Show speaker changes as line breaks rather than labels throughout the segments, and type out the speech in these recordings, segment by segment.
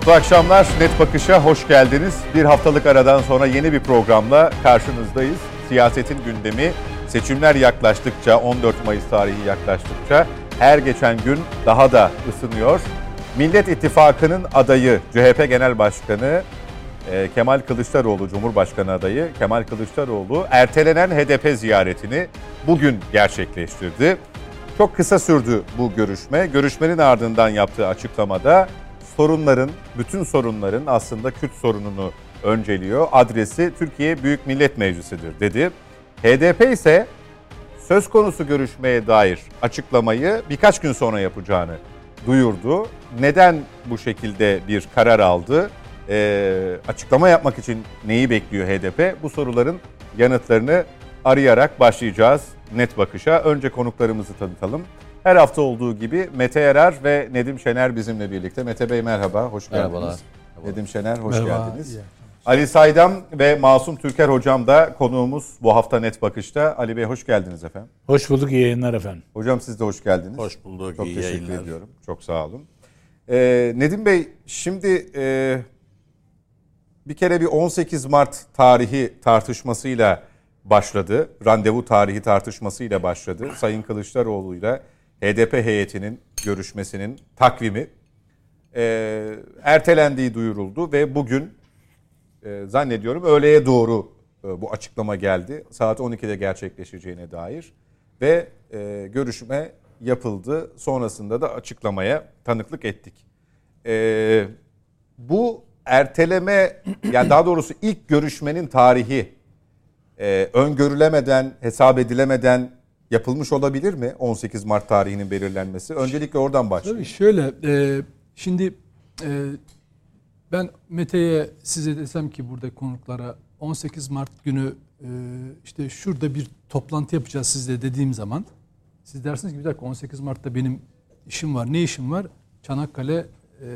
Mutlu akşamlar. Net Bakış'a hoş geldiniz. Bir haftalık aradan sonra yeni bir programla karşınızdayız. Siyasetin gündemi seçimler yaklaştıkça, 14 Mayıs tarihi yaklaştıkça her geçen gün daha da ısınıyor. Millet İttifakı'nın adayı, CHP Genel Başkanı Kemal Kılıçdaroğlu, Cumhurbaşkanı adayı Kemal Kılıçdaroğlu ertelenen HDP ziyaretini bugün gerçekleştirdi. Çok kısa sürdü bu görüşme. Görüşmenin ardından yaptığı açıklamada bütün sorunların aslında Kürt sorununu önceliyor. Adresi Türkiye Büyük Millet Meclisi'dir dedi. HDP ise söz konusu görüşmeye dair açıklamayı birkaç gün sonra yapacağını duyurdu. Neden bu şekilde bir karar aldı? Açıklama yapmak için neyi bekliyor HDP? Bu soruların yanıtlarını arayarak başlayacağız Net Bakış'a. Önce konuklarımızı tanıtalım. Her hafta olduğu gibi Mete Yarar ve Nedim Şener bizimle birlikte. Mete Bey merhaba, hoş geldiniz.
Merhabalar.
Nedim Şener hoş geldiniz.
İyi.
Ali Saydam ve Masum Türker hocam da konuğumuz bu hafta Net Bakış'ta. Ali Bey hoş geldiniz efendim.
Hoş bulduk, iyi yayınlar efendim.
Hocam siz de hoş geldiniz.
Hoş bulduk,
çok
iyi
teşekkür
yayınlar.
ediyorum. Çok sağ olun. Nedim Bey, şimdi bir kere bir 18 Mart tarihi tartışmasıyla başladı. Randevu tarihi tartışmasıyla başladı. Sayın Kılıçdaroğlu'yla HDP heyetinin görüşmesinin takvimi ertelendiği duyuruldu ve bugün zannediyorum öğleye doğru bu açıklama geldi. Saat 12'de gerçekleşeceğine dair ve görüşme yapıldı. Sonrasında da açıklamaya tanıklık ettik. Bu erteleme, yani daha doğrusu ilk görüşmenin tarihi öngörülemeden, hesap edilemeden yapılmış olabilir mi 18 Mart tarihinin belirlenmesi? Öncelikle oradan başlayalım.
Tabii şöyle, şimdi ben Mete'ye size desem ki burada konuklara 18 Mart günü işte şurada bir toplantı yapacağız sizle dediğim zaman siz dersiniz ki bir dakika 18 Mart'ta benim işim var. Ne işim var? Çanakkale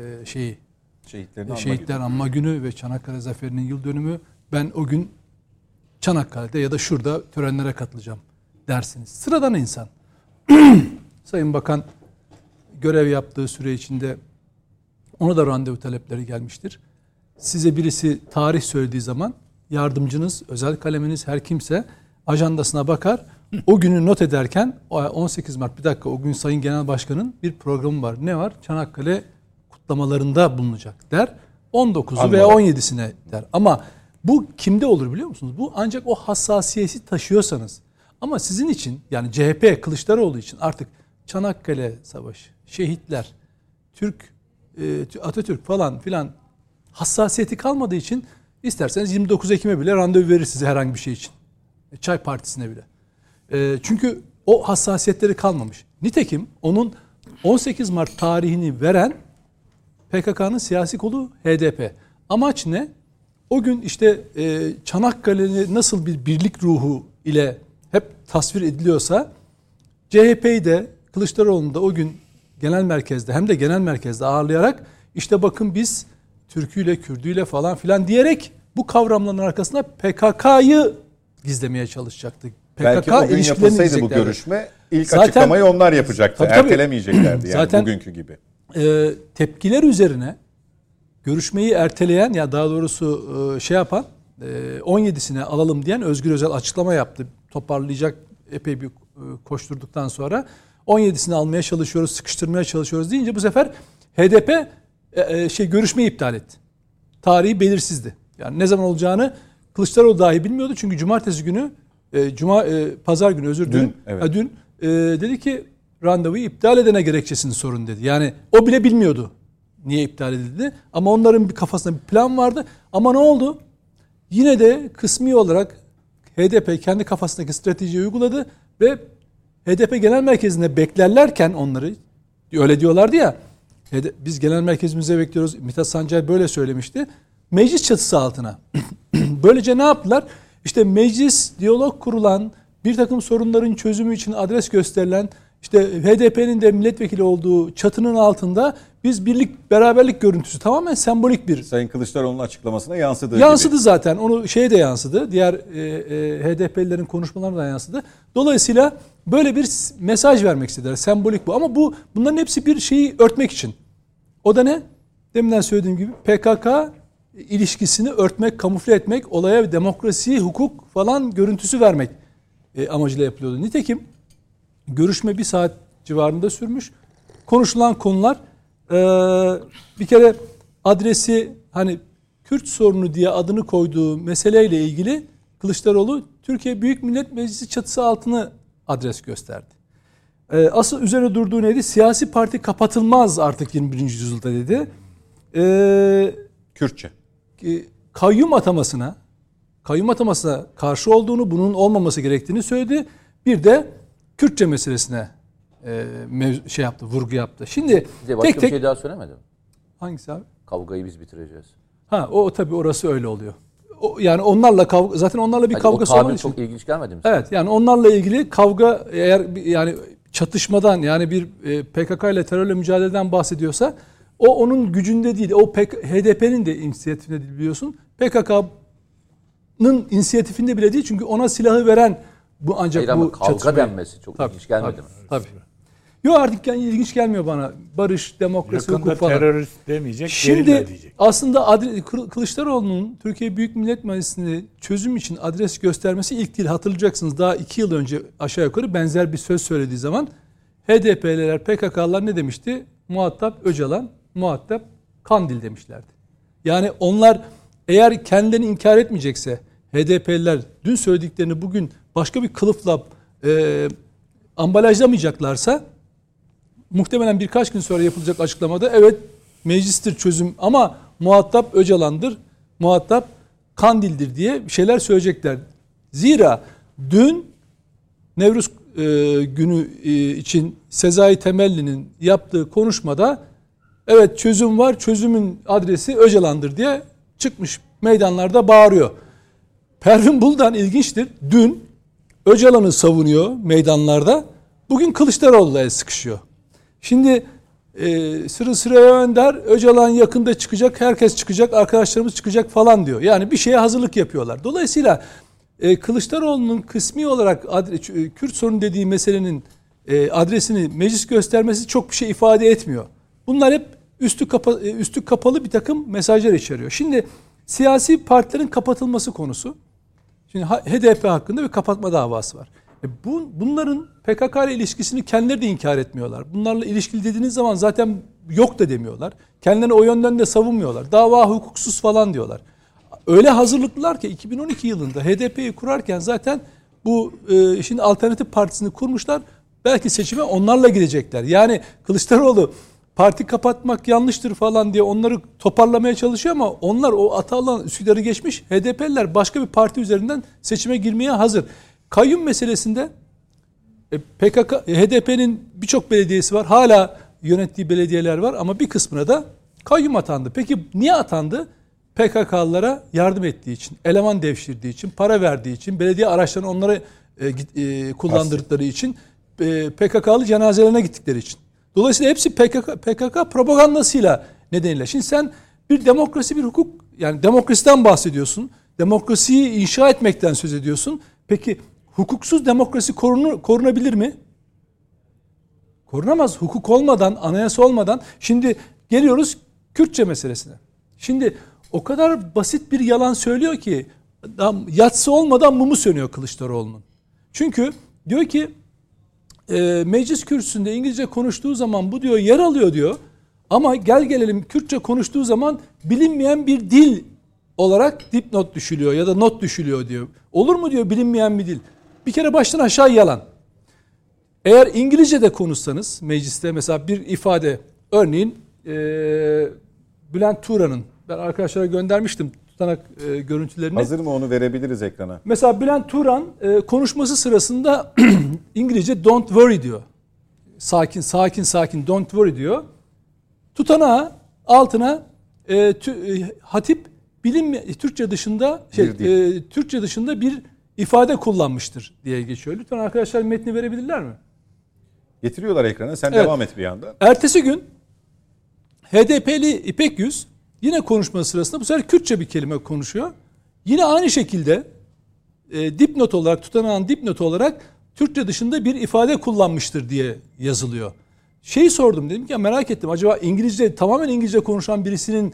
Şehitler Anma Günü ve Çanakkale Zaferi'nin yıl dönümü. Ben o gün Çanakkale'de ya da şurada törenlere katılacağım dersiniz. Sıradan insan. Sayın Bakan görev yaptığı süre içinde ona da randevu talepleri gelmiştir. Size birisi tarih söylediği zaman yardımcınız, özel kaleminiz her kimse ajandasına bakar. O günü not ederken 18 Mart bir dakika o gün Sayın Genel Başkan'ın bir programı var. Ne var? Çanakkale kutlamalarında bulunacak der. 19'u veya 17'sine der. Ama bu kimde olur biliyor musunuz? Bu ancak o hassasiyeti taşıyorsanız. Ama sizin için yani CHP Kılıçdaroğlu için artık Çanakkale Savaşı, şehitler, Atatürk falan filan hassasiyeti kalmadığı için isterseniz 29 Ekim'e bile randevu verir size herhangi bir şey için. Çay partisine bile. Çünkü o hassasiyetleri kalmamış. Nitekim onun 18 Mart tarihini veren PKK'nın siyasi kolu HDP. Amaç ne? O gün işte Çanakkale'nin nasıl bir birlik ruhu ile hep tasvir ediliyorsa CHP'yi de Kılıçdaroğlu'nu da o gün genel merkezde hem de genel merkezde ağırlayarak işte bakın biz Türküyle, Kürdüyle falan filan diyerek bu kavramların arkasında PKK'yı gizlemeye çalışacaktı.
Belki o gün yapılsaydı bu görüşme ilk açıklamayı onlar yapacaktı. Tabii, ertelemeyeceklerdi yani zaten, bugünkü gibi.
Tepkiler üzerine görüşmeyi erteleyen ya daha doğrusu yapan 17'sine alalım diyen Özgür Özel açıklama yaptı. Toparlayacak epey bir koşturduktan sonra 17'sini almaya çalışıyoruz, sıkıştırmaya çalışıyoruz deyince bu sefer HDP görüşmeyi iptal etti. Tarihi belirsizdi. Yani ne zaman olacağını Kılıçdaroğlu dahi bilmiyordu çünkü cumartesi günü pazar günü dün dedi ki randevuyu iptal edene gerekçesini sorun dedi. Yani o bile bilmiyordu niye iptal edildi. Ama onların bir kafasında bir plan vardı. Ama ne oldu? Yine de kısmi olarak HDP kendi kafasındaki stratejiyi uyguladı ve HDP genel merkezinde beklerlerken onları öyle diyorlardı ya biz genel merkezimize bekliyoruz. Mithat Sancar böyle söylemişti. Meclis çatısı altına. Böylece ne yaptılar? İşte meclis diyalog kurulan bir takım sorunların çözümü için adres gösterilen işte HDP'nin de milletvekili olduğu çatının altında biz birlik beraberlik görüntüsü tamamen sembolik bir.
Sayın Kılıçdaroğlu'nun açıklamasına yansıdı
gibi. Zaten onu de yansıdı. Diğer HDP'lilerin konuşmalarına da yansıdı. Dolayısıyla böyle bir mesaj vermek istediler. Sembolik bu. Ama bunların hepsi bir şeyi örtmek için. O da ne? deminden söylediğim gibi PKK ilişkisini örtmek, kamufle etmek, olaya demokrasi, hukuk falan görüntüsü vermek amacıyla yapılıyordu. Nitekim görüşme 1 saat civarında sürmüş. Konuşulan konular bir kere adresi hani Kürt sorunu diye adını koyduğu meseleyle ilgili Kılıçdaroğlu Türkiye Büyük Millet Meclisi çatısı altını adres gösterdi. Asıl üzerine durduğu neydi? Siyasi parti kapatılmaz artık 21. yüzyılda dedi.
Kürtçe.
Kayyum atamasına karşı olduğunu, bunun olmaması gerektiğini söyledi. Bir de Kürtçe meselesine vurgu yaptı. Şimdi
Size başka bir şey daha söylemedi mi?
Hangisi abi?
Kavgayı biz bitireceğiz.
O tabii orası öyle oluyor. Yani onlarla kavga, zaten onlarla bir kavgası olmadığı için.
O çok ilginç gelmedi mi size?
Evet, yani onlarla ilgili kavga, eğer yani çatışmadan, yani bir PKK ile terörle mücadeleden bahsediyorsa o onun gücünde değil. O HDP'nin de inisiyatifinde değil, biliyorsun. PKK'nın inisiyatifinde bile değil. Çünkü ona silahı veren bu, ancak
hayır,
bu
kavga
çatışmayı
denmesi çok ilginç gelmedi mi?
Tabii. Yok, artık yani ilginç gelmiyor bana. Barış, demokrasi,
yakında
hukuk falan.
terörist demeyecek,
Şimdi
gerilla diyecek.
aslında Kılıçdaroğlu'nun Türkiye Büyük Millet Meclisi'nde çözüm için adres göstermesi ilk değil. Hatırlayacaksınız, daha 2 yıl önce aşağı yukarı benzer bir söz söylediği zaman HDP'liler, PKK'lılar ne demişti? Muhatap Öcalan, muhatap Kandil demişlerdi. Yani onlar eğer kendilerini inkar etmeyecekse, HDP'liler dün söylediklerini bugün başka bir kılıfla ambalajlamayacaklarsa, muhtemelen birkaç gün sonra yapılacak açıklamada evet meclistir çözüm ama muhatap Öcalan'dır, muhatap Kandil'dir diye bir şeyler söyleyecekler. Zira dün Nevruz günü için Sezai Temelli'nin yaptığı konuşmada evet çözüm var, çözümün adresi Öcalan'dır diye çıkmış meydanlarda bağırıyor. Pervin Buldan ilginçtir. Dün Öcalan'ı savunuyor meydanlarda. Bugün Kılıçdaroğlu'la el sıkışıyor. Şimdi sıraya Önder, Öcalan yakında çıkacak, herkes çıkacak, arkadaşlarımız çıkacak falan diyor. Yani bir şeye hazırlık yapıyorlar. Dolayısıyla Kılıçdaroğlu'nun kısmi olarak Kürt sorunu dediği meselenin adresini meclis göstermesi çok bir şey ifade etmiyor. Bunlar hep üstü kapalı bir takım mesajlar içeriyor. Şimdi siyasi partilerin kapatılması konusu. Şimdi HDP hakkında bir kapatma davası var. Bunların PKK ile ilişkisini kendileri de inkar etmiyorlar. Bunlarla ilişkili dediğiniz zaman zaten yok da demiyorlar. Kendilerini o yönden de savunmuyorlar. Dava hukuksuz falan diyorlar. Öyle hazırlıklılar ki 2012 yılında HDP'yi kurarken zaten bu şimdi alternatif partisini kurmuşlar. Belki seçime onlarla gidecekler. Yani Kılıçdaroğlu parti kapatmak yanlıştır falan diye onları toparlamaya çalışıyor ama onlar o Atalan Üsküdar'ı geçmiş. HDP'liler başka bir parti üzerinden seçime girmeye hazır. Kayyum meselesinde HDP'nin birçok belediyesi var. Hala yönettiği belediyeler var ama bir kısmına da kayyum atandı. Peki niye atandı? PKK'lılara yardım ettiği için, eleman devşirdiği için, para verdiği için, belediye araçlarını onlara kullandırdıkları için, PKK'lı cenazelerine gittikleri için. Dolayısıyla hepsi PKK propagandasıyla nedeniyle. Şimdi sen bir demokrasi, bir hukuk, yani demokrasiden bahsediyorsun. Demokrasiyi inşa etmekten söz ediyorsun. Peki hukuksuz demokrasi korunabilir mi? Korunamaz. Hukuk olmadan, anayasa olmadan. Şimdi geliyoruz Kürtçe meselesine. Şimdi o kadar basit bir yalan söylüyor ki yatsı olmadan mumu sönüyor Kılıçdaroğlu'nun. Çünkü diyor ki meclis kürsüsünde İngilizce konuştuğu zaman bu diyor yer alıyor diyor. Ama gelelim Kürtçe konuştuğu zaman bilinmeyen bir dil olarak dipnot düşülüyor ya da not düşülüyor diyor. Olur mu diyor bilinmeyen bir dil. Bir kere baştan aşağı yalan. Eğer İngilizce'de konuşsanız mecliste mesela bir ifade, örneğin Bülent Turan'ın, ben arkadaşlara göndermiştim tutanak görüntülerini.
Hazır mı, onu verebiliriz ekrana?
Mesela Bülent Turan konuşması sırasında İngilizce don't worry diyor. Sakin don't worry diyor. Tutanağı altına hatip Türkçe dışında bir ifade kullanmıştır diye geçiyor. Lütfen arkadaşlar metni verebilirler mi?
Getiriyorlar ekrana. Sen
Evet.
devam et bir yandan.
Ertesi gün HDP'li İpek Yüz yine konuşması sırasında bu sefer Kürtçe bir kelime konuşuyor. Yine aynı şekilde dipnot olarak, tutanağın dipnotu olarak Türkçe dışında bir ifade kullanmıştır diye yazılıyor. şeyi sordum, dedim ki ya merak ettim, acaba İngilizce, tamamen İngilizce konuşan birisinin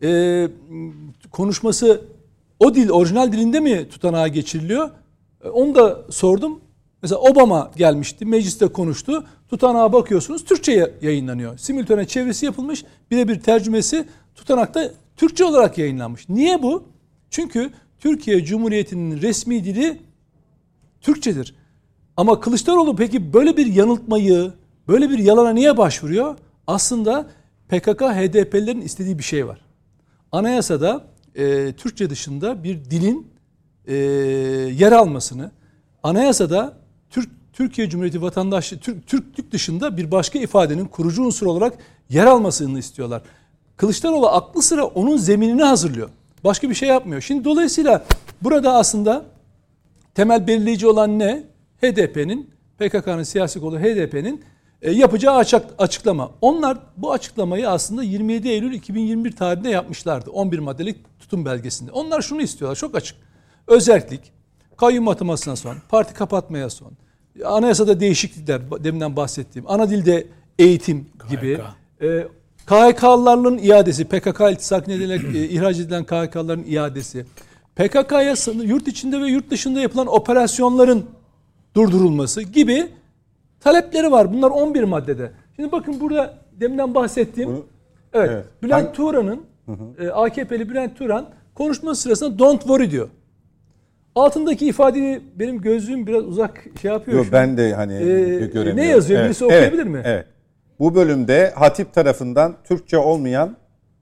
konuşması o dil, orijinal dilinde mi tutanağa geçiriliyor? Onu da sordum. Mesela Obama gelmişti, mecliste konuştu. Tutanağa bakıyorsunuz, Türkçe yayınlanıyor. Simultane çevirisi yapılmış, birebir tercümesi tutanakta Türkçe olarak yayınlanmış. Niye bu? Çünkü Türkiye Cumhuriyeti'nin resmi dili Türkçedir. Ama Kılıçdaroğlu peki böyle bir yanıltmayı, böyle bir yalana niye başvuruyor? Aslında PKK, HDP'lilerin istediği bir şey var. Anayasada Türkçe dışında bir dilin yer almasını, anayasada Türkiye Cumhuriyeti vatandaşlığı, Türklük dışında bir başka ifadenin kurucu unsur olarak yer almasını istiyorlar. Kılıçdaroğlu aklı sıra onun zeminini hazırlıyor. Başka bir şey yapmıyor. Şimdi dolayısıyla burada aslında temel belirleyici olan ne? HDP'nin, PKK'nın siyasi kolu HDP'nin yapacağı açıklama. Onlar bu açıklamayı aslında 27 Eylül 2021 tarihinde yapmışlardı. 11 maddelik tutum belgesinde. Onlar şunu istiyorlar, çok açık. Özerklik, kayyum atamasına son, parti kapatmaya son, anayasada değişiklikler, deminden bahsettiğim, ana dilde eğitim gibi, KHK'lıların iadesi, PKK iltisak nedeniyle ihraç edilen KHK'lıların iadesi, PKK'ya yurt içinde ve yurt dışında yapılan operasyonların durdurulması gibi talepleri var. Bunlar 11 maddede. Şimdi bakın burada deminden bahsettiğim Bülent Turan'ın AKP'li Bülent Turan konuşması sırasında don't worry diyor. Altındaki ifadeyi benim gözlüğüm biraz uzak şey yapıyor.
Yok, ben de hani göremiyorum.
Ne yazıyor? Birisi okuyabilir mi?
Evet. Bu bölümde hatip tarafından Türkçe olmayan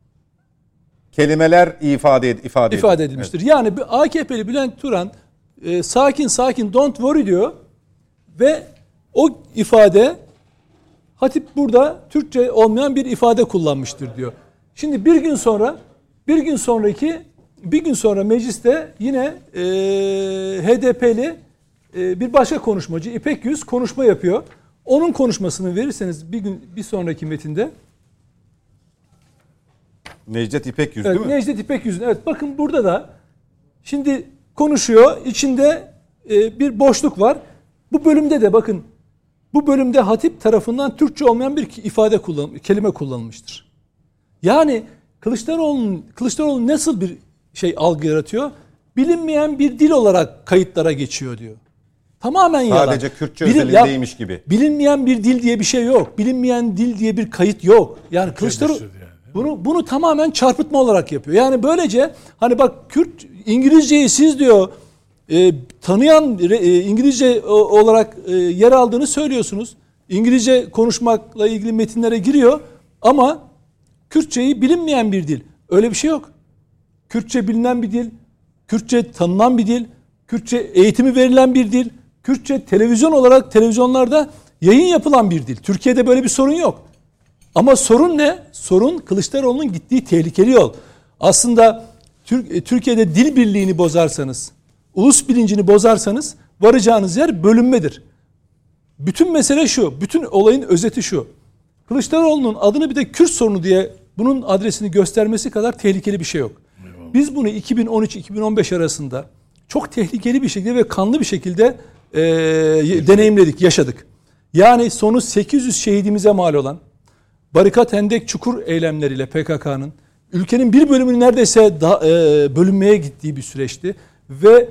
kelimeler ifade edilmiştir.
Evet. Yani AKP'li Bülent Turan sakin don't worry diyor ve o ifade hatip burada Türkçe olmayan bir ifade kullanmıştır diyor. Şimdi bir gün sonra mecliste yine HDP'li bir başka konuşmacı İpek Yüz konuşma yapıyor. Onun konuşmasını verirseniz bir sonraki metinde.
Necdet İpek Yüz değil mi?
Necdet İpek Yüz'ün. Evet, bakın burada da şimdi konuşuyor. İçinde bir boşluk var. Bu bölümde de bakın, bu bölümde hatip tarafından Türkçe olmayan bir kelime kullanılmıştır. Yani Kılıçdaroğlu nasıl bir algı yaratıyor? Bilinmeyen bir dil olarak kayıtlara geçiyor diyor. Tamamen yalan.
Sadece Kürtçe özelindeymiş gibi.
Bilinmeyen bir dil diye bir şey yok. Bilinmeyen dil diye bir kayıt yok. Yani Kılıçdaroğlu bunu tamamen çarpıtma olarak yapıyor. Yani böylece hani bak Kürt İngilizceyi siz diyor tanıyan İngilizce olarak yer aldığını söylüyorsunuz. İngilizce konuşmakla ilgili metinlere giriyor ama Kürtçeyi bilinmeyen bir dil. Öyle bir şey yok. Kürtçe bilinen bir dil, Kürtçe tanınan bir dil, Kürtçe eğitimi verilen bir dil, Kürtçe televizyon olarak televizyonlarda yayın yapılan bir dil. Türkiye'de böyle bir sorun yok. Ama sorun ne? Sorun Kılıçdaroğlu'nun gittiği tehlikeli yol. Aslında Türkiye'de dil birliğini bozarsanız, ulus bilincini bozarsanız varacağınız yer bölünmedir. Bütün mesele şu, bütün olayın özeti şu. Kılıçdaroğlu'nun adını bir de Kürt sorunu diye bunun adresini göstermesi kadar tehlikeli bir şey yok. Biz bunu 2013-2015 arasında çok tehlikeli bir şekilde ve kanlı bir şekilde deneyimledik, yaşadık. Yani sonu 800 şehidimize mal olan barikat, hendek, çukur eylemleriyle PKK'nın ülkenin bir bölümünü neredeyse bölünmeye gittiği bir süreçti. Ve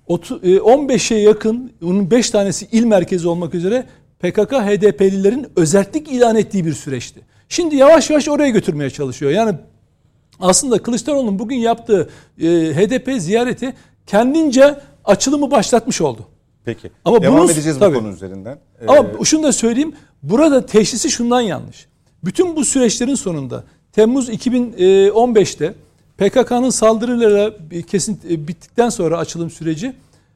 15'e yakın, onun 5 tanesi il merkezi olmak üzere PKK, HDP'lilerin özerklik ilan ettiği bir süreçti. Şimdi yavaş yavaş oraya götürmeye çalışıyor. Yani aslında Kılıçdaroğlu'nun bugün yaptığı HDP ziyareti kendince açılımı başlatmış oldu.
Peki.
Ama
devam edeceğiz bu konu üzerinden.
Ama şunu da söyleyeyim. Burada teşhisi şundan yanlış. Bütün bu süreçlerin sonunda Temmuz 2015'te PKK'nın saldırılarıyla kesin bittikten sonra açılım süreci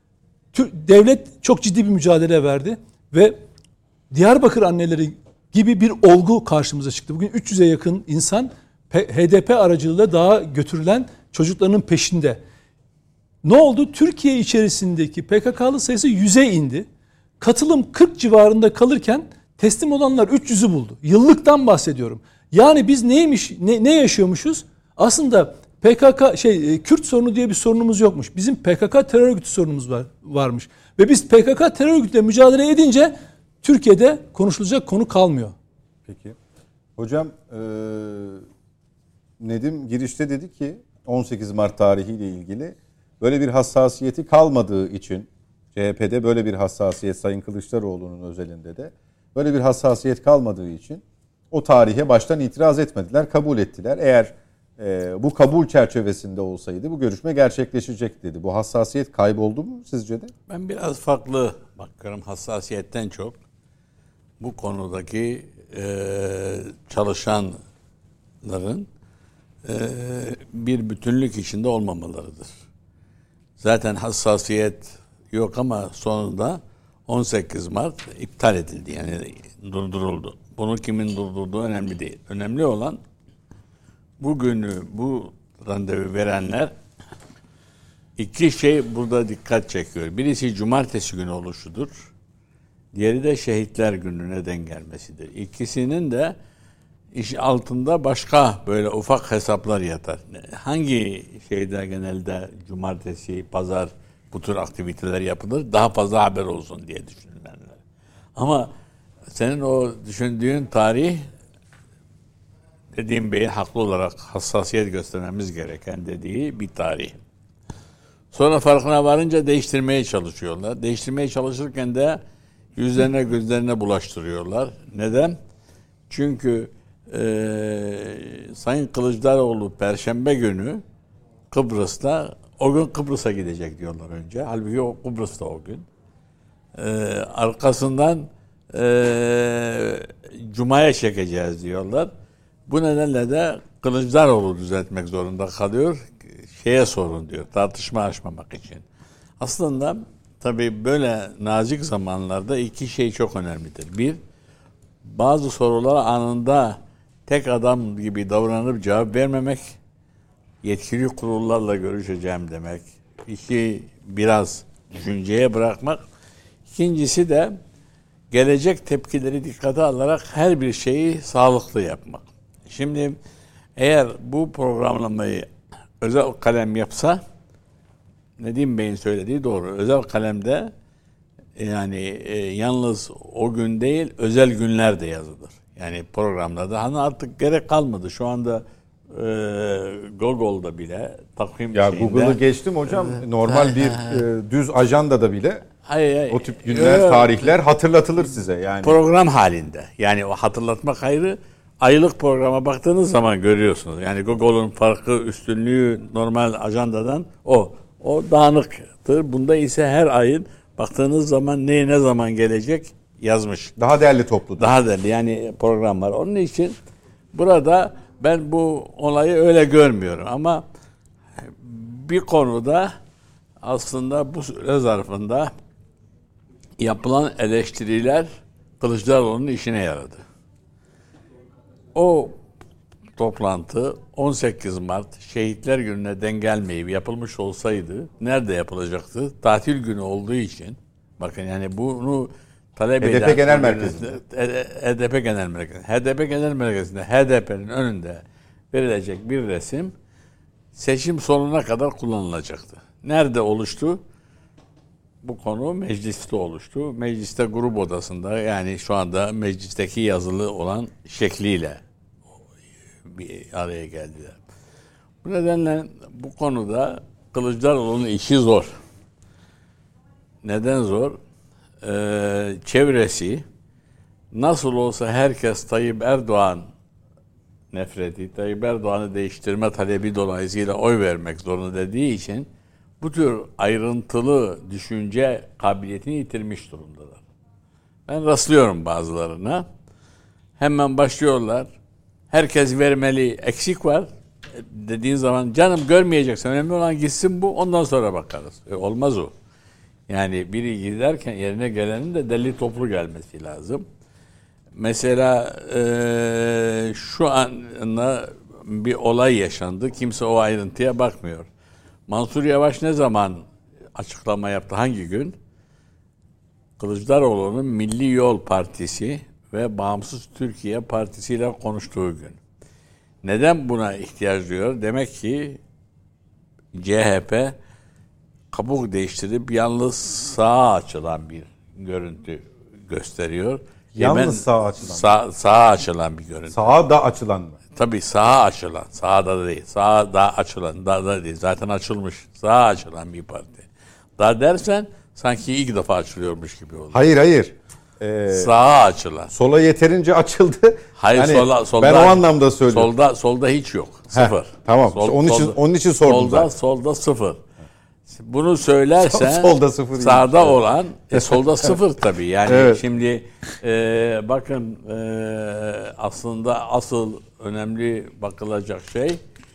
devlet çok ciddi bir mücadele verdi ve Diyarbakır anneleri gibi bir olgu karşımıza çıktı. Bugün 300'e yakın insan HDP aracılığıyla dağa götürülen çocuklarının peşinde. Ne oldu? Türkiye içerisindeki PKK'lı sayısı 100'e indi. Katılım 40 civarında kalırken teslim olanlar 300'ü buldu. Yıllıktan bahsediyorum. Yani biz ne yaşıyormuşuz? Aslında Kürt sorunu diye bir sorunumuz yokmuş. Bizim PKK terör örgütü sorunumuz varmış. Ve biz PKK terör örgütüyle mücadele edince Türkiye'de konuşulacak konu kalmıyor.
Peki. Hocam Nedim girişte dedi ki 18 Mart tarihiyle ilgili böyle bir hassasiyeti kalmadığı için CHP'de böyle bir hassasiyet, Sayın Kılıçdaroğlu'nun özelinde de böyle bir hassasiyet kalmadığı için o tarihe baştan itiraz etmediler, kabul ettiler. Eğer bu kabul çerçevesinde olsaydı bu görüşme gerçekleşecek dedi. Bu hassasiyet kayboldu mu sizce de?
Ben biraz farklı bakıyorum, hassasiyetten çok bu konudaki çalışanların bir bütünlük içinde olmamalarıdır. Zaten hassasiyet yok ama sonunda 18 Mart iptal edildi, yani durduruldu. Bunu kimin durdurduğu önemli değil. Önemli olan bugünü, bu randevu verenler, iki şey burada dikkat çekiyor. Birisi cumartesi günü oluşudur. Diğeri de şehitler gününe denk gelmesidir. İkisinin de iş altında başka böyle ufak hesaplar yatar. Hangi şeyde genelde cumartesi, pazar bu tür aktiviteler yapılır? Daha fazla haber olsun diye düşünülenler. Ama senin o düşündüğün tarih, dediğim Bey'in haklı olarak hassasiyet göstermemiz gereken dediği bir tarih. Sonra farkına varınca değiştirmeye çalışıyorlar. Değiştirmeye çalışırken de yüzlerine gözlerine bulaştırıyorlar. Neden? Çünkü Sayın Kılıçdaroğlu Perşembe günü Kıbrıs'ta, o gün Kıbrıs'a gidecek diyorlar önce. Halbuki o Kıbrıs'ta o gün. Arkasından Cuma'ya çekeceğiz diyorlar. Bu nedenle de Kılıçdaroğlu düzeltmek zorunda kalıyor. Şeye sorun diyor, tartışma açmamak için. Aslında tabii böyle nazik zamanlarda iki şey çok önemlidir. Bir, bazı sorulara anında tek adam gibi davranıp cevap vermemek, yetkili kurullarla görüşeceğim demek, işi biraz düşünceye bırakmak. İkincisi de gelecek tepkileri dikkate alarak her bir şeyi sağlıklı yapmak. Şimdi eğer bu programlamayı özel kalem yapsa, Nedim Bey'in söylediği doğru. Özel kalemde yani yalnız o gün değil, özel günler de yazılır. Yani programlarda hani artık gerek kalmadı. Şu anda Google'da bile takvim
Ya
şeyinde,
Google'ı geçtim hocam. Normal bir düz ajandada bile
hayır,
o tip günler, tarihler hatırlatılır size. Yani
program halinde. Yani o hatırlatmak ayrı. Aylık programa baktığınız zaman görüyorsunuz. Yani Google'un farkı, üstünlüğü normal ajandadan o dağınıktır. Bunda ise her ayın baktığınız zaman ne zaman gelecek yazmış.
daha değerli topludur.
Daha değerli yani program var. Onun için burada ben bu olayı öyle görmüyorum ama bir konuda aslında bu süre zarfında yapılan eleştiriler Kılıçdaroğlu'nun işine yaradı. O toplantı 18 Mart Şehitler Günü'ne denk gelmeyip yapılmış olsaydı nerede yapılacaktı? Tatil günü olduğu için. Bakın yani bunu talep eden
HDP Genel Merkezi'nde.
HDP Genel Merkezi'nde. HDP Genel Merkezi'nde HDP'nin önünde verilecek bir resim seçim sonuna kadar kullanılacaktı. Nerede oluştu? Bu konu mecliste oluştu. Mecliste grup odasında, yani şu anda meclisteki yazılı olan şekliyle bir araya geldiler. Bu nedenle bu konuda Kılıçdaroğlu'nun işi zor. Neden zor? Çevresi nasıl olsa herkes Tayyip Erdoğan nefreti, Tayyip Erdoğan'ı değiştirme talebi dolayısıyla oy vermek zorunda dediği için bu tür ayrıntılı düşünce kabiliyetini yitirmiş durumdalar. Ben rastlıyorum bazılarına. Hemen başlıyorlar. Herkes vermeli, eksik var. Dediğin zaman canım görmeyeceksin. Önemli olan gitsin bu, ondan sonra bakarız. Olmaz o. Yani biri giderken yerine gelenin de deli toplu gelmesi lazım. Mesela şu anda bir olay yaşandı. Kimse o ayrıntıya bakmıyor. Mansur Yavaş ne zaman açıklama yaptı? Hangi gün? Kılıçdaroğlu'nun Milli Yol Partisi ve Bağımsız Türkiye Partisi ile konuştuğu gün. Neden buna ihtiyaç duyuyor? Demek ki CHP kabuk değiştirip yalnız sağa açılan bir görüntü gösteriyor.
Yalnız sağa açılan.
Sağa açılan bir görüntü.
Sağa da açılan mı?
Tabii sağa açılan. Sağda da değil. Sağa da açılan. Da değil. Zaten açılmış. Sağa açılan bir parti. Daha dersen sanki ilk defa açılıyormuş gibi oldu.
Hayır.
Sağa açılan.
Sola yeterince açıldı.
Hayır,
Yani
solda.
Ben o anlamda söylüyorum.
Solda hiç yok. Sıfır.
Tamam. Onun için sordum zaten.
Solda sıfır. Bunu söylersen
Solda sıfır
sağda
değilmiş.
olan solda sıfır tabii. Yani
Evet.
şimdi bakın aslında asıl önemli bakılacak şey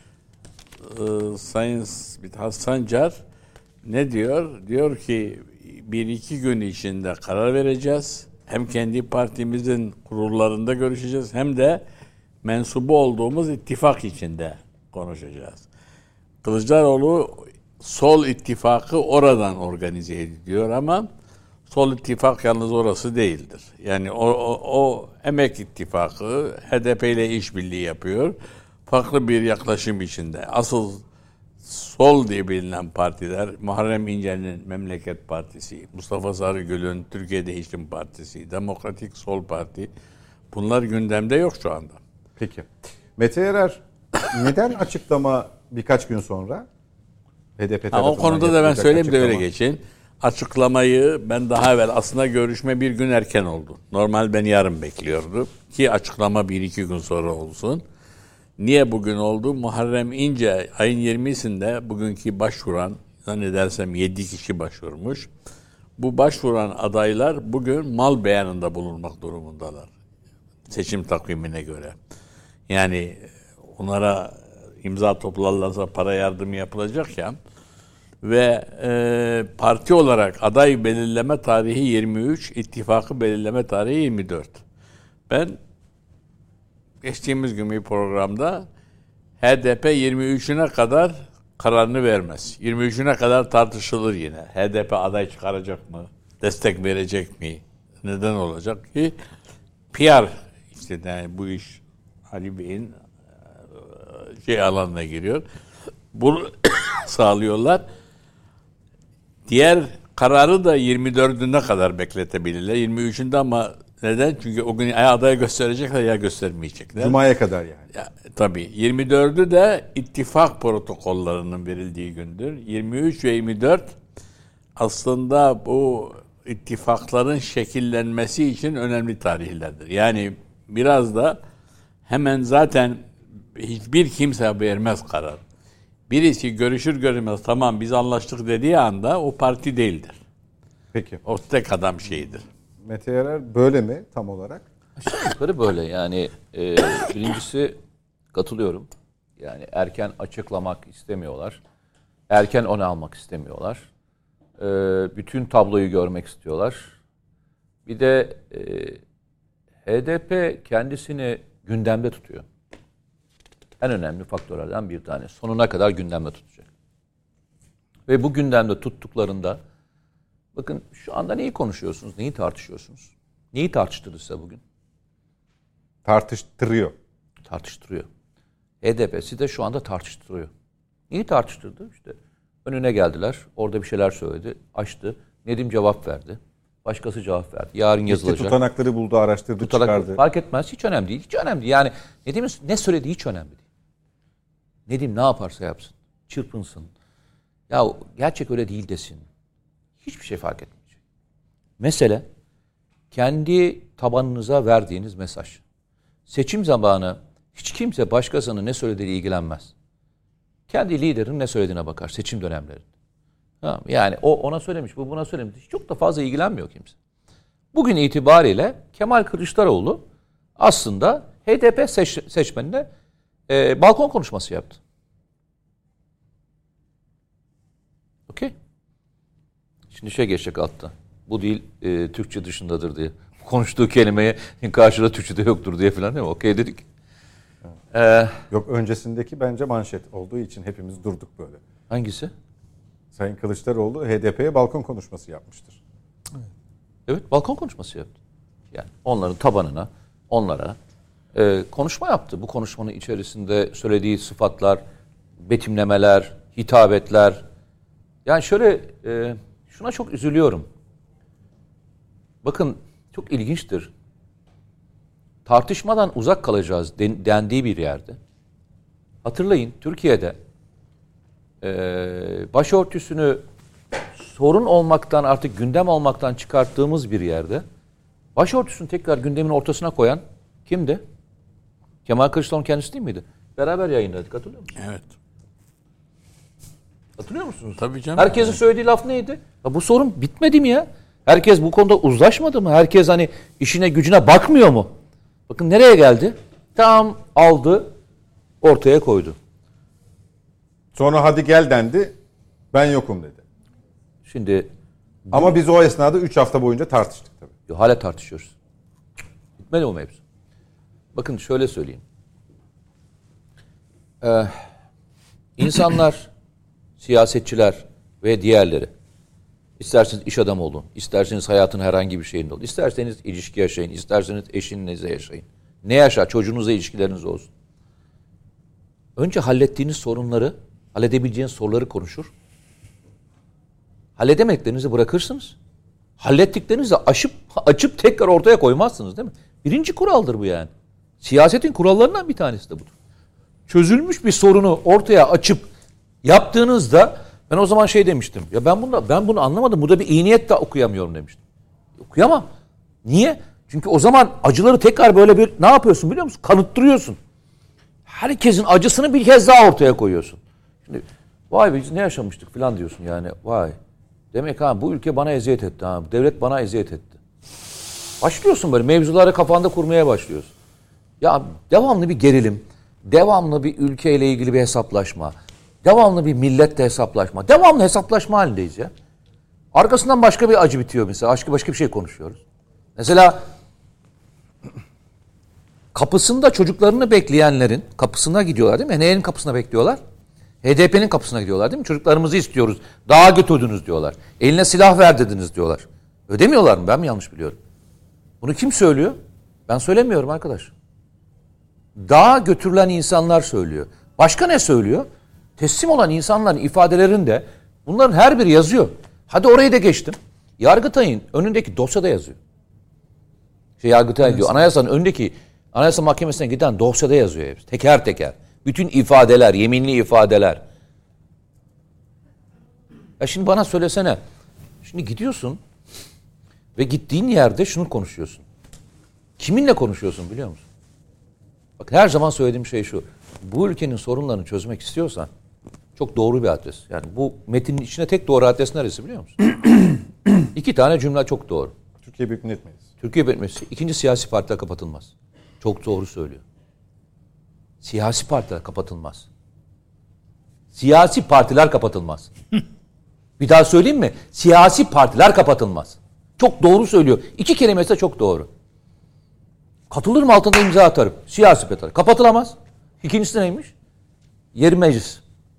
Sayın Mithat Sancar ne diyor? Diyor ki 1-2 gün içinde karar vereceğiz. Hem kendi partimizin kurullarında görüşeceğiz hem de mensubu olduğumuz ittifak içinde konuşacağız. Kılıçdaroğlu Sol ittifakı oradan organize ediyor ama Sol ittifak yalnız orası değildir. Yani o Emek ittifakı HDP ile işbirliği yapıyor. Farklı bir yaklaşım içinde. Asıl Sol diye bilinen partiler, Muharrem İnce'nin Memleket Partisi, Mustafa Sarıgül'ün Türkiye Değişim Partisi, Demokratik Sol Parti, bunlar gündemde yok şu anda.
Peki. Mete Yarar neden açıklama birkaç gün sonra? HDP tarafından
O konuda da ben
yapılacak
söyleyeyim de öyle
açıklama.
geçin. Açıklamayı ben daha evvel aslında görüşme bir gün erken oldu. Normal ben yarın bekliyordum ki açıklama 1-2 gün sonra olsun. Niye bugün oldu? Muharrem İnce ayın 20'sinde bugünkü başvuran, zannedersem 7 kişi başvurmuş. Bu başvuran adaylar bugün mal beyanında bulunmak durumundalar. Seçim takvimine göre. Yani onlara imza toplarlarsa para yardımı yapılacak ya. Ve parti olarak aday belirleme tarihi 23, ittifakı belirleme tarihi 24. Ben geçtiğimiz gün bir programda HDP 23'üne kadar kararını vermez. 23'üne kadar tartışılır yine. HDP aday çıkaracak mı? Destek verecek mi? Neden olacak ki? PR işte yani bu iş Ali Bey'in alanına giriyor. Bunu sağlıyorlar. Diğer kararı da 24'üne kadar bekletebilirler. 23'ünde ama neden? Çünkü o gün ya aday gösterecekler ya göstermeyecekler.
Cuma'ya kadar yani.
Ya, tabii. 24'ü de ittifak protokollarının verildiği gündür. 23 ve 24 aslında bu ittifakların şekillenmesi için önemli tarihlerdir. Yani biraz da hemen zaten hiçbir kimse vermez karar. Birisi görüşür görmez tamam biz anlaştık dediği anda o parti değildir.
Peki.
O tek adam şeyidir.
Mete Yarar böyle mi tam olarak?
Aşağı yukarı böyle yani birincisi katılıyorum. Yani erken açıklamak istemiyorlar. Erken onu almak istemiyorlar. Bütün tabloyu görmek istiyorlar. Bir de HDP kendisini gündemde tutuyor. En önemli faktörlerden bir tane. Sonuna kadar gündemde tutacak. Ve bu gündemde tuttuklarında bakın şu anda neyi konuşuyorsunuz, neyi tartışıyorsunuz? Neyi tartıştırdı size bugün?
Tartıştırıyor.
Tartıştırıyor. HDP'si de şu anda tartıştırıyor. Neyi tartıştırdı? İşte önüne geldiler, orada bir şeyler söyledi, açtı. Nedim cevap verdi. Başkası cevap verdi. Yarın yazılacak.
İşte tutanakları buldu, araştırdı, çıkardı.
Fark etmez. Hiç önemli değil. Hiç önemli değil. Yani Nedim'in ne söylediği hiç önemli değil. Nedim ne yaparsa yapsın. Çırpınsın. Ya gerçek öyle değil desin. Hiçbir şey fark etmeyecek. Mesele kendi tabanınıza verdiğiniz mesaj. Seçim zamanı hiç kimse başkasının ne söylediğiyle ilgilenmez. Kendi liderin ne söylediğine bakar seçim dönemlerinde. Tamam, yani o ona söylemiş, bu buna söylemiş. Çok da fazla ilgilenmiyor kimse. Bugün itibariyle Kemal Kılıçdaroğlu aslında HDP seçmenine balkon konuşması yaptı. Okey. Şimdi geçecek altta. Bu dil Türkçe dışındadır diye. Konuştuğu kelimeye karşıda Türkçe'de yoktur diye falan değil mi? Okey dedik.
Yok öncesindeki bence manşet olduğu için hepimiz durduk böyle.
Hangisi?
Sayın Kılıçdaroğlu HDP'ye balkon konuşması yapmıştır.
Evet, balkon konuşması yaptı. Yani onların tabanına, onlara konuşma yaptı. Bu konuşmanın içerisinde söylediği sıfatlar, betimlemeler, hitabetler. Yani şöyle, şuna çok üzülüyorum. Bakın çok ilginçtir. tartışmadan uzak kalacağız dendiği bir yerde. Hatırlayın, Türkiye'de başörtüsünü sorun olmaktan, artık gündem olmaktan çıkarttığımız bir yerde başörtüsünü tekrar gündemin ortasına koyan kimdi? Kemal Kılıçdaroğlu kendisi değil miydi? Beraber yayınladık, hatırlıyor musunuz?
Evet.
Hatırlıyor musunuz?
Tabii canım.
Herkesin söylediği laf neydi? Ya bu sorun bitmedi mi ya? Herkes bu konuda uzlaşmadı mı? Herkes hani işine gücüne bakmıyor mu? Bakın nereye geldi? Tam aldı, ortaya koydu.
Sonra hadi gel dendi. Ben yokum dedi.
Şimdi
Ama biz o esnada 3 hafta boyunca tartıştık tabii.
hala tartışıyoruz. Bitmedi o mevzu. Bakın şöyle söyleyeyim. İnsanlar, siyasetçiler ve diğerleri, isterseniz iş adamı olun, isterseniz hayatın herhangi bir şeyinde olun, isterseniz ilişki yaşayın, isterseniz eşinizle yaşayın. Ne yaşar? Çocuğunuzla ilişkileriniz olsun. Önce hallettiğiniz sorunları, halledebileceğiniz soruları konuşur. Halledemediklerinizi bırakırsınız. Hallettiklerinizi açıp tekrar ortaya koymazsınız, değil mi? Birinci kuraldır bu yani. Siyasetin kurallarından bir tanesi de budur. Çözülmüş bir sorunu ortaya açıp yaptığınızda, ben o zaman şey demiştim. Ya ben bunu anlamadım. Burada bir iyi niyet de okuyamıyorum demiştim. Okuyamam. Niye? Çünkü o zaman acıları tekrar böyle bir ne yapıyorsun biliyor musun? Kanıttırıyorsun. Herkesin acısını bir kez daha ortaya koyuyorsun. Şimdi vay be biz ne yaşamıştık falan diyorsun yani. Vay. Demek ha bu ülke bana eziyet etti ha. Devlet bana eziyet etti. Başlıyorsun böyle mevzuları kafanda kurmaya başlıyorsun. Ya devamlı bir gerilim, devamlı bir ülkeyle ilgili bir hesaplaşma, devamlı bir milletle hesaplaşma, devamlı hesaplaşma halindeyiz ya. Arkasından başka bir acı bitiyor mesela, başka bir şey konuşuyoruz. Mesela kapısında çocuklarını bekleyenlerin kapısına gidiyorlar değil mi? Neyin kapısına bekliyorlar? HDP'nin kapısına gidiyorlar değil mi? Çocuklarımızı istiyoruz. Dağa götürdünüz diyorlar. Eline silah ver dediniz diyorlar. Ödemiyorlar mı? Ben mi yanlış biliyorum? Bunu kim söylüyor? Ben söylemiyorum arkadaş. Dağa götürülen insanlar söylüyor. Başka ne söylüyor? Teslim olan insanların ifadelerinde bunların her biri yazıyor. Hadi orayı da geçtim. Yargıtay'ın önündeki dosyada yazıyor. Yargıtay diyor. Anayasanın önündeki Anayasa Mahkemesi'ne giden dosyada yazıyor hepsi. Teker teker. Bütün ifadeler, yeminli ifadeler. Ya şimdi bana söylesene. Şimdi gidiyorsun ve gittiğin yerde şunu konuşuyorsun. Kiminle konuşuyorsun biliyor musun? Bak her zaman söylediğim şey şu. Bu ülkenin sorunlarını çözmek istiyorsan çok doğru bir adres. Yani bu metinin içine tek doğru adres neresi biliyor musun? 2 tane cümle çok doğru.
Türkiye Büyük Millet Meclisi.
Türkiye Büyük Millet Meclisi. 2. siyasi partiler kapatılmaz. Çok doğru söylüyor. Siyasi partiler kapatılmaz. Siyasi partiler kapatılmaz. Bir daha söyleyeyim mi? Siyasi partiler kapatılmaz. Çok doğru söylüyor. 2 kelimesi de çok doğru. Katılırım altında imza atarım. Siyasi partiler kapatılamaz. İkincisi neymiş? Yeri meclis.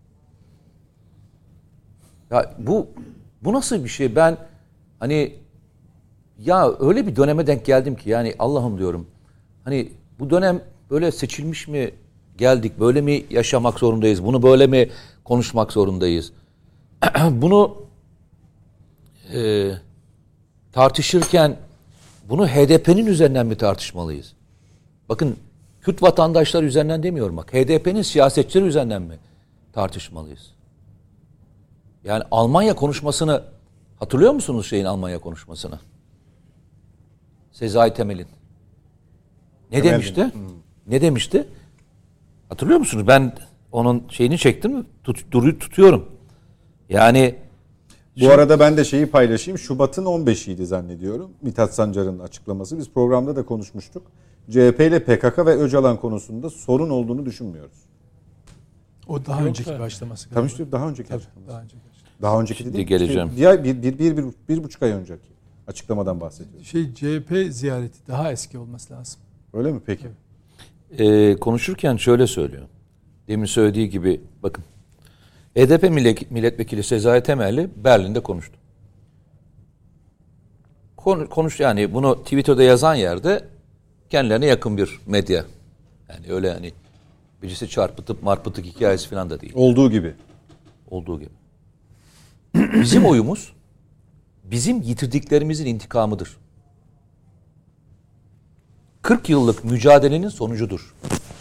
Ya bu nasıl bir şey? Ben hani ya öyle bir döneme denk geldim ki yani Allah'ım diyorum. Hani bu dönem böyle seçilmiş mi geldik? Böyle mi yaşamak zorundayız? Bunu böyle mi konuşmak zorundayız? Bunu tartışırken bunu HDP'nin üzerinden mi tartışmalıyız? Bakın Kürt vatandaşlar üzerinden demiyorum bak. HDP'nin siyasetçileri üzerinden mi tartışmalıyız? Yani Almanya konuşmasını hatırlıyor musunuz Almanya konuşmasını? Sezai Temel'in. Ne demişti? Ne demişti? Hatırlıyor musunuz? Ben onun şeyini çektim, tutuyorum. Yani
Bu arada ben de şeyi paylaşayım. Şubat'ın 15'iydi zannediyorum. Mithat Sancar'ın açıklaması. Biz programda da konuşmuştuk. CHP ile PKK ve Öcalan konusunda sorun olduğunu düşünmüyoruz.
O daha önceki başlaması.
Tamam işte daha önceki açıklaması.
Daha önceki.
Daha önceki değil.
Geleceğim.
Bir buçuk ay önceki açıklamadan bahsediyoruz.
CHP ziyareti daha eski olması lazım.
Öyle mi peki?
Konuşurken şöyle söylüyor. Demin söylediği gibi bakın. HDP milletvekili Sezai Temelli Berlin'de konuştu. Konuş yani bunu Twitter'da yazan yerde kendilerine yakın bir medya. Yani öyle hani birisi çarpıtıp marpıtık hikayesi falan da değil.
Olduğu gibi.
Olduğu gibi. Bizim oyumuz bizim yitirdiklerimizin intikamıdır. 40 yıllık mücadelenin sonucudur.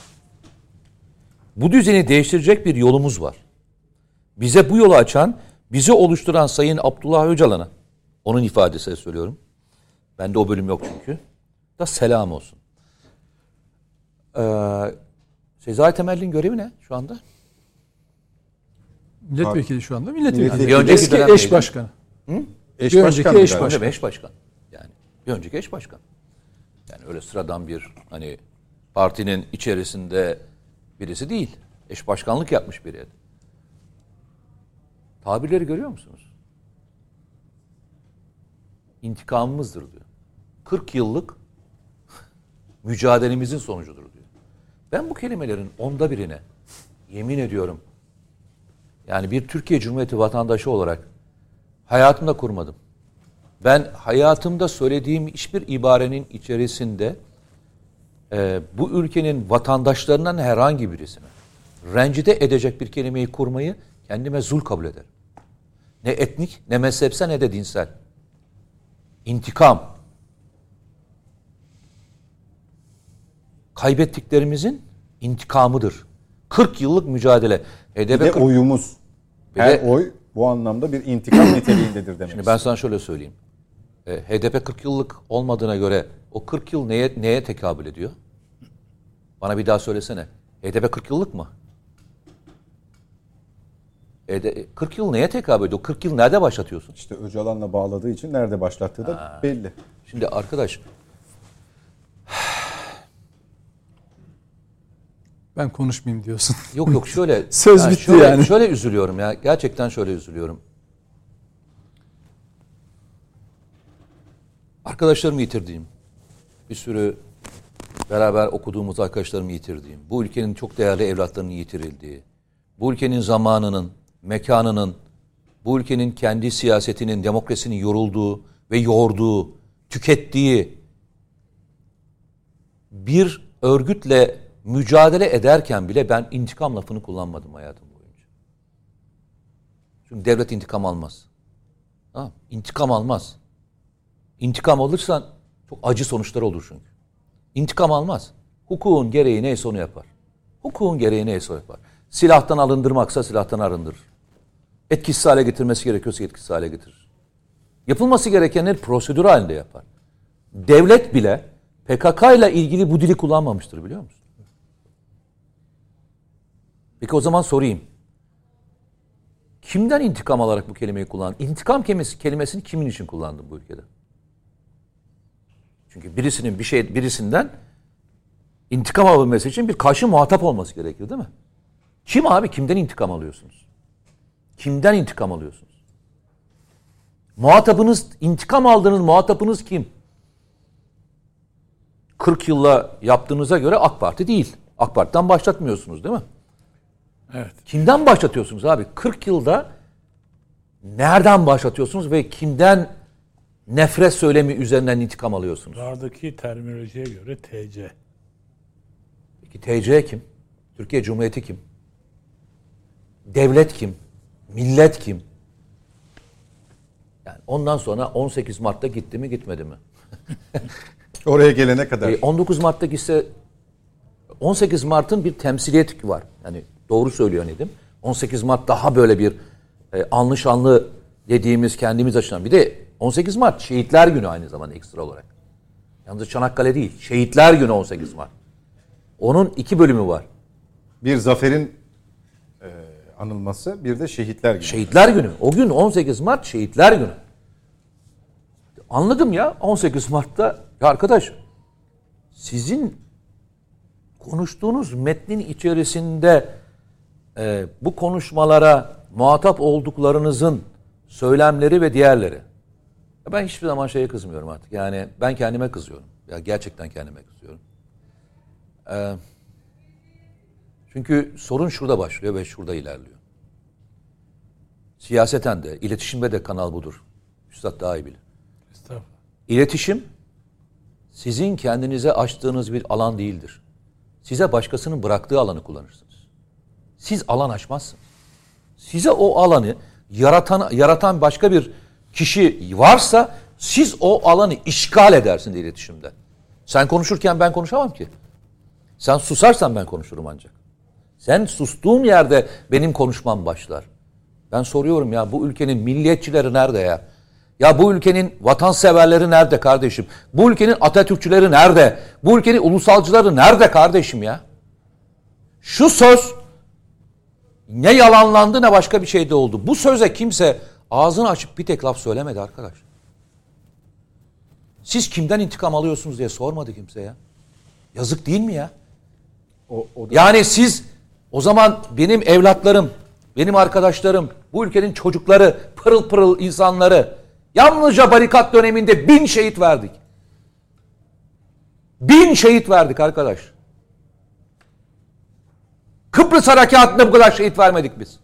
Bu düzeni değiştirecek bir yolumuz var. Bize bu yolu açan, bizi oluşturan Sayın Abdullah Öcalan'a, onun ifadesiyle söylüyorum. Bende o bölüm yok çünkü. Da selam olsun. Sezai Temelli'nin görevi ne şu anda?
Milletvekili şu anda. Milletvekili.
Bir önceki
Eski
dönem
eş
neydi?
başkanı.
Eş
Bir
başkan
önceki eş
galiba.
başkan.
Eş başkan. Yani bir önceki eş başkan. Yani öyle sıradan bir hani partinin içerisinde birisi değil. Eş başkanlık yapmış biri. Tabirleri görüyor musunuz? İntikamımızdır diyor. 40 yıllık mücadelemizin sonucudur diyor. Ben bu kelimelerin 1/10'ine yemin ediyorum, yani bir Türkiye Cumhuriyeti vatandaşı olarak hayatımda kurmadım. Ben hayatımda söylediğim hiçbir ibarenin içerisinde bu ülkenin vatandaşlarından herhangi birisine rencide edecek bir kelimeyi kurmayı kendime zul kabul ederim. Ne etnik, ne mezhepsel, ne de dinsel. İntikam. Kaybettiklerimizin intikamıdır. 40 yıllık mücadele.
Bir de oyumuz. Her oy bu anlamda bir intikam niteliğindedir demek.
Şimdi ben sana şöyle söyleyeyim. HDP 40 yıllık olmadığına göre o 40 yıl neye tekabül ediyor? Bana bir daha söylesene. HDP 40 yıllık mı? 40 yıl neye tekabül ediyor? 40 yıl nerede başlatıyorsun?
İşte Öcalan'la bağladığı için nerede başlattığı da belli.
Şimdi arkadaş,
Ben konuşmayayım diyorsun.
yok şöyle.
Söz bitti yani.
Şöyle üzülüyorum ya. Gerçekten şöyle üzülüyorum. Arkadaşlarımı yitirdiğim, bir sürü beraber okuduğumuz arkadaşlarımı yitirdiğim, bu ülkenin çok değerli evlatlarının yitirildiği, bu ülkenin zamanının, mekanının, bu ülkenin kendi siyasetinin, demokrasinin yorulduğu ve yoğurduğu, tükettiği bir örgütle mücadele ederken bile ben intikam lafını kullanmadım hayatım boyunca. Çünkü devlet intikam almaz. Ha, intikam almaz. İntikam alırsan çok acı sonuçlar olur çünkü. İntikam almaz. Hukukun gereği neyse onu yapar. Hukukun gereği neyse o yapar. Silahtan alındırmaksa silahtan arındırır. Etkisiz hale getirmesi gerekiyorsa etkisiz hale getirir. Yapılması gerekenleri prosedür halinde yapar. Devlet bile PKK ile ilgili bu dili kullanmamıştır, biliyor musun? Peki o zaman sorayım. Kimden intikam alarak bu kelimeyi kullandın? İntikam kelimesini kimin için kullandın bu ülkede? Çünkü birisinden intikam alabilmesi için bir karşı muhatap olması gerekiyor, değil mi? Kim abi? Kimden intikam alıyorsunuz? Kimden intikam alıyorsunuz? Muhatabınız, intikam aldığınız muhatabınız kim? 40 yılla yaptığınıza göre AK Parti değil. AK Parti'den başlatmıyorsunuz, değil mi?
Evet.
Kimden başlatıyorsunuz abi? 40 yılda nereden başlatıyorsunuz ve kimden nefret söylemi üzerinden intikam alıyorsunuz?
Buradaki terminolojiye göre TC.
Peki TC kim? Türkiye Cumhuriyeti kim? Devlet kim? Millet kim? Yani ondan sonra 18 Mart'ta gitti mi gitmedi mi?
Oraya gelene kadar.
19 Mart'ta gitse 18 Mart'ın bir temsiliyeti var. Yani doğru söylüyor Nedim. 18 Mart daha böyle bir anlı şanlı dediğimiz kendimiz açısından. Bir de 18 Mart Şehitler Günü aynı zamanda ekstra olarak. Yalnız Çanakkale değil. Şehitler Günü 18 Mart. Onun 2 bölümü var.
Bir zaferin anılması, bir de şehitler günü.
Şehitler Günü. O gün 18 Mart Şehitler Günü. Anladım ya 18 Mart'ta. Ya arkadaş, sizin konuştuğunuz metnin içerisinde bu konuşmalara muhatap olduklarınızın söylemleri ve diğerleri. Ben hiçbir zaman şeye kızmıyorum artık. Yani ben kendime kızıyorum. Ya gerçekten kendime kızıyorum. Çünkü sorun şurada başlıyor ve şurada ilerliyor. Siyaseten de, iletişimde de kanal budur. Üstad daha iyi bilir.
Estağfurullah.
İletişim sizin kendinize açtığınız bir alan değildir. Size başkasının bıraktığı alanı kullanırsınız. Siz alan açmazsınız. Size o alanı yaratan başka bir kişi varsa siz o alanı işgal edersiniz iletişimde. Sen konuşurken ben konuşamam ki. Sen susarsan ben konuşurum ancak. Sen sustuğum yerde benim konuşmam başlar. Ben soruyorum ya, bu ülkenin milliyetçileri nerede ya? Ya bu ülkenin vatanseverleri nerede kardeşim? Bu ülkenin Atatürkçüleri nerede? Bu ülkenin ulusalcıları nerede kardeşim ya? Şu söz ne yalanlandı ne başka bir şey de oldu. Bu söze kimse ağzını açıp bir tek laf söylemedi arkadaş. Siz kimden intikam alıyorsunuz diye sormadı kimse ya. Yazık değil mi ya? Yani siz o zaman benim evlatlarım, benim arkadaşlarım, bu ülkenin çocukları, pırıl pırıl insanları, yalnızca barikat döneminde 1000 şehit verdik. 1000 şehit verdik arkadaş. Kıbrıs Harekatı'nda bu kadar şehit vermedik biz.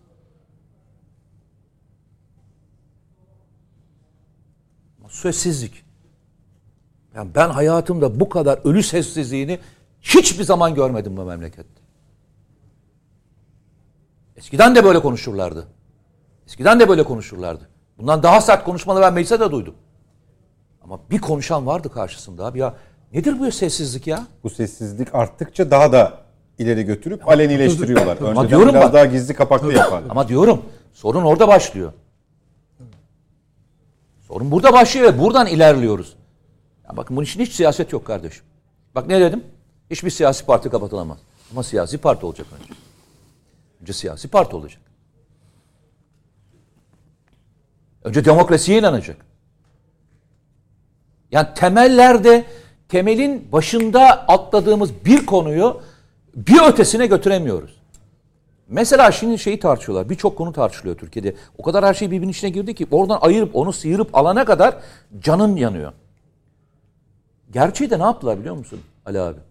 Sessizlik. Yani ben hayatımda bu kadar ölü sessizliğini hiçbir zaman görmedim bu memlekette. Eskiden de böyle konuşurlardı. Eskiden de böyle konuşurlardı. Bundan daha sert konuşmaları ben mecliste de duydum. Ama bir konuşan vardı karşısında abi ya. Nedir bu sessizlik ya?
Bu sessizlik arttıkça daha da ileri götürüp alenileştiriyorlar. Önceden
diyorum
biraz
bak,
daha gizli kapaklı yaparlar.
Ama diyorum sorun orada başlıyor. Sorun burada başlıyor ve buradan ilerliyoruz. Ya bakın bunun için hiç siyaset yok kardeşim. Bak ne dedim? Hiçbir siyasi parti kapatılamaz. Ama siyasi parti olacak önce. Önce siyasi parti olacak. Önce demokrasiye inanacak. Yani temelin başında atladığımız bir konuyu bir ötesine götüremiyoruz. Mesela şimdi şeyi tartışıyorlar. Birçok konu tartışılıyor Türkiye'de. O kadar her şey birbirinin içine girdi ki oradan ayırıp onu sıyırıp alana kadar canın yanıyor. Gerçeği de ne yaptılar biliyor musun Ali abi?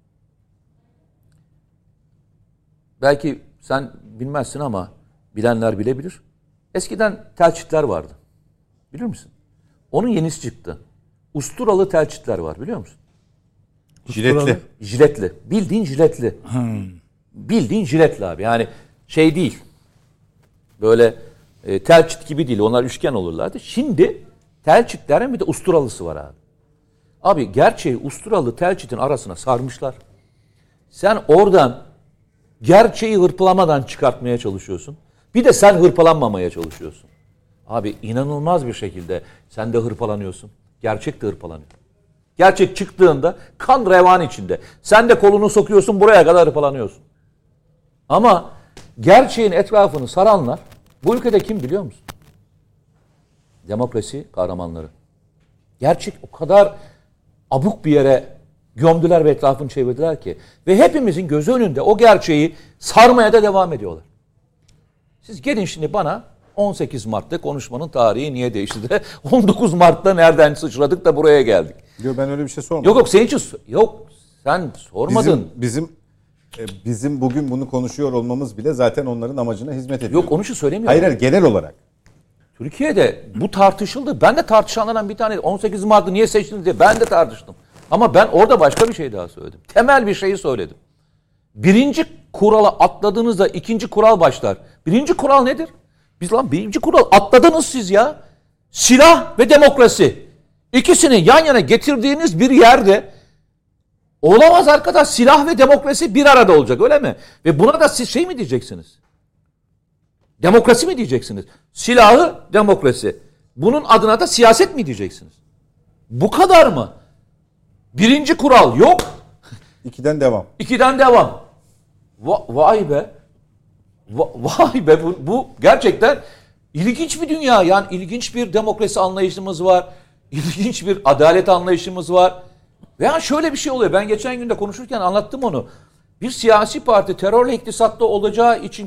Belki sen bilmezsin ama bilenler bilebilir. Eskiden telçitler vardı. Bilir misin? Onun yenisi çıktı. Usturalı telçitler var biliyor musun?
Jiletli.
Jiletli. Bildiğin jiletli. Bildiğin jiletli abi. Yani şey değil. Böyle telçit gibi değil. Onlar üçgen olurlardı. Şimdi telçitlerin bir de usturalısı var abi. Abi gerçeği usturalı telçitin arasına sarmışlar. Sen oradan gerçeği hırpalamadan çıkartmaya çalışıyorsun. Bir de sen hırpalanmamaya çalışıyorsun. Abi inanılmaz bir şekilde sen de hırpalanıyorsun. Gerçek de hırpalanıyor. Gerçek çıktığında kan revan içinde. Sen de kolunu sokuyorsun buraya kadar hırpalanıyorsun. Ama gerçeğin etrafını saranlar bu ülkede kim biliyor musun? Demokrasi kahramanları. Gerçek o kadar abuk bir yere gömdüler ve etrafını çevirdiler ki. Ve hepimizin gözü önünde o gerçeği sarmaya da devam ediyorlar. Siz gelin şimdi bana 18 Mart'ta konuşmanın tarihi niye değişti de 19 Mart'ta nereden sıçradık da buraya geldik.
Yok ben öyle bir şey sormadım.
Yok senin için yok sen sormadın.
Bizim bugün bunu konuşuyor olmamız bile zaten onların amacına hizmet ediyor.
Yok onun için söylemiyorum.
Hayır genel olarak.
Türkiye'de bu tartışıldı. Ben de tartışanlardan bir tane 18 Mart'ı niye seçtiniz diye ben de tartıştım. Ama ben orada başka bir şey daha söyledim. Temel bir şeyi söyledim. Birinci kuralı atladığınızda ikinci kural başlar. Birinci kural nedir? Birinci kural atladınız siz ya. Silah ve demokrasi. İkisini yan yana getirdiğiniz bir yerde olamaz arkadaş. Silah ve demokrasi bir arada olacak öyle mi? Ve buna da siz şey mi diyeceksiniz? Demokrasi mi diyeceksiniz? Silahı demokrasi. Bunun adına da siyaset mi diyeceksiniz? Bu kadar mı? Birinci kural yok.
2'den devam.
2'den devam. Vay be. Vay be bu gerçekten ilginç bir dünya. Yani ilginç bir demokrasi anlayışımız var. İlginç bir adalet anlayışımız var. Veya şöyle bir şey oluyor. Ben geçen gün de konuşurken anlattım onu. Bir siyasi parti terörle iktisatta olacağı için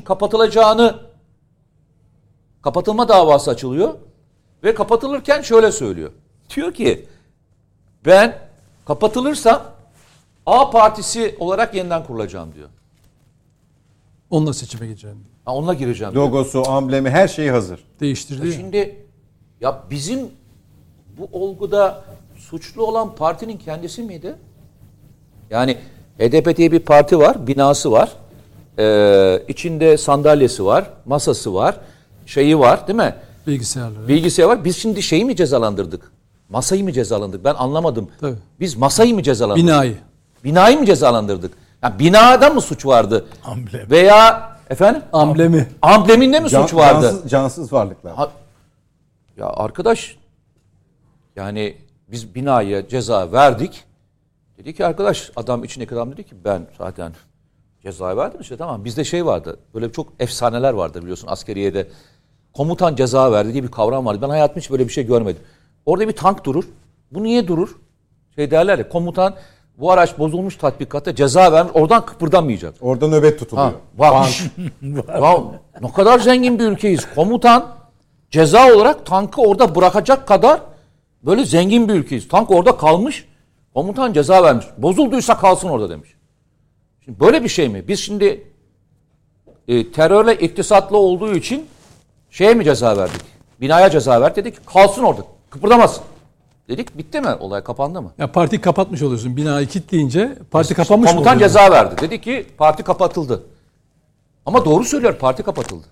kapatılma davası açılıyor. Ve kapatılırken şöyle söylüyor. Diyor ki ben kapatılırsam A partisi olarak yeniden kurulacağım diyor.
Onunla seçime gireceğim.
Onunla gireceğim diyor.
Logosu, amblemi her şeyi hazır.
Değiştirdi.
Şimdi ya bizim bu olguda suçlu olan partinin kendisi miydi? Yani HDP diye bir parti var, binası var. İçinde sandalyesi var, masası var, şeyi var değil mi?
Bilgisayarları.
Bilgisayar var. Biz şimdi şeyi mi cezalandırdık? Masayı mı cezalandırdık? Ben anlamadım.
Tabii.
Biz masayı mı cezalandırdık?
Binayı.
Binayı mı cezalandırdık? Yani binada mı suç vardı?
Amblem.
Veya efendim?
Amblemi.
Ambleminde mi suç vardı?
Cansız varlıklar.
Ya arkadaş, yani biz binaya ceza verdik. Dedi ki arkadaş, adam içindeki adam dedi ki ben zaten ceza verdim işte, tamam. Bizde şey vardı, böyle çok efsaneler vardır biliyorsun askeriyede. Komutan ceza verdi diye bir kavram vardı. Ben hayatımda hiç böyle bir şey görmedim. Orada bir tank durur. Bu niye durur? Şey derler ya, komutan bu araç bozulmuş tatbikatta ceza vermiş, oradan kıpırdamayacak.
Orada nöbet tutuluyor.
Bak, ya ne kadar zengin bir ülkeyiz. Komutan ceza olarak tankı orada bırakacak kadar böyle zengin bir ülkeyiz. Tank orada kalmış, komutan ceza vermiş. Bozulduysa kalsın orada demiş. Şimdi böyle bir şey mi? Biz şimdi terörle iktisatlı olduğu için şeye mi ceza verdik? Binaya ceza verdik, dedik kalsın orada, kıpırdamasın. Dedik, bitti mi? Olay kapandı mı?
Ya parti kapatmış oluyorsun. Binayı kilitleyince parti kapanmış mı
Komutan
oluyor?
ceza verdi. Dedi ki parti kapatıldı. Ama doğru söylüyor, parti kapatıldı.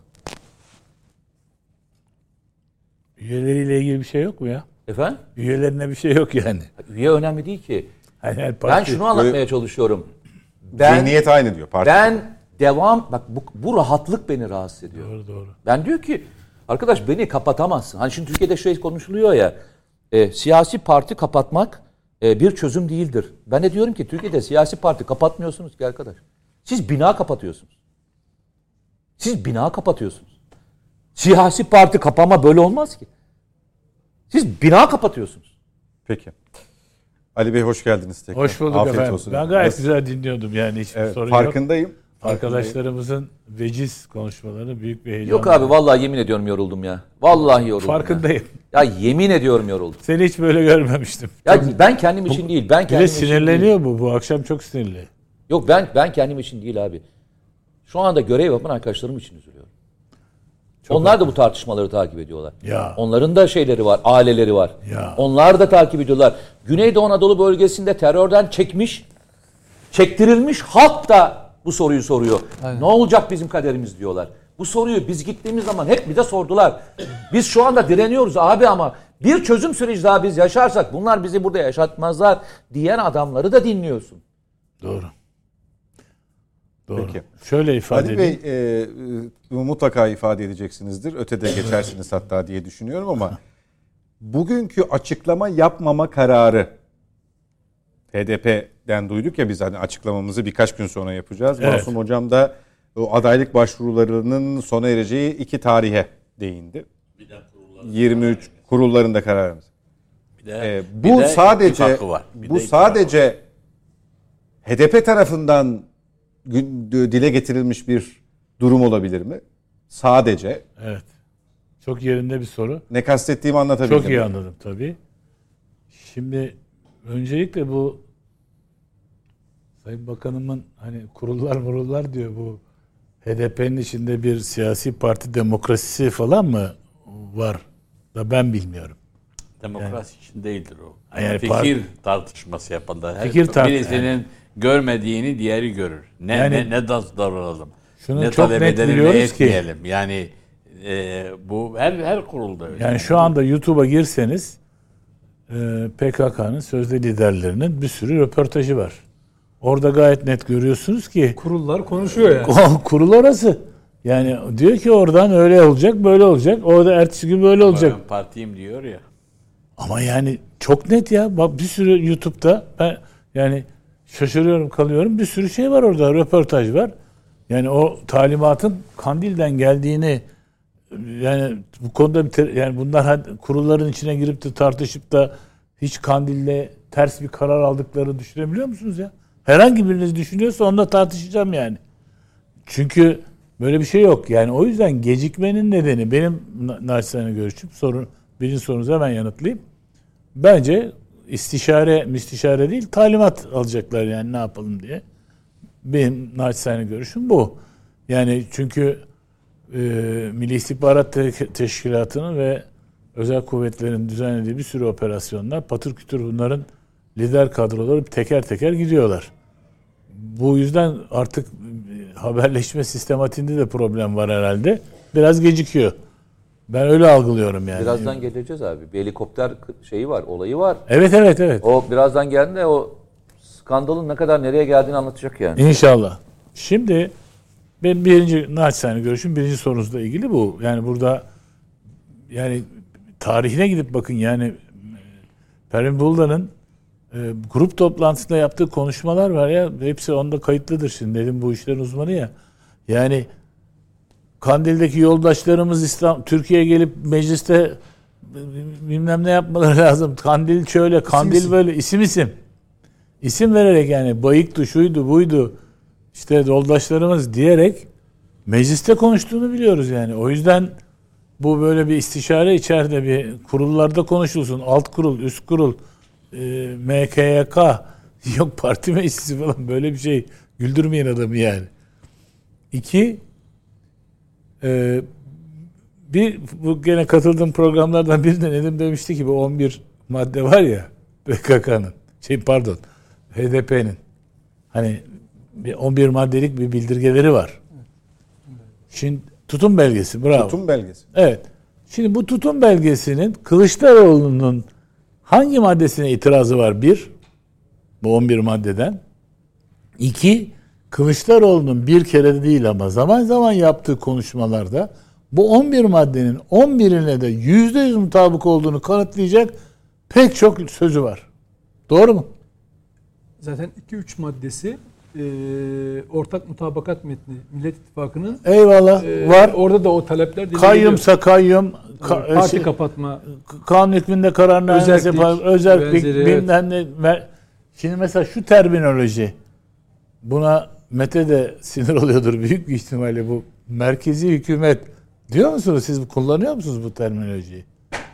Üyeleriyle ilgili bir şey yok mu ya?
Efendim?
Üyelerine bir şey yok yani.
Üye önemli değil ki.
Yani
Ben şunu anlatmaya çalışıyorum. Ben
Zihniyet aynı diyor parti.
bak bu rahatlık beni rahatsız ediyor.
Doğru.
Ben diyor ki arkadaş beni kapatamazsın. Hani şimdi Türkiye'de şey konuşuluyor ya, siyasi parti kapatmak bir çözüm değildir. Ben de diyorum ki Türkiye'de siyasi parti kapatmıyorsunuz ki arkadaş. Siz bina kapatıyorsunuz. Siz bina kapatıyorsunuz. Siyasi parti kapama böyle olmaz ki. Siz bina kapatıyorsunuz.
Peki. Ali Bey hoş geldiniz tekrar.
Hoş bulduk
Afiyet
efendim.
olsun.
Ben gayet güzel dinliyordum yani, hiçbir
Evet,
sorun yok.
farkındayım.
Arkadaşlarımızın veciz konuşmaları büyük bir heyecan.
Yok abi, vallahi yemin ediyorum yoruldum ya. Vallahi yoruldum.
Farkındayım.
Ya yemin ediyorum yoruldum.
Seni hiç böyle görmemiştim.
Ya ben kendim için değil. Ben
Bir
kendim
de
için değil.
sinirleniyor bu akşam çok sinirli.
Yok ben kendim için değil abi. Şu anda görev yapan arkadaşlarım için üzülüyorum. Onlar da bu tartışmaları takip ediyorlar.
Ya.
Onların da şeyleri var, aileleri var.
Ya.
Onlar da takip ediyorlar. Güneydoğu Anadolu bölgesinde terörden çektirilmiş halk da bu soruyu soruyor.
Aynen.
Ne olacak bizim kaderimiz diyorlar. Bu soruyu biz gittiğimiz zaman hep bize sordular. Biz şu anda direniyoruz abi, ama bir çözüm süreci daha biz yaşarsak bunlar bizi burada yaşatmazlar diyen adamları da dinliyorsun.
Doğru.
Peki.
Şöyle ifade
Ali
edeyim.
Bey mutlaka ifade edeceksinizdir. Ötede geçersiniz hatta diye düşünüyorum ama bugünkü açıklama yapmama kararı, HDP'den duyduk ya biz, hani açıklamamızı birkaç gün sonra yapacağız.
Evet.
Masum Hocam da o adaylık başvurularının sona ereceği 2 tarihe değindi. 23 kurullarında kararımız. Bu sadece HDP tarafından dile getirilmiş bir durum olabilir mi? Sadece.
Evet. Çok yerinde bir soru.
Ne kastettiğimi anlatabildim.
Çok iyi anladım tabii. Şimdi öncelikle bu Sayın Bakanımın hani kurullar diyor, bu HDP'nin içinde bir siyasi parti demokrasisi falan mı var da ben bilmiyorum.
Demokrasi için değildir o.
Yani
fikir tartışması yapılır. Birisinin görmediğini diğeri görür. Ne davranalım.
Şunu
ne
çok
talep
net
edelim, ne
biliyoruz ki.
etmeyelim. Yani bu her kurulda öyle.
Yani şu anda YouTube'a girseniz PKK'nın sözde liderlerinin bir sürü röportajı var. Orada gayet net görüyorsunuz ki
Kurullar konuşuyor yani.
kurul orası. Yani diyor ki oradan öyle olacak, böyle olacak. Orada ertesi gün böyle olacak.
Ben partiyim diyor ya.
Ama yani çok net ya. Bak bir sürü YouTube'da ben yani şaşırıyorum, kalıyorum. Bir sürü şey var orada, röportaj var. Yani o talimatın Kandil'den geldiğini, yani bu konuda yani bunlar kurulların içine girip de tartışıp da hiç Kandil'le ters bir karar aldıklarını düşünebiliyor musunuz ya? Herhangi biriniz düşünüyorsa onunla tartışacağım yani. Çünkü böyle bir şey yok. Yani o yüzden gecikmenin nedeni, benim naçizane görüşüm, birinci sorunuza hemen yanıtlayayım. Bence istişare değil, talimat alacaklar yani ne yapalım diye. Benim naçizane görüşüm bu. Yani çünkü Milli İstihbarat Teşkilatı'nın ve özel kuvvetlerin düzenlediği bir sürü operasyonlar, patır kütür bunların lider kadroları teker teker gidiyorlar. Bu yüzden artık haberleşme sistematiğinde de problem var herhalde. Biraz gecikiyor. Ben öyle algılıyorum yani.
Birazdan geleceğiz abi. Bir helikopter şeyi var, olayı var.
Evet.
O birazdan geldiğinde o skandalın ne kadar nereye geldiğini anlatacak yani.
İnşallah. Şimdi ben naçizane görüşüm birinci sorunuzla ilgili bu. Yani burada yani tarihine gidip bakın yani Pervin Buldan'ın grup toplantısında yaptığı konuşmalar var ya, hepsi onda kayıtlıdır şimdi. Dedim bu işlerin uzmanı ya. Yani Kandil'deki yoldaşlarımız Türkiye'ye gelip mecliste bilmem ne yapmaları lazım. Kandil şöyle, Kandil isim, böyle isim. İsim vererek yani bayıktı, şuydu, buydu. İşte yoldaşlarımız diyerek mecliste konuştuğunu biliyoruz yani. O yüzden bu böyle bir istişare içeride bir kurullarda konuşulsun. Alt kurul, üst kurul, MKYK, yok parti meclisi falan, böyle bir şey güldürmeyin adamı yani. 2, bir bu gene katıldığım programlardan birinde Nedim demişti ki bu 11 madde var ya PKK'nın, HDP'nin hani 11 maddelik bir bildirgeleri var. Şimdi tutum belgesi, bravo.
Tutum belgesi.
Evet. Şimdi bu tutum belgesinin Kılıçdaroğlu'nun hangi maddesine itirazı var? 1, bu 11 maddeden. 2, Kılıçdaroğlu'nun bir kere de değil ama zaman zaman yaptığı konuşmalarda bu 11 maddenin 11'ine de %100 mutabık olduğunu kanıtlayacak pek çok sözü var. Doğru mu?
Zaten 2-3 maddesi ortak mutabakat metni Millet İttifakı'nın.
Eyvallah. Var.
Orada da o talepler
kayyumsa kayyum,
parti kapatma,
kanun hükmünde kararnamesi yapar, özellik bilmem ne. Şimdi mesela şu terminoloji, buna Mete de sinir oluyordur büyük bir ihtimalle, bu merkezi hükümet diyor musunuz? Siz kullanıyor musunuz bu terminolojiyi?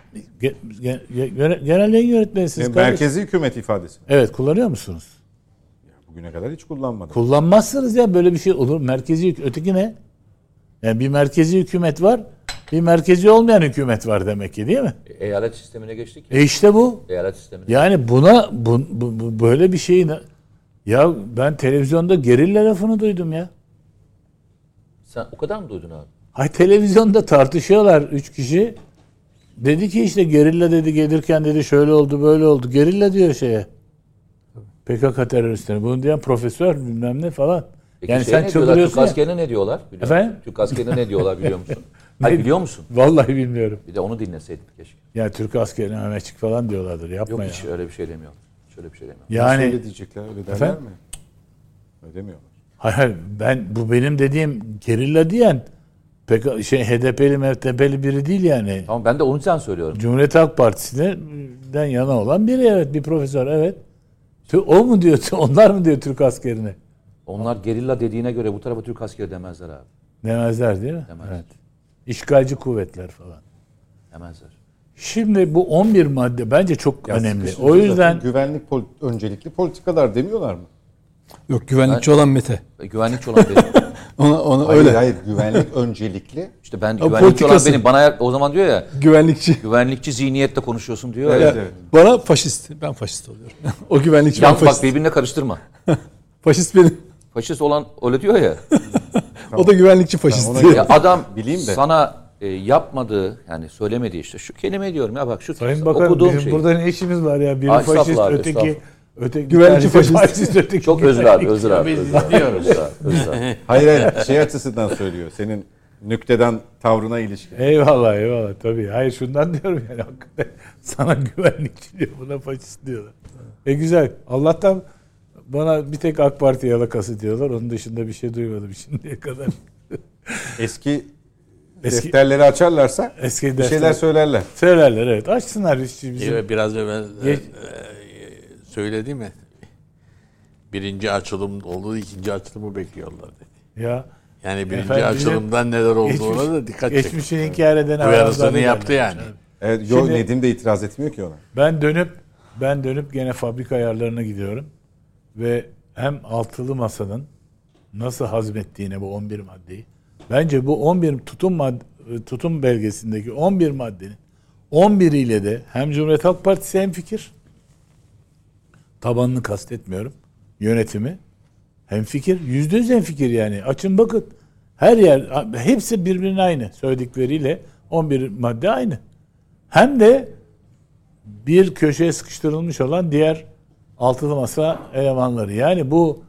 Genel yayın yönetmenisiniz.
Merkezi hükümet ifadesi.
Evet, kullanıyor musunuz?
Bugüne kadar hiç kullanmadım.
Kullanmazsınız ya, böyle bir şey olur. Merkezi öteki ne? Yani bir merkezi hükümet var, bir merkezi olmayan hükümet var demek ki, değil mi?
Eyalet sistemine geçtik.
İşte bu.
Eyalet sistemine.
Yani buna böyle bir şeyin, ya ben televizyonda gerilla lafını duydum ya.
Sen o kadar mı duydun abi?
Hay televizyonda tartışıyorlar 3 kişi. Dedi ki işte gerilla dedi, gelirken dedi şöyle oldu böyle oldu. Gerilla diyor şeye. PKK teröristleri. Bunu diyen profesör bilmem ne falan.
Peki
yani sen çıldırıyorsun.
Türk askerine ne diyorlar?
Efendim?
Türk askerine ne diyorlar biliyor musun? Hayır, biliyor musun?
Vallahi bilmiyorum.
Bir de onu dinleseydik keşke.
Ya Türk askerine Mehmetçik falan diyorlardır. Yapma
Yok,
ya.
hiç öyle bir şey demiyorlar. Şöyle bir şey demiyorlar.
Yani
öyle diyecekler, öyle derler
efendim?
mi? Öyle demiyorlar.
Hayır, bu benim dediğim gerilla diyen HDP'li MHP'li biri değil yani.
Tamam, ben de onu yüzden söylüyorum.
Cumhuriyet Halk Partisi'nden yana olan biri, evet, bir profesör, evet. O mu diyor, onlar mı diyor Türk askerine?
Onlar gerilla dediğine göre bu tarafa Türk askeri demezler abi.
Demezler değil mi?
Demezler.
Evet. İşgalci kuvvetler falan.
Demezler.
Şimdi bu 11 madde bence çok
Ya
önemli.
sıkışınca
O yüzden
zaten güvenlik öncelikli politikalar demiyorlar mı?
Yok, güvenlikçi olan Mete.
Güvenlikçi olan benim.
Ona
Hayır,
öyle.
hayır, güvenlik öncelikli.
İşte ben
O
güvenlikçi olan
politikası.
benim. Bana o zaman diyor ya,
Güvenlikçi.
güvenlikçi zihniyetle konuşuyorsun diyor
Evet,
ya.
evet.
Bana faşist. Ben faşist oluyorum. O güvenlikçi, ben
Yan bak,
faşist.
birbirine karıştırma.
Faşist benim.
Faşist olan öyle diyor ya.
O da güvenlikçi faşist.
ona
diyor.
Ya adam
Bileyim de.
sana yapmadığı, yani söylemediği, işte şu kelime diyorum ya, bak şu
Sayın Bakan,
okuduğum
bizim
şey.
burada ne işimiz var ya? Biri
Ay,
faşist,
estağfurullah,
öteki
estağfurullah.
Güvenlikçi
tanesi
faşist.
öteki
Çok özür abi, özür abi.
Biz
Özür abi,
dinliyoruz.
özür abi, özür abi.
Hayır, şey açısından söylüyor. Senin nükteden tavrına ilişkin.
Eyvallah tabii. Hayır, şundan diyorum yani, hakikaten sana güvenlikçi diyor, buna faşist diyorlar. Güzel. Allah'tan bana bir tek AK Parti yalakası diyorlar. Onun dışında bir şey duymadım şimdiye kadar.
Eski defterleri açarlarsa
Eski
bir şeyler söylerler.
Söylerler, evet. Açsınlar işte bizim.
Evet, biraz evvel söyledi mi? Birinci açılım oldu, ikinci açılımı bekliyorlar dedi.
Ya
Yani birinci
efendim,
açılımdan neler olduğuna da dikkat çekti.
geçmişini inkar eden
Uyarısını
adamlar
yaptı
derler.
yani.
Evet,
Şimdi-
Nedim de itiraz etmiyor ki ona.
Ben dönüp gene fabrika ayarlarına gidiyorum ve hem altılı masanın nasıl hazmettiğine bu 11 maddeyi, bence bu 11 tutum belgesindeki 11 maddenin 11 ile de hem Cumhuriyet Halk Partisi hemfikir, tabanını kastetmiyorum, yönetimi hemfikir, %100 hemfikir yani. Açın bakın, her yer, hepsi birbirine aynı söyledikleriyle. 11 madde aynı. Hem de bir köşeye sıkıştırılmış olan diğer altılı masa elemanları. Yani bu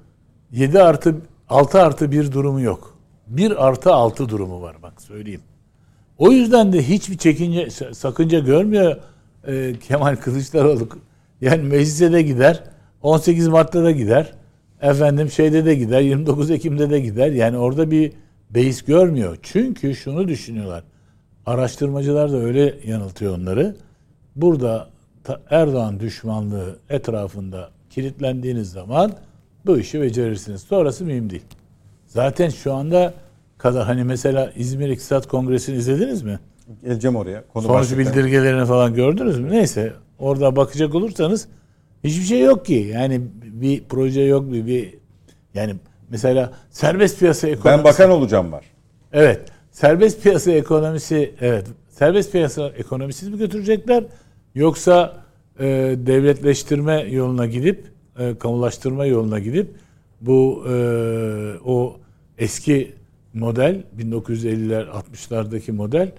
6+1 durumu yok. 1+6 durumu var, bak söyleyeyim. O yüzden de hiçbir sakınca görmüyor Kemal Kılıçdaroğlu. Yani meclise de gider, 18 Mart'ta da gider, şeyde de gider, 29 Ekim'de de gider. Yani orada bir beis görmüyor. Çünkü şunu düşünüyorlar. Araştırmacılar da öyle yanıltıyor onları. Burada Erdoğan düşmanlığı etrafında kilitlendiğiniz zaman bu işi becerirsiniz. Sonrası mühim değil. Zaten şu anda kadar hani mesela İzmir İktisat Kongresi'ni izlediniz mi?
Geleceğim oraya.
Sonuç bildirgelerini falan gördünüz mü? Neyse, orada bakacak olursanız hiçbir şey yok ki. Yani bir proje yok, yani mesela serbest piyasa ekonomisi.
Ben bakan olacağım var.
Evet. Serbest piyasa ekonomisi, evet. Serbest piyasa ekonomisi mi götürecekler? Yoksa devletleştirme yoluna gidip, kamulaştırma yoluna gidip bu o eski model 1950'ler 60'lardaki model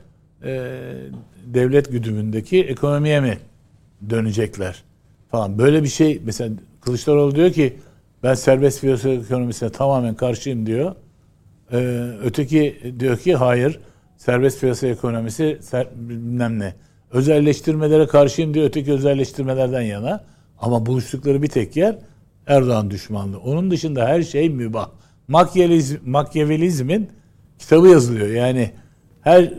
devlet güdümündeki ekonomiye mi dönecekler falan. Böyle bir şey, mesela Kılıçdaroğlu diyor ki ben serbest piyasa ekonomisine tamamen karşıyım diyor. Öteki diyor ki hayır, serbest piyasa ekonomisi bilmem ne. Özelleştirmelere karşıyım diyor, öteki özelleştirmelerden yana. Ama buluştukları bir tek yer Erdoğan düşmanlığı. Onun dışında her şey mübah. Makyavelizmin kitabı yazılıyor. Yani her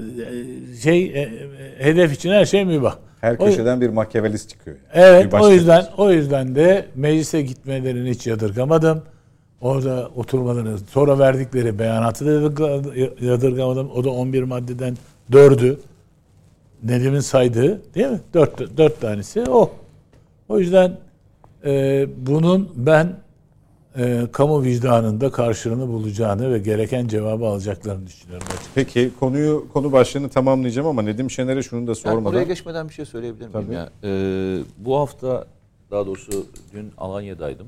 hedef için her şey mübah.
Her köşeden bir makyavelist çıkıyor.
Evet, o yüzden de meclise gitmelerini hiç yadırgamadım. Orada oturmalarını, sonra verdikleri beyanatı da yadırgamadım. O da 11 maddeden 4'ü. Nedim'in saydığı, değil mi? 4 tanesi o. O yüzden bunun ben kamu vicdanında karşılığını bulacağını ve gereken cevabı alacaklarını düşünüyorum.
Peki konu başlığını tamamlayacağım ama Nedim Şener'e şunu da sormadan.
Oraya geçmeden bir şey söyleyebilir miyim?
Tabii.
Ya? Bu hafta, daha doğrusu dün Alanya'daydım.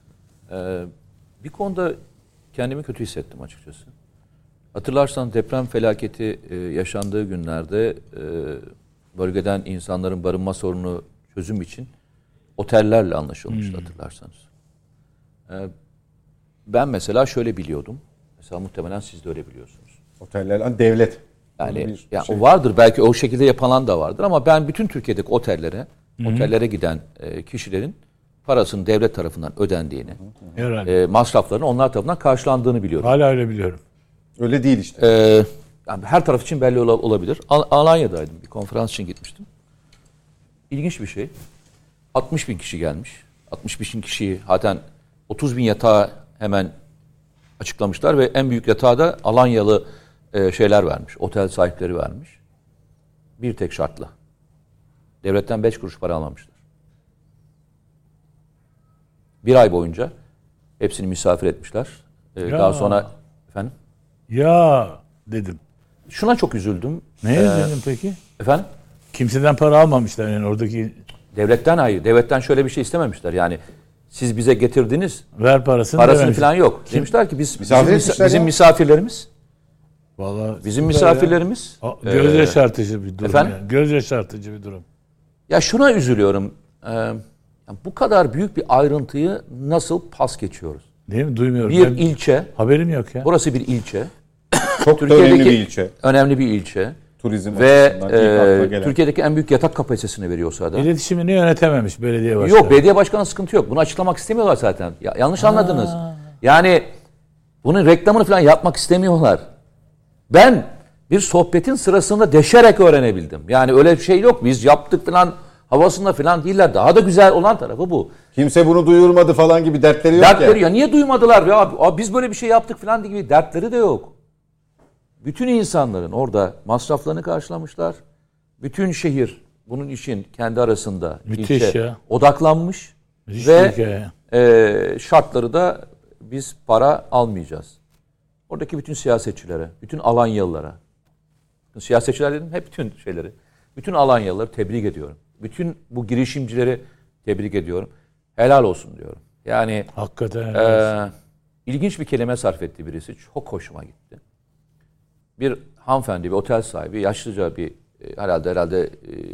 Bir konuda kendimi kötü hissettim açıkçası. Hatırlarsan deprem felaketi yaşandığı günlerde bölgeden insanların barınma sorunu çözüm için otellerle anlaşılmıştı hatırlarsanız. Ben mesela şöyle biliyordum. Mesela muhtemelen siz de öyle biliyorsunuz.
Oteller, devlet.
Yani o vardır, belki o şekilde yapılan da vardır ama ben bütün Türkiye'deki otellere giden kişilerin parasının devlet tarafından ödendiğini, masraflarının onlar tarafından karşılandığını biliyorum.
Hala öyle biliyorum.
Öyle değil işte.
Yani her taraf için belli olabilir. Alanya'daydım. Bir konferans için gitmiştim. İlginç bir şey. 60 bin kişi gelmiş. 60 bin kişiyi zaten 30 bin yatağı hemen açıklamışlar ve en büyük yatağı da Alanyalı şeyler vermiş. Otel sahipleri vermiş. Bir tek şartla. Devletten 5 kuruş para almamışlar. Bir ay boyunca hepsini misafir etmişler. Daha sonra efendim?
Ya dedim.
Şuna çok üzüldüm.
Neye dedim peki?
Efendim?
Kimseden para almamışlar yani oradaki.
Devletten hayır. Devletten şöyle bir şey istememişler. Yani siz bize getirdiniz.
Ver parasını
falan yok. Demişler ki bizim misafirlerimiz.
Vallahi
bizim misafirlerimiz.
Göz yaşartıcı bir durum.
Efendim?
Yani. Göz yaşartıcı bir durum.
Ya şuna üzülüyorum. Bu kadar büyük bir ayrıntıyı nasıl pas geçiyoruz?
Değil mi? Duymuyorum.
Bir ilçe.
Haberim yok ya.
Burası bir ilçe.
Çok önemli bir ilçe.
Önemli bir ilçe.
Turizm
ve Türkiye'deki en büyük yatak kapasitesini veriyorsa da.
İletişimini yönetememiş belediye başkanı.
Yok, belediye başkanı sıkıntı yok. Bunu açıklamak istemiyorlar zaten. Yanlış anladınız. Yani bunun reklamını falan yapmak istemiyorlar. Ben bir sohbetin sırasında deşerek öğrenebildim. Yani öyle bir şey yok. Biz yaptık falan havasında falan değiller. Daha da güzel olan tarafı bu.
Kimse bunu duyurmadı falan gibi dertleri yok
ya. Niye duymadılar? Ya biz böyle bir şey yaptık falan gibi dertleri de yok. Bütün insanların orada masraflarını karşılamışlar. Bütün şehir bunun için kendi arasında ilçe odaklanmış.
Müthiş
ve şartları da biz para almayacağız. Oradaki bütün siyasetçilere, bütün Alanyalılara, siyasetçiler dedim hep bütün şeyleri, bütün Alanyalıları tebrik ediyorum. Bütün bu girişimcileri tebrik ediyorum. Helal olsun diyorum. Yani
hakikaten
ilginç bir kelime sarf etti birisi. Çok hoşuma gitti. bir hanımefendi, bir otel sahibi, yaşlıca bir herhalde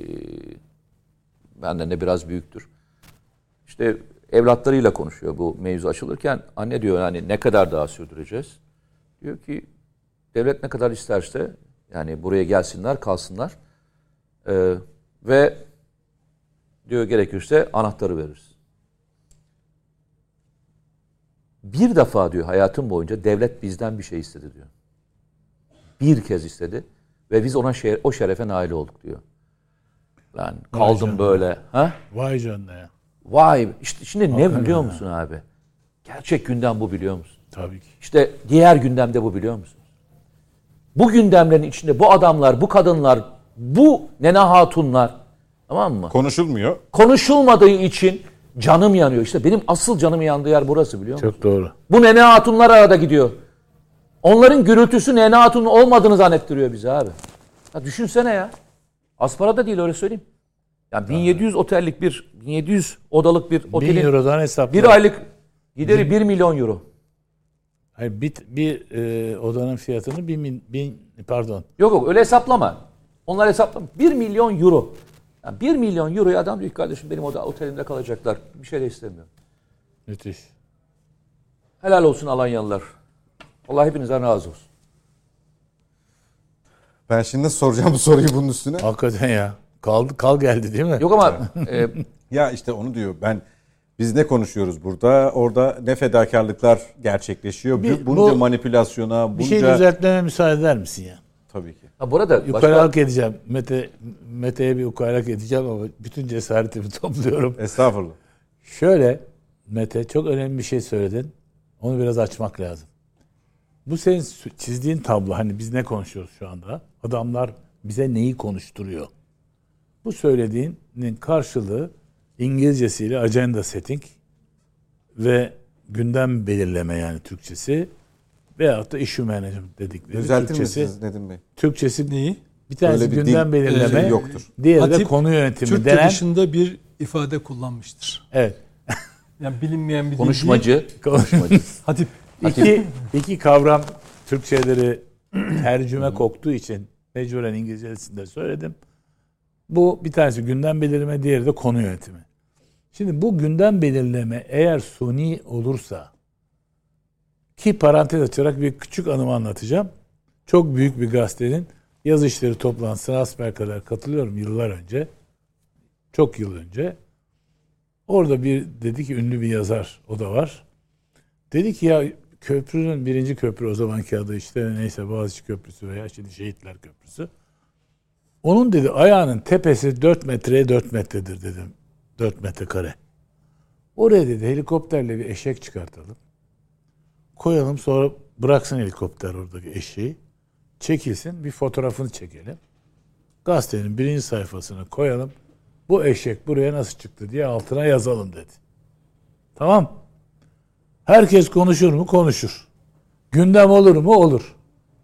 benden de biraz büyüktür. İşte evlatlarıyla konuşuyor bu mevzu açılırken. Anne diyor yani ne kadar daha sürdüreceğiz? Diyor ki devlet ne kadar isterse yani buraya gelsinler, kalsınlar. Ve diyor gerekirse anahtarı veririz. Bir defa diyor hayatım boyunca devlet bizden bir şey istedi diyor. Bir kez istedi ve biz ona o şerefe nail olduk diyor. Lan kaldım böyle. Ha?
Vay canına ya.
Vay işte şimdi ne biliyor musun abi? Gerçek gündem bu biliyor musun?
Tabii ki.
İşte diğer gündemde bu biliyor musun? Bu gündemlerin içinde bu adamlar, bu kadınlar, bu nene hatunlar, tamam mı?
Konuşulmuyor.
Konuşulmadığı için canım yanıyor. İşte benim asıl canım yandığı yer burası biliyor musun?
Çok doğru.
Bu nene hatunlar arada gidiyor. Onların gürültüsü nene hatunun olmadığını zannettiriyor bize abi. Ya düşünsene ya. Aspara değil öyle söyleyeyim. Yani 1700 otellik 1700 odalık bir
1000
otelin
Euro'dan hesapla.
bir aylık gideri 1 milyon euro.
Hayır, bir odanın fiyatını
Yok öyle hesaplama. Onlar hesaplama. 1 milyon euro. Yani 1 milyon euroya adam diyor ki kardeşim benim otelimde kalacaklar. Bir şey de istemiyorum.
Müthiş.
Helal olsun Alanyalılar. Allah hepinizden razı olsun.
Ben şimdi nasıl soracağım bu soruyu bunun üstüne?
Hakikaten ya. Kal geldi değil mi?
Yok ama
Ya işte onu diyor. Biz ne konuşuyoruz burada? Orada ne fedakarlıklar gerçekleşiyor? Bunca manipülasyona,
Bir şey
bunca...
düzeltmeme müsaade eder misin ya?
Tabii ki.
bu arada
Ukalalık edeceğim. Mete'ye bir ukalalık edeceğim ama bütün cesaretimi topluyorum.
Estağfurullah.
Şöyle Mete çok önemli bir şey söyledin. Onu biraz açmak lazım. Bu senin çizdiğin tablo hani biz ne konuşuyoruz şu anda? Adamlar bize neyi konuşturuyor? Bu söylediğinin karşılığı İngilizcesiyle agenda setting ve gündem belirleme yani Türkçesi veyahut da issue management dedikleri
Düzeltir
Türkçesi.
misiniz Nedim Bey?
Türkçesi
Neyi?
bir tanesi
Öyle bir
gündem
dil
belirleme
yoktur.
diğeri de
Hatip,
konu yönetimi
Türkçe
denen.
dışında bir ifade kullanmıştır.
Evet.
Yani bilinmeyen bir dil değil.
konuşmacı.
Hatip.
İki kavram Türkçeleri tercüme koktuğu için mecburen İngilizcesinde söyledim. Bu bir tanesi gündem belirleme, diğeri de konu yönetimi. Şimdi bu gündem belirleme eğer suni olursa ki parantez açarak bir küçük anımı anlatacağım. Çok büyük bir gazetenin yaz işleri toplantısına asbelkader katılıyorum yıllar önce. Çok yıl önce. Orada dedi ki ünlü bir yazar o da var. Dedi ki ya köprünün birinci köprü o zamanki adı işte neyse Boğaziçi Köprüsü veya şimdi Şehitler Köprüsü. Onun dedi ayağının tepesi 4 metreye 4 metredir dedim. 4 metrekare. Oraya dedi helikopterle bir eşek çıkartalım. Koyalım sonra bıraksın helikopter oradaki eşeği. Çekilsin bir fotoğrafını çekelim. Gazetenin birinci sayfasına koyalım. Bu eşek buraya nasıl çıktı diye altına yazalım dedi. Tamam. Herkes konuşur mu? Konuşur. Gündem olur mu? Olur.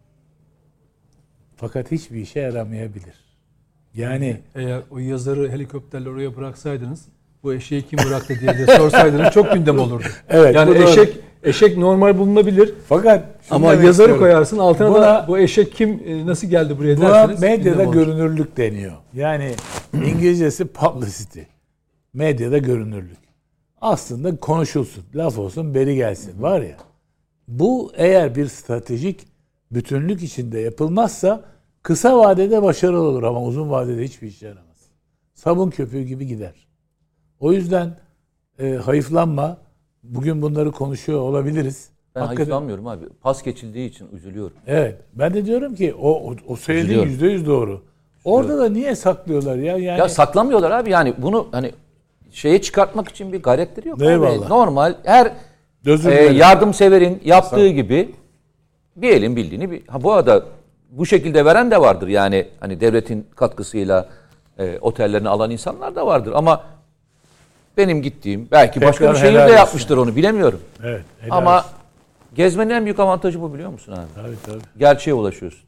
Fakat hiçbir işe yaramayabilir. Yani
Eğer o yazarı helikopterle oraya bıraksaydınız bu eşeği kim bıraktı diye de sorsaydınız çok gündem olurdu.
Evet,
yani
bu
eşek normal bulunabilir.
fakat
Ama
demek
yazarı
istiyorum.
koyarsın altına
Buna-
da bu eşek kim nasıl geldi buraya
Buna
derseniz
medyada
gündem olur.
görünürlük deniyor. Yani İngilizcesi publicity. Medyada görünürlük. Aslında konuşulsun, laf olsun, beri gelsin var ya. Bu eğer bir stratejik bütünlük içinde yapılmazsa kısa vadede başarılı olur ama uzun vadede hiçbir işe yaramaz. Sabun köpüğü gibi gider. O yüzden hayıflanma. Bugün bunları konuşuyor olabiliriz.
Ben hayıflanmıyorum abi. Pas geçildiği için üzülüyorum.
Evet. Ben de diyorum ki o söylediğin %100 doğru. Orada da niye saklıyorlar ya? Yani
Ya saklamıyorlar abi yani bunu hani şeye çıkartmak için bir gayretleri yok.
Eyvallah.
Abi. Normal her
Özür dilerim.
yardımseverin yaptığı gibi bir elin bildiğini bu arada bu şekilde veren de vardır. Yani hani devletin katkısıyla otellerini alan insanlar da vardır ama benim gittiğim belki başka
Tekrar
bir şehirde
helal olsun.
yapmıştır onu bilemiyorum.
Evet. helal
Ama
olsun.
gezmenin en büyük avantajı bu biliyor musun abi?
Tabii.
Gerçeğe ulaşıyorsun.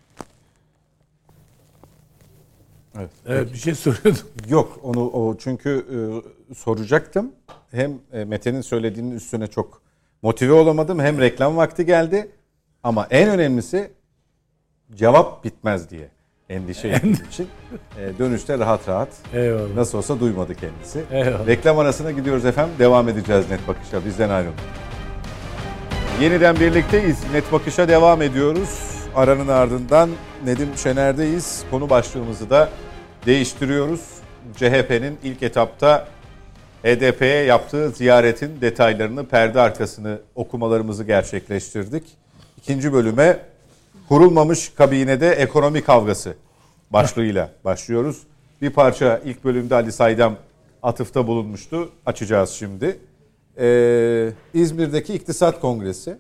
Evet bir şey soruyordum.
Yok onu çünkü soracaktım. Hem Mete'nin söylediğinin üstüne çok motive olamadım hem reklam vakti geldi. Ama en önemlisi cevap bitmez diye endişe ettiğim için dönüşte rahat rahat
Eyvallah.
nasıl olsa duymadı kendisi.
Eyvallah.
Reklam arasına gidiyoruz efendim. Devam edeceğiz Net Bakış'a. Bizden ayrılmayın. Yeniden birlikteyiz. Net Bakış'a devam ediyoruz. Aranın ardından Nedim Şener'deyiz. Konu başlığımızı da değiştiriyoruz. CHP'nin ilk etapta HDP'ye yaptığı ziyaretin detaylarını, perde arkasını okumalarımızı gerçekleştirdik. İkinci bölüme kurulmamış kabinede ekonomi kavgası başlığıyla başlıyoruz. Bir parça ilk bölümde Ali Saydam atıfta bulunmuştu. Açacağız şimdi. İzmir'deki İktisat Kongresi.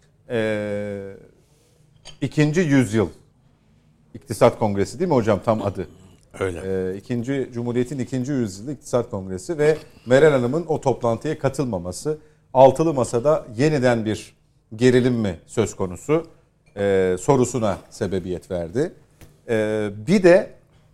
İkinci yüzyıl İktisat Kongresi değil mi hocam tam adı?
Öyle.
Cumhuriyet'in ikinci yüzyılı İktisat Kongresi ve Meral Hanım'ın o toplantıya katılmaması, altılı masada yeniden bir gerilim mi söz konusu sorusuna sebebiyet verdi. Bir de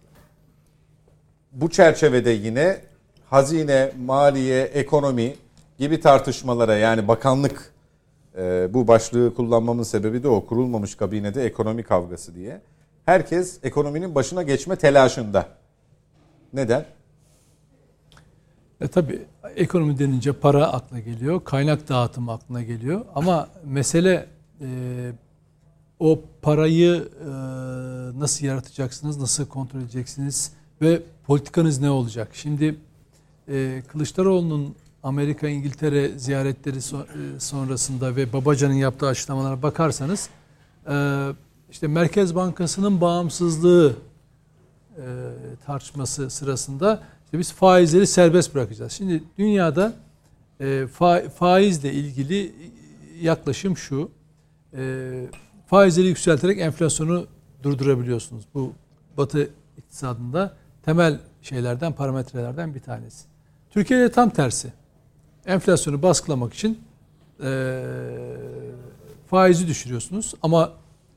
bu çerçevede yine hazine, maliye, ekonomi gibi tartışmalara, yani bakanlık, bu başlığı kullanmamın sebebi de o, kurulmamış kabinede ekonomi kavgası diye. Herkes ekonominin başına geçme telaşında. Neden?
Tabii ekonomi denince para akla geliyor, kaynak dağıtımı aklına geliyor. Ama mesele o parayı nasıl yaratacaksınız, nasıl kontrol edeceksiniz ve politikanız ne olacak? Şimdi Kılıçdaroğlu'nun Amerika, İngiltere ziyaretleri sonrasında ve Babacan'ın yaptığı açıklamalara bakarsanız işte Merkez Bankası'nın bağımsızlığı tartışması sırasında işte biz faizleri serbest bırakacağız. Şimdi dünyada faizle ilgili yaklaşım şu: faizleri yükselterek enflasyonu durdurabiliyorsunuz. Bu Batı iktisadında temel şeylerden, parametrelerden bir tanesi. Türkiye'de tam tersi. Enflasyonu baskılamak için faizi düşürüyorsunuz ama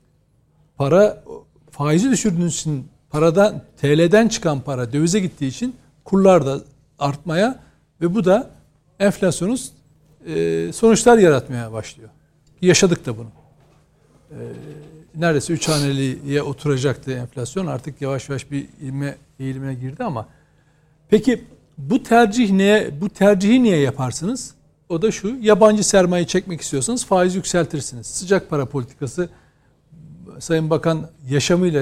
faizi düşürdüğünüz için paradan, TL'den çıkan para dövize gittiği için kurlar da artmaya ve bu da enflasyonuz sonuçlar yaratmaya başlıyor. Yaşadık da bunu. Neredeyse 3 haneliye oturacaktı enflasyon. Artık yavaş yavaş bir eğilimine girdi ama peki bu tercihi niye yaparsınız? O da şu: yabancı sermaye çekmek istiyorsanız faiz yükseltirsiniz. Sıcak para politikası, Sayın Bakan yaşamıyla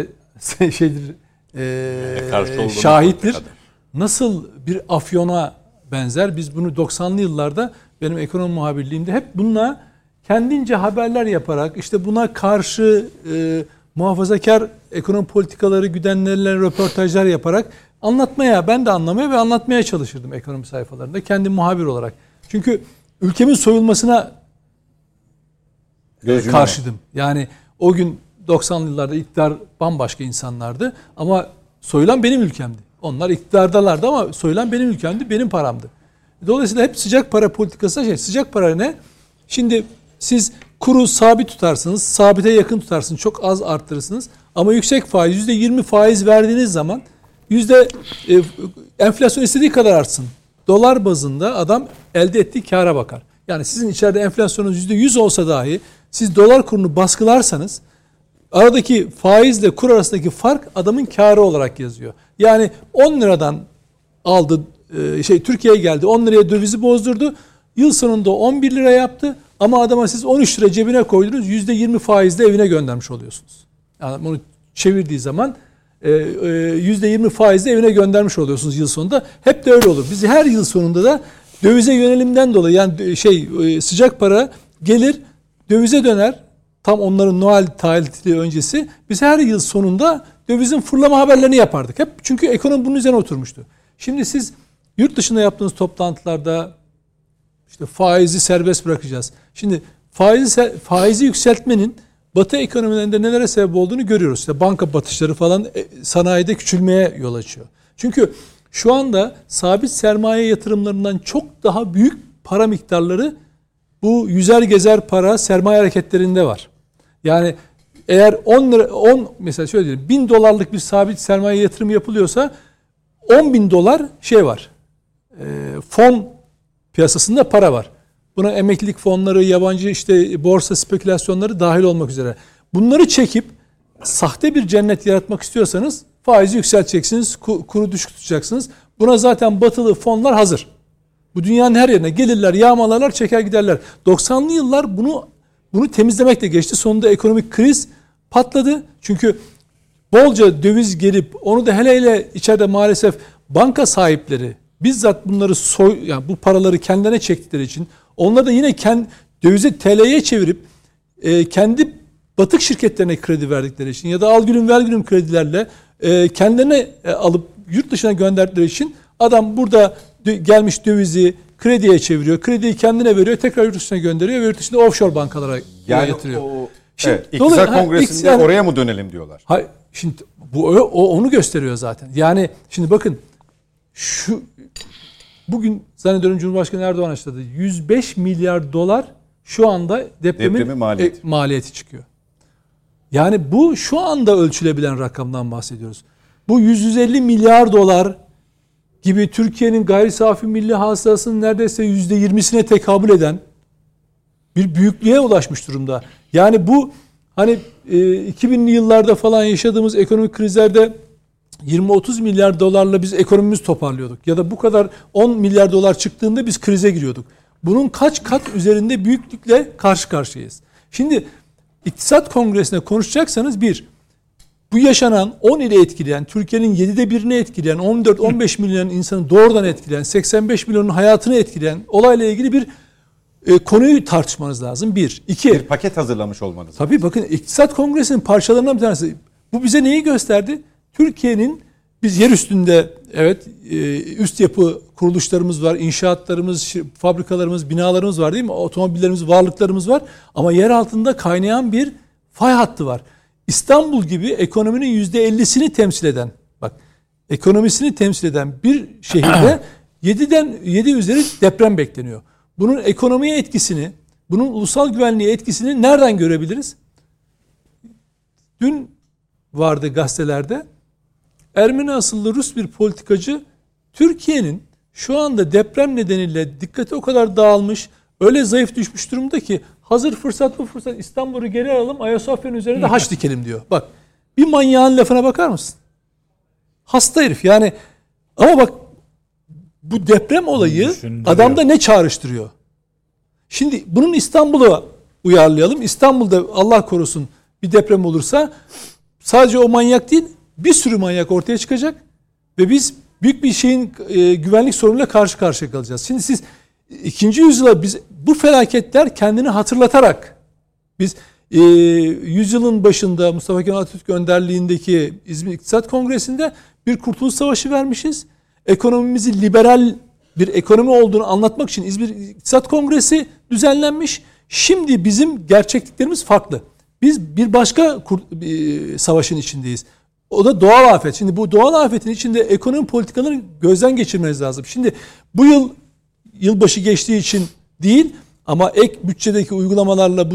şahittir. Nasıl bir afyona benzer. Biz bunu 90'lı yıllarda benim ekonomi muhabirliğimde hep bununla kendince haberler yaparak, işte buna karşı muhafazakar ekonomi politikaları güdenlerle röportajlar yaparak ben de anlamaya ve anlatmaya çalışırdım ekonomi sayfalarında kendi muhabir olarak. Çünkü ülkemin soyulmasına karşıydım. Yani o gün 90'lı yıllarda iktidar bambaşka insanlardı ama soyulan benim ülkemdi. Onlar iktidardalardı ama soyulan benim ülkemdi, benim paramdı. Dolayısıyla hep sıcak para politikası sıcak para ne? Şimdi siz kuru sabit tutarsınız, sabite yakın tutarsınız, çok az arttırırsınız ama yüksek faiz, %20 faiz verdiğiniz zaman enflasyon istediği kadar artsın. Dolar bazında adam elde ettiği kâra bakar. Yani sizin içeride enflasyonunuz %100 olsa dahi siz dolar kurunu baskılarsanız aradaki faizle kur arasındaki fark adamın kârı olarak yazıyor. Yani 10 liradan aldı, Türkiye'ye geldi, 10 liraya dövizi bozdurdu. Yıl sonunda 11 lira yaptı ama adama siz 13 lira cebine koydunuz, %20 faizle evine göndermiş oluyorsunuz. Yani bunu çevirdiği zaman %20 faizle evine göndermiş oluyorsunuz yıl sonunda. Hep de öyle olur. Biz her yıl sonunda da dövize yönelimden dolayı, yani sıcak para gelir, dövize döner. Tam onların Noel tatili öncesi biz her yıl sonunda dövizin fırlama haberlerini yapardık. Hep çünkü ekonomi bunun üzerine oturmuştu. Şimdi siz yurt dışında yaptığınız toplantılarda işte faizi serbest bırakacağız. Şimdi faizi yükseltmenin Batı ekonomilerinde nelere sebep olduğunu görüyoruz. İşte banka batışları falan sanayide küçülmeye yol açıyor. Çünkü şu anda sabit sermaye yatırımlarından çok daha büyük para miktarları bu yüzer gezer para sermaye hareketlerinde var. Yani eğer mesela şöyle diyelim, $1000 bir sabit sermaye yatırımı yapılıyorsa $10.000 var. Fon piyasasında para var. Buna emeklilik fonları, yabancı borsa spekülasyonları dahil olmak üzere. Bunları çekip sahte bir cennet yaratmak istiyorsanız faizi yükselteceksiniz, kuru düşük tutacaksınız. Buna zaten batılı fonlar hazır. Bu dünyanın her yerine gelirler, yağmalarlar, çeker giderler. 90'lı yıllar bunu temizlemekle geçti. Sonunda ekonomik kriz patladı. Çünkü bolca döviz gelip onu da hele içeride maalesef banka sahipleri bizzat bunları yani bu paraları kendilerine çektikleri için onlar da yine dövizi TL'ye çevirip kendi batık şirketlerine kredi verdikleri için ya da al gülüm ver gülüm kredilerle kendilerine alıp yurt dışına gönderdikleri için adam burada gelmiş dövizi krediye çeviriyor. Krediyi kendine veriyor, tekrar yurt dışına gönderiyor ve yurt dışında offshore bankalara yatırıyor.
Şimdi, İktisat Kongresi'nde oraya mı dönelim diyorlar?
Hayır, şimdi onu gösteriyor zaten. Yani şimdi bakın bugün zannediyorum Cumhurbaşkanı Erdoğan açıkladı. 105 milyar dolar şu anda depremin maliyeti çıkıyor. Yani bu şu anda ölçülebilen rakamdan bahsediyoruz. Bu 150 milyar dolar gibi Türkiye'nin gayri safi milli hasılasının neredeyse %20'sine tekabül eden bir büyüklüğe ulaşmış durumda. Yani bu hani 2000'li yıllarda falan yaşadığımız ekonomik krizlerde 20-30 milyar dolarla biz ekonomimizi toparlıyorduk. Ya da bu kadar 10 milyar dolar çıktığında biz krize giriyorduk. Bunun kaç kat üzerinde büyüklükle karşı karşıyayız. Şimdi İktisat Kongresi'nde konuşacaksanız bu yaşanan 10 ili etkileyen, Türkiye'nin 7'de 1'ini etkileyen, 14-15 milyon insanı doğrudan etkileyen, 85 milyonun hayatını etkileyen olayla ilgili bir konuyu tartışmanız lazım. Bir
paket hazırlamış olmanız lazım.
Tabii bakın İktisat Kongresi'nin parçalarından bir tanesi. Bu bize neyi gösterdi? Türkiye'nin biz yer üstünde üst yapı kuruluşlarımız var, inşaatlarımız, fabrikalarımız, binalarımız var değil mi? Otomobillerimiz, varlıklarımız var. Ama yer altında kaynayan bir fay hattı var. İstanbul gibi ekonominin %50'sini temsil eden, ekonomisini temsil eden bir şehirde 7 üzeri deprem bekleniyor. Bunun ekonomiye etkisini, bunun ulusal güvenliğe etkisini nereden görebiliriz? Dün vardı gazetelerde, Ermeni asıllı Rus bir politikacı Türkiye'nin şu anda deprem nedeniyle dikkati o kadar dağılmış, öyle zayıf düşmüş durumda ki hazır fırsat İstanbul'u geri alalım, Ayasofya'nın üzerine de haç dikelim diyor. Bak, bir manyağın lafına bakar mısın? Hasta herif yani. Ama bak, bu deprem olayı adamda ne çağrıştırıyor? Şimdi bunun İstanbul'a uyarlayalım. İstanbul'da Allah korusun bir deprem olursa sadece o manyak değil, bir sürü manyak ortaya çıkacak ve biz büyük bir şeyin güvenlik sorunuyla karşı karşıya kalacağız. Şimdi siz 2. yüzyıla bu felaketler kendini hatırlatarak biz yüzyılın başında Mustafa Kemal Atatürk önderliğindeki İzmir İktisat Kongresi'nde bir Kurtuluş Savaşı vermişiz. Ekonomimizi liberal bir ekonomi olduğunu anlatmak için İzmir İktisat Kongresi düzenlenmiş. Şimdi bizim gerçekliklerimiz farklı. Biz bir başka savaşın içindeyiz. O da doğal afet. Şimdi bu doğal afetin içinde ekonomi politikalarını gözden geçirmeniz lazım. Şimdi bu yılbaşı geçtiği için değil ama ek bütçedeki uygulamalarla bu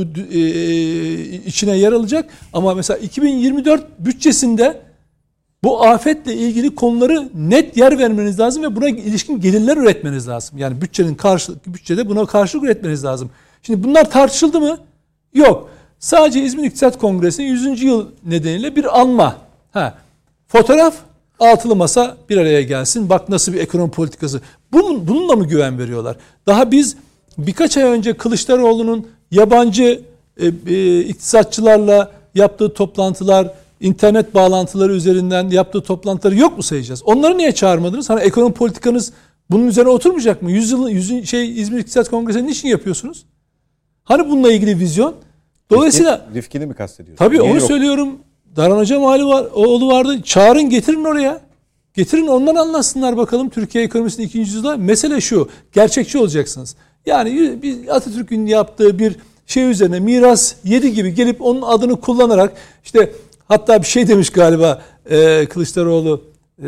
içine yer alacak. Ama mesela 2024 bütçesinde bu afetle ilgili konuları net yer vermeniz lazım ve buna ilişkin gelirler üretmeniz lazım. Yani bütçede buna karşılık üretmeniz lazım. Şimdi bunlar tartışıldı mı? Yok. Sadece İzmir İktisat Kongresi'nin 100. yıl nedeniyle bir anma. Fotoğraf, altılı masa bir araya gelsin. Bak nasıl bir ekonomi politikası. Bununla mı güven veriyorlar? Daha biz birkaç ay önce Kılıçdaroğlu'nun yabancı iktisatçılarla yaptığı toplantılar, internet bağlantıları üzerinden yaptığı toplantıları yok mu sayacağız? Onları niye çağırmadınız? Hani ekonomi politikanız bunun üzerine oturmayacak mı? İzmir İktisat Kongresi'ni niçin yapıyorsunuz? Hani bununla ilgili vizyon? Dolayısıyla
Rifkin'i mi kastediyorsun?
Tabii onu söylüyorum. Daran Hocam oğlu vardı. Çağırın, getirin oraya. Getirin, ondan anlatsınlar bakalım Türkiye ekonomisinin 2. yüzyılda. Mesele şu. Gerçekçi olacaksınız. Yani Atatürk'ün yaptığı bir şey üzerine miras 7 gibi gelip onun adını kullanarak işte hatta bir şey demiş galiba Kılıçdaroğlu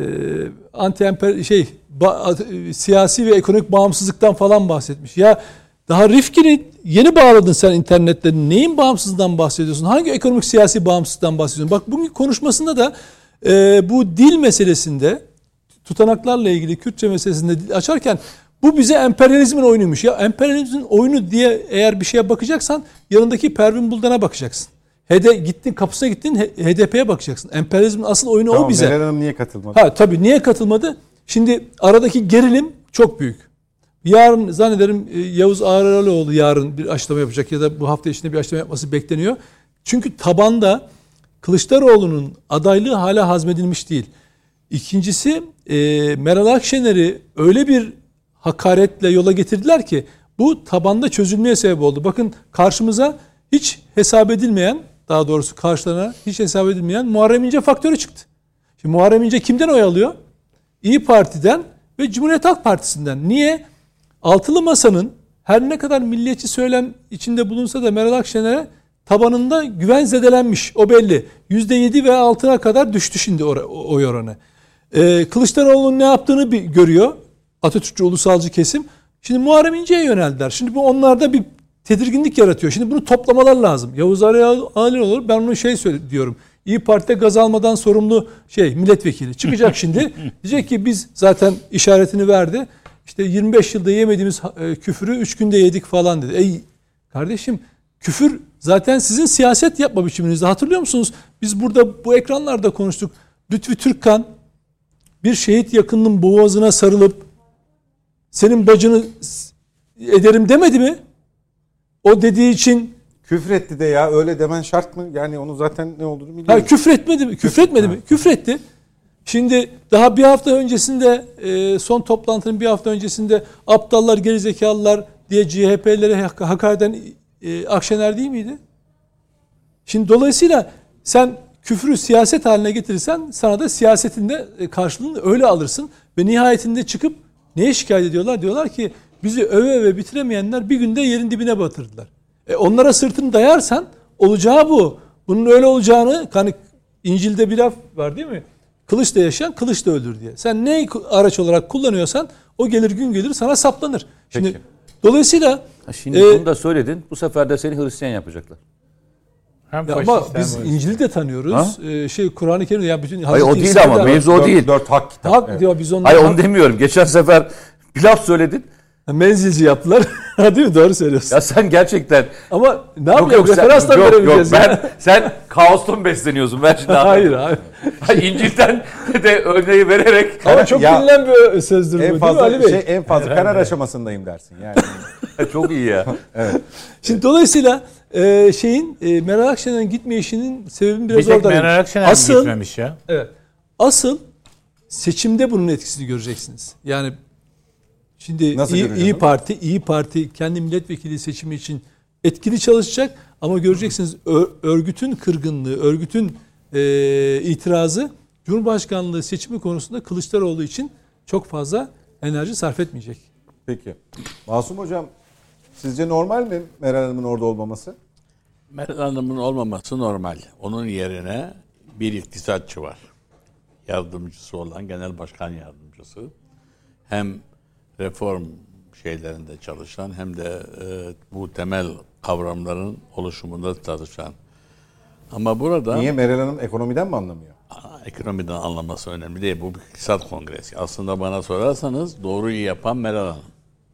siyasi ve ekonomik bağımsızlıktan falan bahsetmiş. Ya daha Rifkin'i yeni bağladın sen internette. Neyin bağımsızlığından bahsediyorsun? Hangi ekonomik siyasi bağımsızlıktan bahsediyorsun? Bak bugün konuşmasında da bu dil meselesinde tutanaklarla ilgili Kürtçe meselesinde açarken bu bize emperyalizmin oyunuymuş. Ya emperyalizmin oyunu diye eğer bir şeye bakacaksan yanındaki Pervin Buldan'a bakacaksın. Gittin kapısına gittin HDP'ye bakacaksın. Emperyalizmin asıl oyunu
Tamam,
o bize.
Meral Hanım niye katılmadı?
Tabii niye katılmadı? Şimdi aradaki gerilim çok büyük. Yarın zannederim Yavuz Ağraloğlu yarın bir açıklama yapacak ya da bu hafta içinde bir açıklama yapması bekleniyor. Çünkü tabanda Kılıçdaroğlu'nun adaylığı hala hazmedilmiş değil. İkincisi Meral Akşener'i öyle bir hakaretle yola getirdiler ki bu tabanda çözülmeye sebep oldu. Bakın karşımıza hiç hesap edilmeyen, daha doğrusu karşılarına hiç hesap edilmeyen Muharrem İnce faktörü çıktı. Şimdi Muharrem İnce kimden oy alıyor? İyi Parti'den ve Cumhuriyet Halk Partisi'nden. Niye? Altılı Masa'nın her ne kadar milliyetçi söylem içinde bulunsa da Meral Akşener'e tabanında güven zedelenmiş. O belli. %7 ve altına kadar düştü şimdi oy oranı. Kılıçdaroğlu'nun ne yaptığını görüyor Atatürkçü ulusalcı kesim. Şimdi Muharrem İnce'ye yöneldiler. Şimdi bu onlarda bir tedirginlik yaratıyor. Şimdi bunu toplamalar lazım. Yavuz Ağraloğlu, ben onu diyorum. İyi Parti'de gaz almadan sorumlu milletvekili. Çıkacak şimdi. Diyecek ki biz zaten işaretini verdi. İşte 25 yılda yemediğimiz küfürü 3 günde yedik falan dedi. Ey kardeşim, küfür zaten sizin siyaset yapma biçiminizde. Hatırlıyor musunuz? Biz burada bu ekranlarda konuştuk. Lütfü Türkkan bir şehit yakınının boğazına sarılıp senin bacını ederim demedi mi? O dediği için
Küfretti de ya, öyle demen şart mı? Yani onu zaten ne olduğunu biliyoruz.
hayır, küfretmedi mi? Küfretmedi mi? Küfretti. Şimdi daha bir hafta öncesinde son toplantının bir hafta öncesinde aptallar, gerizekalılar diye CHP'lere hakaret eden Akşener değil miydi? Şimdi dolayısıyla sen küfrü siyaset haline getirirsen sana da siyasetinde karşılığını öyle alırsın ve nihayetinde çıkıp neye şikayet ediyorlar? Diyorlar ki bizi öve öve bitiremeyenler bir günde yerin dibine batırdılar. Onlara sırtını dayarsan olacağı bu. Bunun öyle olacağını, hani İncil'de bir laf var değil mi? Kılıçla yaşayan kılıçla öldür diye. Sen neyi araç olarak kullanıyorsan o gelir gün gelir sana saplanır. Şimdi
Peki.
Dolayısıyla
Şimdi bunu da söyledin. Bu sefer de seni Hristiyan yapacaklar.
ama biz İncil'i de tanıyoruz. Kur'an-ı Kerim'de ya bütün
Hayır, o
Hazreti
değil
İsa'da
ama
var.
mevzu o değil.
4 hak kitap.
Hak
Evet.
diyor biz onları.
Hayır, onu demiyorum. Geçen sefer bir laf söyledin.
Menzilci yaptılar. Değil mi? Doğru söylüyorsun.
Ya sen gerçekten...
Ama ne yapıyor? Referansla
yok,
veremeyeceğiz ya.
sen kaostan besleniyorsun. Ben şimdi
Hayır abi.
İncil'den de örneği vererek...
Ama çok
Ya,
bilinen bir sözdür bu
En
değil mi Ali
fazla
Bey?
en fazla karar aşamasındayım dersin yani.
Çok iyi ya.
Şimdi dolayısıyla Meral Akşener'in gitme işinin sebebini biraz
Bir tek
orada.
Meral Akşener gitmemiş ya.
Evet. Asıl seçimde bunun etkisini göreceksiniz. Yani şimdi
Nasıl
İyi Parti kendi milletvekili seçimi için etkili çalışacak ama göreceksiniz örgütün kırgınlığı, örgütün itirazı Cumhurbaşkanlığı seçimi konusunda Kılıçdaroğlu için çok fazla enerji sarf etmeyecek.
Peki. Masum Hocam, sizce normal mi Meral Hanım'ın orada olmaması?
Meral Hanım'ın olmaması normal. Onun yerine bir iktisatçı var. Yardımcısı olan genel başkan yardımcısı. Hem reform şeylerinde çalışan hem de bu temel kavramların oluşumunda çalışan. Ama burada...
Niye Meral Hanım ekonomiden mi anlamıyor?
Ekonomiden anlaması önemli değil. Bu bir iktisat kongresi. Aslında bana sorarsanız doğruyu yapan Meral Hanım.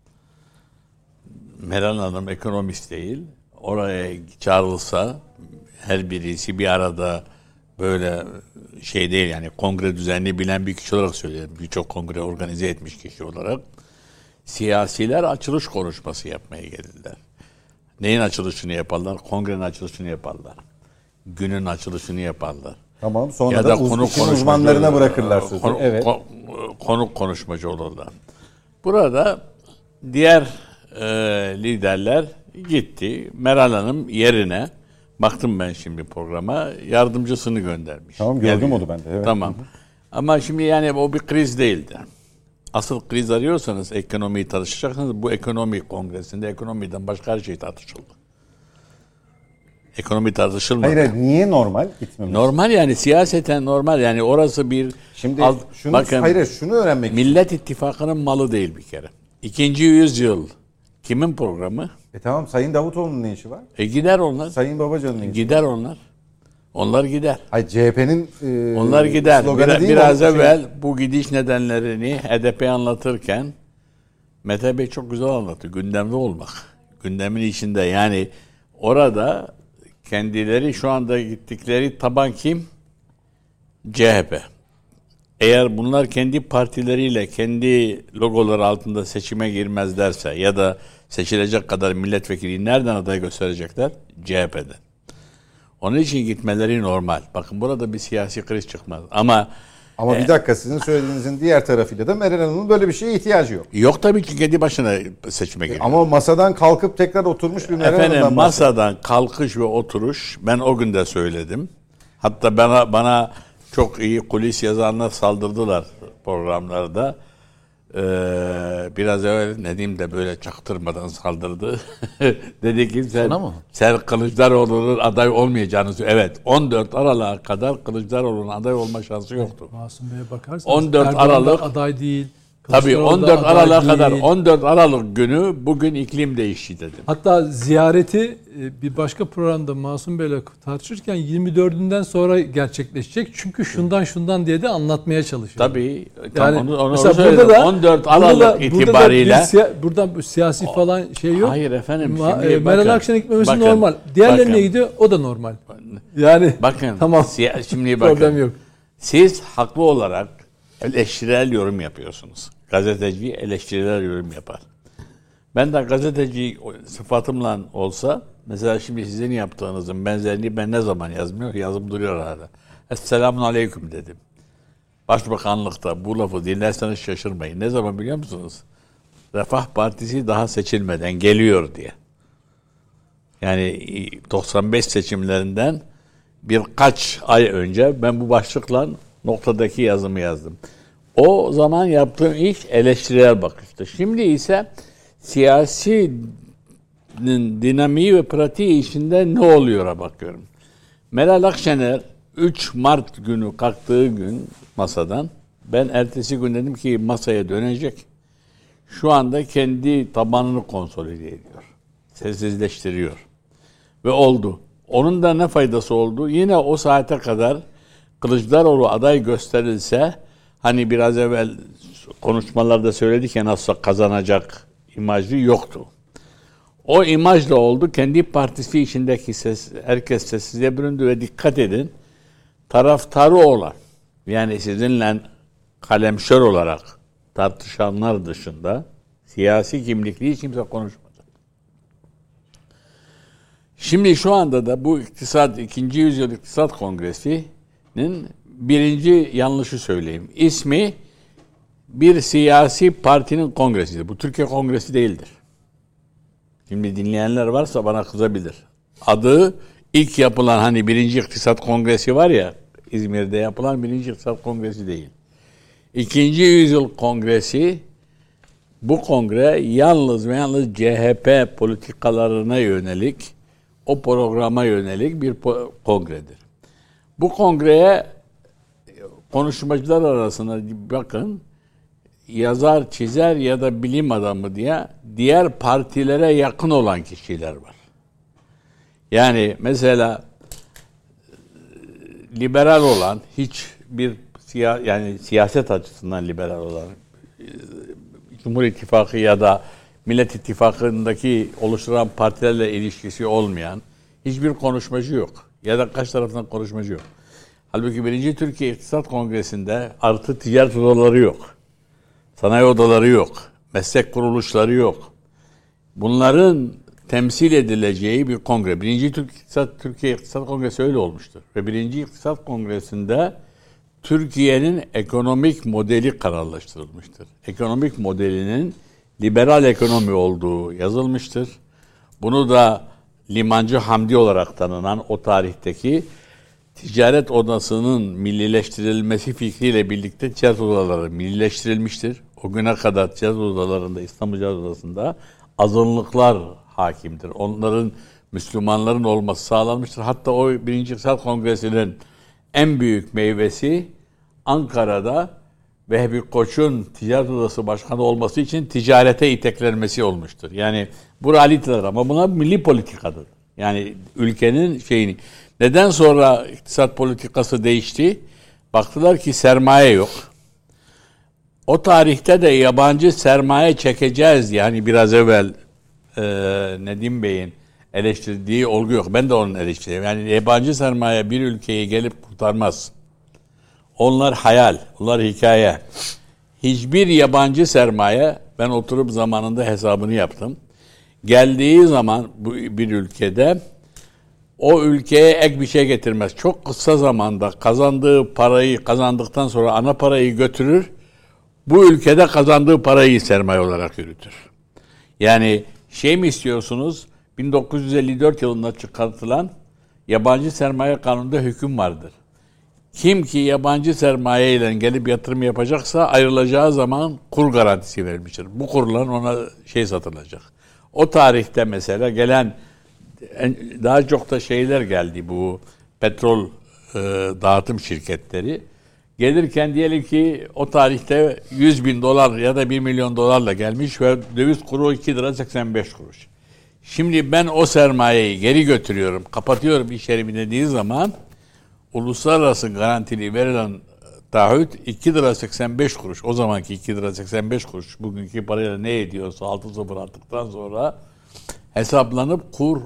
Meral Hanım ekonomist değil. Oraya çağrılsa her birisi bir arada böyle değil yani kongre düzenini bilen bir kişi olarak söylerim. Birçok kongre organize etmiş kişi olarak. Siyasiler açılış konuşması yapmaya geldiler. Neyin açılışını yaparlar? Kongrenin açılışını yaparlar. Günün açılışını yaparlar.
Tamam, sonra
Ya
da
konuşmacı
uzmanlarına bırakırlar sözü. Evet.
Konuk konuşmacı olurlar. Burada diğer liderler gitti. Meral Hanım yerine baktım ben şimdi programa yardımcısını göndermiş.
Tamam, gördüm onu ben de. Evet.
Tamam. Ama şimdi yani o bir kriz değildi. Asıl kriz arıyorsanız ekonomiyi tartışacaksınız. Bu ekonomi kongresinde ekonomiden başka her şey tartışıldı. Ekonomi tartışılmadı.
Hayır, niye normal gitmemiz?
Normal yani siyaseten normal yani orası bir...
Şimdi
bakın,
şunu öğrenmek
Millet İttifakı'nın malı değil bir kere. 2. yüzyıl kimin programı?
Tamam, Sayın Davutoğlu'nun ne işi var?
Gider onlar.
Sayın Babacan'ın ne işi
Gider onlar. Onlar gider.
Hayır, CHP'nin
Onlar gider.
sloganı değil mi
Biraz
o?
evvel bu gidiş nedenlerini HDP anlatırken Mete Bey çok güzel anlattı. Gündemde olmak. Gündemin içinde yani orada kendileri şu anda gittikleri taban kim? CHP. Eğer bunlar kendi partileriyle, kendi logoları altında seçime girmezlerse ya da seçilecek kadar milletvekili nereden aday gösterecekler? CHP'den. Onun için gitmeleri normal. Bakın burada bir siyasi kriz çıkmaz. Ama
bir dakika, sizin söylediğinizin diğer tarafıyla da Meral Hanım'ın böyle bir şeye ihtiyacı yok.
Yok tabii ki kendi başına seçime giriyor.
Ama masadan kalkıp tekrar oturmuş bir Meral Hanım'dan
Efendim
bahsediyor.
masadan kalkış ve oturuş ben o gün de söyledim. Hatta bana çok iyi kulis yazanlar saldırdılar programlarda. Biraz evvel Nedim de böyle çaktırmadan saldırdı. Dedi ki sen Kılıçdaroğlu'nun aday olmayacağını söyledi. Evet, 14 Aralık'a kadar Kılıçdaroğlu'nun aday olma şansı yoktu.
Masum Bey'e bakarsanız
14
Erdoğan
Aralık
da aday değil.
Tabii
Kılıçdaroğlu
14
da aday
Aralık'a kadar
değil.
14 Aralık günü bugün iklim değişti dedim.
Hatta ziyareti bir başka programda Masum Bey'le tartışırken 24'ünden sonra gerçekleşecek. Çünkü şundan diye de anlatmaya çalışıyor.
Tabii. Tam
Yani
onu
mesela
söyledim.
burada da
14 Aralık itibariyle.
Burada siyasi falan şey yok.
Hayır efendim.
Meral Akşener'e gitmemesi normal. Diğerlerine gidiyor, o da normal. Yani
bakın.
tamam.
Şimdi bakın.
Problem yok.
Siz haklı olarak eleştirel yorum yapıyorsunuz. Gazeteci eleştirel yorum yapar. Ben de gazeteci sıfatımla olsa, mesela şimdi sizin yaptığınızın benzerini ben ne zaman yazmıyor? Yazım duruyor hala. Esselamun aleyküm dedim. Başbakanlıkta bu lafı dinlerseniz şaşırmayın. Ne zaman biliyor musunuz? Refah Partisi daha seçilmeden geliyor diye. Yani 95 seçimlerinden birkaç ay önce ben bu başlıkla noktadaki yazımı yazdım. O zaman yaptığım iş eleştirel bakıştı. Şimdi ise siyasinin dinamiği ve pratiği içinde ne oluyor'a bakıyorum. Meral Akşener 3 Mart günü kalktığı gün masadan, ben ertesi gün dedim ki masaya dönecek. Şu anda kendi tabanını konsolide ediyor. Sessizleştiriyor. Ve oldu. Onun da ne faydası oldu? Yine o saate kadar Kılıçdaroğlu aday gösterilse, hani biraz evvel konuşmalarda söyledik ya, nasıl kazanacak imajı yoktu. O imajla oldu. Kendi partisi içindeki herkes sessizliğe büründü ve dikkat edin, taraftarı olan, yani sizinle kalemşör olarak tartışanlar dışında siyasi kimlikli hiç kimse konuşmadı. Şimdi şu anda da bu 2. Yüzyıl İktisat Kongresi'nin birinci yanlışı söyleyeyim. İsmi bir siyasi partinin kongresidir. Bu Türkiye Kongresi değildir. Şimdi dinleyenler varsa bana kızabilir. Adı ilk yapılan hani 1. İktisat Kongresi var ya, İzmir'de yapılan 1. İktisat Kongresi değil. 2. Yüzyıl Kongresi, bu kongre yalnız ve yalnız CHP politikalarına yönelik, o programa yönelik bir kongredir. Bu kongreye konuşmacılar arasında bakın, yazar, çizer ya da bilim adamı diye diğer partilere yakın olan kişiler var. Yani mesela liberal olan, hiçbir yani siyaset açısından liberal olan, Cumhur İttifakı ya da Millet İttifakı'ndaki oluşturan partilerle ilişkisi olmayan hiçbir konuşmacı yok. Ya da kaç tarafından konuşmacı yok. Halbuki 1. Türkiye İktisat Kongresi'nde artı ticaret odaları yok. Sanayi odaları yok. Meslek kuruluşları yok. Bunların temsil edileceği bir kongre. 1. Türkiye İktisat Kongresi öyle olmuştur. Ve 1. İktisat Kongresi'nde Türkiye'nin ekonomik modeli kararlaştırılmıştır. Ekonomik modelinin liberal ekonomi olduğu yazılmıştır. Bunu da Limancı Hamdi olarak tanınan o tarihteki ticaret odasının millileştirilmesi fikriyle birlikte ticaret odaları millileştirilmiştir. O güne kadar ticaret odalarında, İstanbul Ticaret Odası'nda azınlıklar hakimdir. Onların, Müslümanların olması sağlanmıştır. Hatta o 1. İktisat Kongresi'nin en büyük meyvesi Ankara'da Vehbi Koç'un ticaret odası başkanı olması için ticarete iteklenmesi olmuştur. Yani bu realiteler, ama buna milli politikadır. Yani ülkenin şeyini. Neden sonra iktisat politikası değişti? Baktılar ki sermaye yok. O tarihte de yabancı sermaye çekeceğiz. Yani biraz evvel Nedim Bey'in eleştirdiği olgu yok. Ben de onun eleştiriyorum. Yani yabancı sermaye bir ülkeyi gelip kurtarmaz. Onlar hayal, onlar hikaye. Hiçbir yabancı sermaye, ben oturup zamanında hesabını yaptım. Geldiği zaman bu bir ülkede o ülkeye ek bir şey getirmez. Çok kısa zamanda kazandığı parayı kazandıktan sonra ana parayı götürür. Bu ülkede kazandığı parayı sermaye olarak yürütür. Yani şey mi istiyorsunuz? 1954 yılında çıkartılan yabancı sermaye kanununda hüküm vardır. Kim ki yabancı sermaye ile gelip yatırım yapacaksa ayrılacağı zaman kur garantisi verilmiştir. Bu kurla ona şey satılacak. O tarihte mesela gelen daha çok da şeyler geldi, bu petrol dağıtım şirketleri. Gelirken diyelim ki o tarihte 100 bin dolar ya da 1 milyon dolarla gelmiş ve döviz kuru 2 lira 85 kuruş. Şimdi ben o sermayeyi geri götürüyorum, kapatıyorum iş yerimi dediği zaman uluslararası garantili verilen taahhüt 2 lira 85 kuruş. O zamanki 2 lira 85 kuruş bugünkü parayla ne ediyorsa 6-0 attıktan sonra hesaplanıp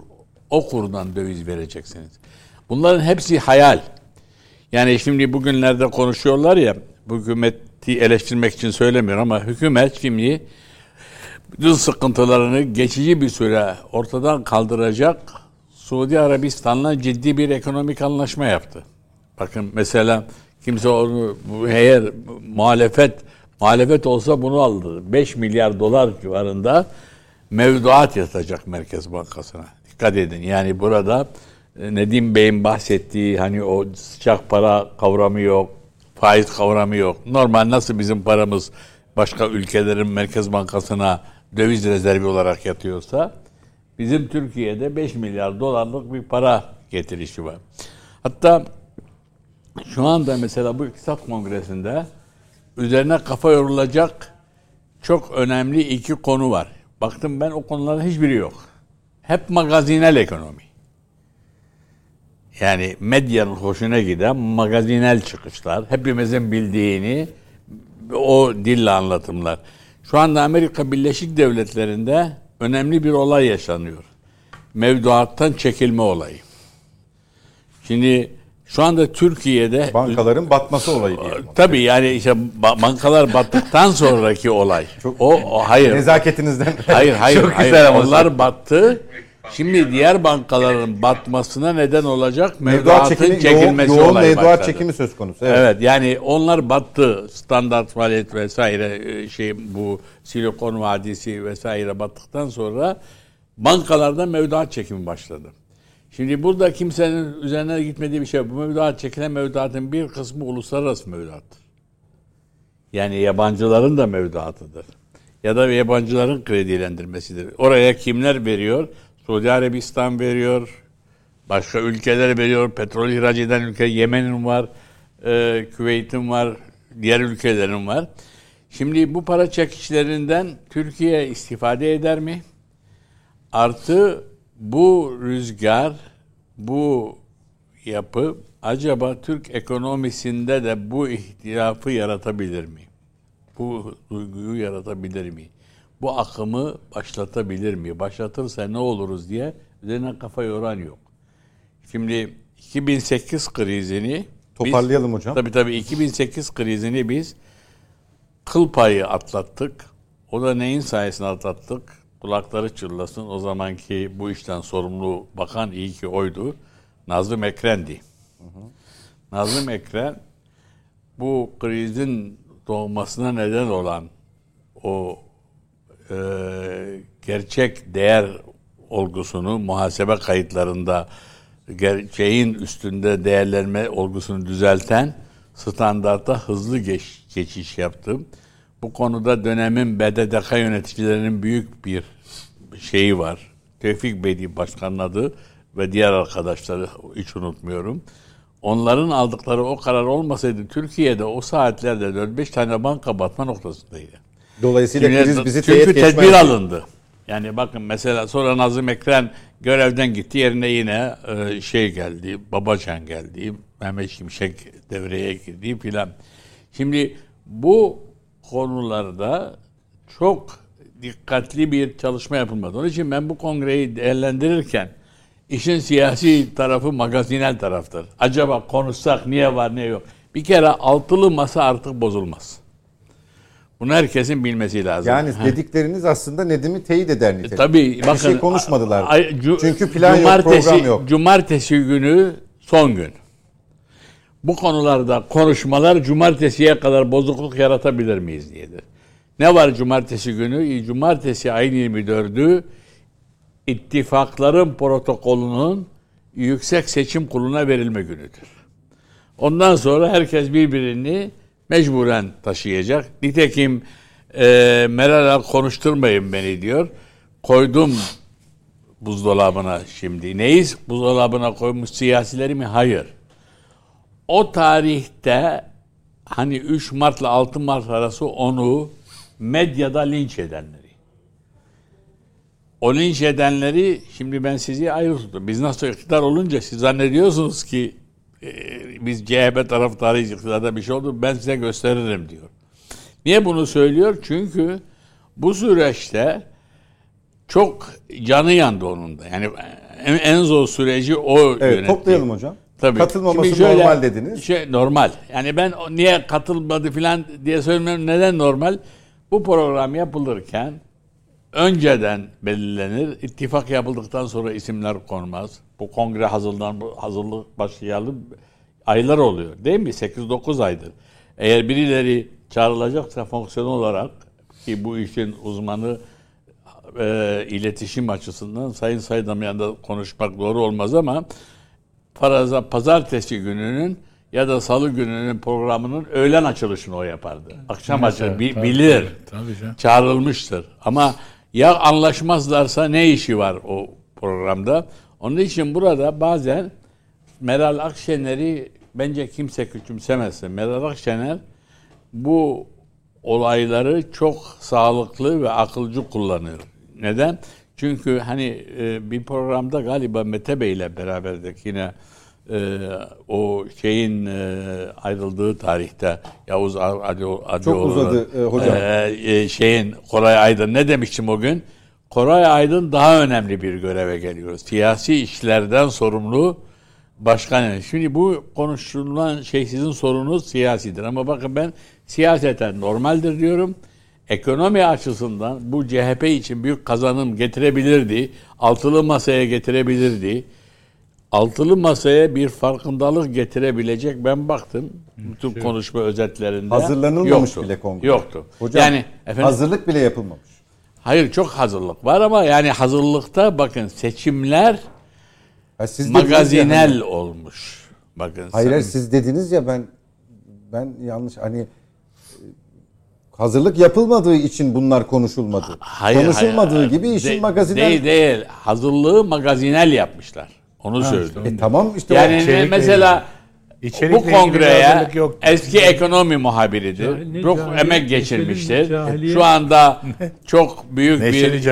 o kurdan döviz vereceksiniz. Bunların hepsi hayal. Yani şimdi bugünlerde konuşuyorlar ya, bu hükümeti eleştirmek için söylemiyorum ama hükümet şimdi bütün sıkıntılarını geçici bir süre ortadan kaldıracak Suudi Arabistan'la ciddi bir ekonomik anlaşma yaptı. Bakın mesela kimse onu eğer muhalefet olsa bunu aldı. 5 milyar dolar civarında mevduat yatacak Merkez Bankası'na. Dikkat edin. Yani burada Nedim Bey'in bahsettiği hani o sıcak para kavramı yok, faiz kavramı yok. Normal nasıl bizim paramız başka ülkelerin Merkez Bankası'na döviz rezervi olarak yatıyorsa bizim Türkiye'de 5 milyar dolarlık bir para getirişi var. Hatta şu anda mesela bu İktisat Kongresi'nde üzerine kafa yorulacak çok önemli 2 konu var. Baktım ben o konuların hiçbiri yok. Hep magazinel ekonomi. Yani medyanın hoşuna giden magazinel çıkışlar, hepimizin bildiğini o dille anlatımlar. Şu anda Amerika Birleşik Devletleri'nde önemli bir olay yaşanıyor. Mevduattan çekilme olayı. Şimdi şu anda Türkiye'de
Bankaların batması olayı diyelim.
Tabii yani işte bankalar battıktan sonraki olay.
Çok,
hayır.
Nezaketinizden.
Hayır.
Çok güzel ama.
Onlar battı. Şimdi diğer bankaların batmasına neden olacak mevduatın çekilmesi
yoğun
olayı
mevduat
başladı.
çekimi söz konusu.
Evet yani onlar battı. Standart Maliyet vesaire bu Silikon Vadisi vesaire battıktan sonra bankalarda mevduat çekimi başladı. Şimdi burada kimsenin üzerine gitmediği bir şey. Bu mevduat çekilen mevduatın bir kısmı uluslararası mevduattır. Yani yabancıların da mevduatıdır. Ya da yabancıların kredilendirmesidir. Oraya kimler veriyor? Suudi Arabistan veriyor. Başka ülkeler veriyor. Petrol ihraç eden ülke Yemen'in var. Küveyt'in var. Diğer ülkelerin var. Şimdi bu para çekişlerinden Türkiye istifade eder mi? Artı bu rüzgar, bu yapı acaba Türk ekonomisinde de bu ihtilafı yaratabilir mi? Bu duyguyu yaratabilir mi? Bu akımı başlatabilir mi? Başlatırsa ne oluruz diye üzerine kafa yoran yok. Şimdi 2008 krizini
Toparlayalım hocam.
Tabii 2008 krizini biz kıl payı atlattık. O da neyin sayesinde atlattık? Kulakları çınlasın. O zamanki bu işten sorumlu bakan iyi ki oydu. Nazım Ekren'di. Nazım Ekren bu krizin doğmasına neden olan o gerçek değer olgusunu muhasebe kayıtlarında gerçeğin üstünde değerlenme olgusunu düzelten standarta hızlı geçiş yaptım. Bu konuda dönemin BDDK yöneticilerinin büyük bir şeyi var. Tevfik Bey başkanın adı ve diğer arkadaşları hiç unutmuyorum. Onların aldıkları o karar olmasaydı Türkiye'de o saatlerde 4-5 tane banka batma noktasındaydı.
Dolayısıyla kriz bizi teyit
çünkü
geçmez.
tedbir alındı. Yani bakın mesela sonra Nazım Ekren görevden gitti, yerine yine geldi, Babacan geldi, Mehmet Şimşek devreye girdi filan. Şimdi bu konularda çok dikkatli bir çalışma yapılmadı. Onun için ben bu kongreyi değerlendirirken işin siyasi tarafı magazinel taraftır. Acaba konuşsak niye var ne yok. Bir kere altılı masa artık bozulmaz. Bunu herkesin bilmesi lazım.
Yani dedikleriniz aslında Nedim'i teyit eder nitelikte.
Tabii bakın.
Bir şey konuşmadılar. Çünkü plan yok, program yok.
Cumartesi günü son gün. Bu konularda konuşmalar cumartesiye kadar bozukluk yaratabilir miyiz diyedir. Ne var cumartesi günü? Cumartesi ayın 24'ü ittifakların protokolünün Yüksek Seçim Kurulu'na verilme günüdür. Ondan sonra herkes birbirini mecburen taşıyacak. Nitekim Meral konuşturmayın beni diyor. Koydum buzdolabına şimdi. Neyiz? Buzdolabına koymuş siyasileri mi? Hayır. O tarihte hani 3 Mart'la 6 Mart arası onu medyada linç edenleri. O linç edenleri şimdi ben sizi ayrı tuttum. Biz nasıl iktidar olunca siz zannediyorsunuz ki biz CHP taraftarıyız, iktidarda bir şey oldu, ben size gösteririm diyor. Niye bunu söylüyor? Çünkü bu süreçte çok canı yandı onun da. Yani en zor süreci o yönetti.
Toplayalım hocam.
Tabii.
Katılmaması normal dediniz.
Normal. Yani ben niye katılmadı falan diye söylemiyorum. Neden normal? Bu program yapılırken önceden belirlenir. İttifak yapıldıktan sonra isimler konmaz. Bu kongre hazırlık başlayalı aylar oluyor. Değil mi? 8-9 aydır. Eğer birileri çağrılacaksa fonksiyon olarak ki bu işin uzmanı iletişim açısından Sayın Saydam'ın yanında konuşmak doğru olmaz ama pazartesi gününün ya da salı gününün programının öğlen açılışını o yapardı. Akşam açılır. Bilir.
Tabii.
Çağrılmıştır. Ama ya anlaşmazlarsa ne işi var o programda? Onun için burada bazen Meral Akşener'i bence kimse küçümsemesin. Meral Akşener bu olayları çok sağlıklı ve akılcı kullanıyor. Neden? Çünkü hani bir programda galiba Mete Bey ile beraberdik yine o şeyin ayrıldığı tarihte Yavuz Adıoğlu'nun
çok uzadı hocam.
Koray Aydın ne demiştim o gün? Koray Aydın daha önemli bir göreve geliyor. Siyasi işlerden sorumlu başkan. Şimdi bu konuşulan şey sizin sorunuz siyasidir ama bakın ben siyaseten normaldir diyorum. Ekonomi açısından bu CHP için büyük kazanım getirebilirdi. Altılı masaya getirebilirdi. Altılı masaya bir farkındalık getirebilecek ben baktım bütün konuşma özetlerinde
hazırlanılmamış bile kongre.
Yoktu.
Hocam
yani
hazırlık bile yapılmamış.
Hayır çok hazırlık var ama yani hazırlıkta bakın seçimler magazinel olmuş. Bakın.
Hayır siz dediniz ya ben yanlış hani hazırlık yapılmadığı için bunlar konuşulmadı. Konuşulmadığı gibi işin magazinel
değil. Hazırlığı magazinel yapmışlar. Onu söylüyorum.
Tamam işte
yani mesela bu kongreye eski ekonomi muhabiridir. Çok emek geçirmiştir. Şu anda çok büyük bir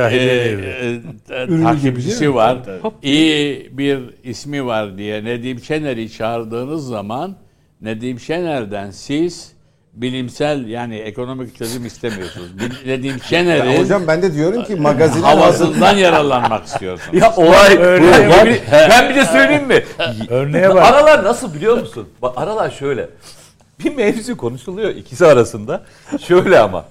takipçisi var. İyi bir ismi var diye Nedim Şener'i çağırdığınız zaman Nedim Şener'den siz bilimsel yani ekonomik çözüm istemiyorsunuz. Nedim Şener'in
hocam ben de diyorum ki magazin
havasından yararlanmak istiyorsunuz.
Ya olay ben bir de söyleyeyim mi?
Örneğe bak.
Aralar nasıl biliyor musun? Aralar şöyle. Bir mevzu konuşuluyor ikisi arasında. Şöyle ama.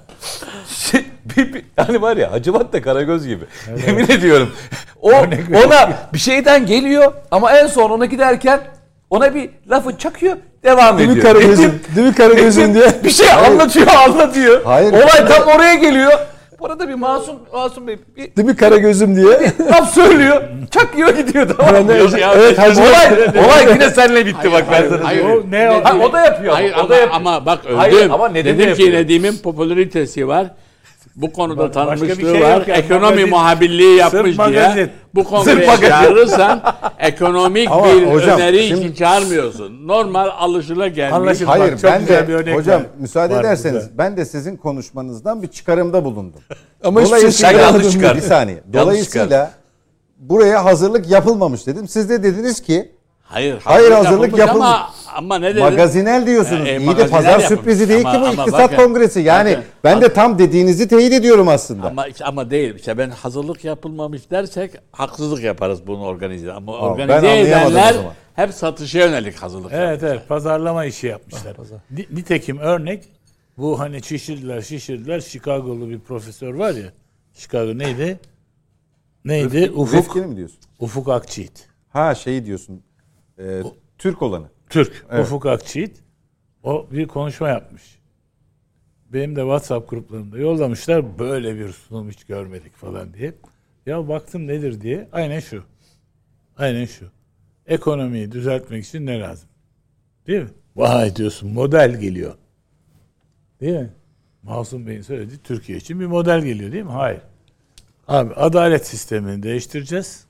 Hani var ya Hacivat da Karagöz gibi. Evet. Yemin ediyorum. Ona bir şeyden geliyor ama en son ona giderken ona bir lafı çakıyor. Devam ediyor.
Değil mi Karagöz'ün diye.
Bir şey anlatıyor.
Hayır.
Olay tam oraya geliyor. Bu arada bir Masum Bey.
Değil mi Karagöz'üm diye.
Laf söylüyor. Çakıyor gidiyor. Tamam.
Evet.
Olay yine seninle bitti bak ben sana.
Hayır.
O da yapıyor.
Hayır,
o da yapıyor.
Ama bak öldüm.
Hayır, ama
dedim ki Nedim'in popülaritesi var. Bu konuda tanınmışlığı şey var. Ekonomi muhabirliği yapmış diye. Bu kongreye çağırırsan ekonomik bir öneri için çağırmıyorsun. Normal alışılagelmiş.
Hayır ben de hocam müsaade ederseniz ben de sizin konuşmanızdan bir çıkarımda bulundum.
Ama
dolayısıyla bir saniye. Dolayısıyla buraya hazırlık yapılmamış dedim. Siz de dediniz ki
Hayır
hazırlık yapılmış.
Ama ne dedin?
Magazinel diyorsunuz. İyi de
magazinel
pazar
yapılmış.
sürprizi değil ki bu
Ama
iktisat
bakın,
kongresi. Yani
bakın,
ben de tam dediğinizi teyit ediyorum aslında.
Ama değil. İşte ben hazırlık yapılmamış dersek haksızlık yaparız bunu organize. Ama
ben
organize
anlayamadım
edenler
o zaman.
hep satışa yönelik hazırlık
Evet
yapmışlar.
evet pazarlama işi yapmışlar. Nitekim örnek bu hani şişirdiler Chicago'lu bir profesör var ya. Chicago neydi?
Rifkin'i mi diyorsun?
Ufuk Akçiğit.
Ha şey diyorsun. Türk olanı.
Türk.
Evet.
Ufuk Akçiğit. O bir konuşma yapmış. Benim de WhatsApp gruplarımda yollamışlar. Böyle bir sunum hiç görmedik falan diye. Ya baktım nedir diye. Aynen şu. Ekonomiyi düzeltmek için ne lazım? Değil mi? Vay diyorsun model geliyor. Değil mi? Masum Bey'in söylediği Türkiye için bir model geliyor değil mi? Hayır. Abi adalet sistemini değiştireceğiz.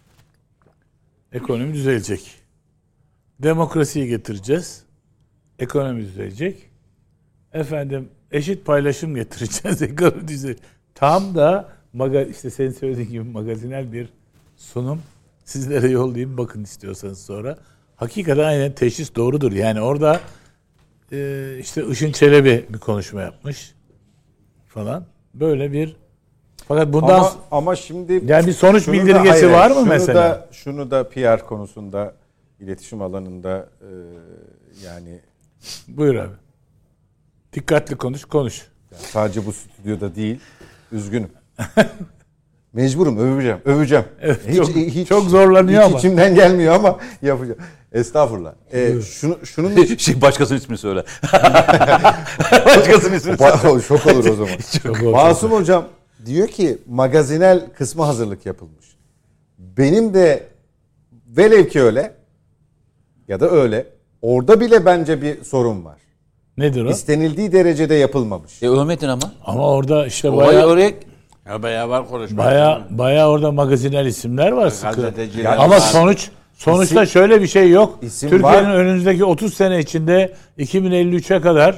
Ekonomi düzelecek. Demokrasiyi getireceğiz. Ekonomi düzelecek. Efendim eşit paylaşım getireceğiz. Ekonomi düzelecek. Tam da işte senin söylediğin gibi magazinel bir sunum. Sizlere yollayayım bakın istiyorsanız sonra. Hakikaten aynen teşhis doğrudur. Yani orada işte Işın Çelebi bir konuşma yapmış falan. Böyle bir fakat bundan
ama şimdi
yani bir sonuç
şunu da-
bildirgesi var mı
şunu
mesela?
Şunu da PR konusunda, iletişim alanında yani
Buyur abi. Dikkatli konuş.
sadece bu stüdyoda değil, üzgünüm. Mecburum, öveceğim.
Evet, çok zorlanıyor
hiç
ama.
içimden gelmiyor ama yapacağım. Estağfurullah. Şunun
Başkasının ismini söyle. Başkasının ismini söyle.
şok olur o zaman. Masum hocam diyor ki magazinel kısmı hazırlık yapılmış. Benim de velev ki öyle ya da öyle. Orada bile bence bir sorun var.
Nedir o?
İstenildiği derecede yapılmamış.
Övmedin ama.
Ama orada işte
Oraya
Ya bayağı var konuşma.
bayağı orada magazinel isimler var sıkı.
Gazeteciler
Ama
var.
sonuçta şöyle bir şey yok.
İsim
Türkiye'nin
var.
önümüzdeki 30 sene içinde 2053'e kadar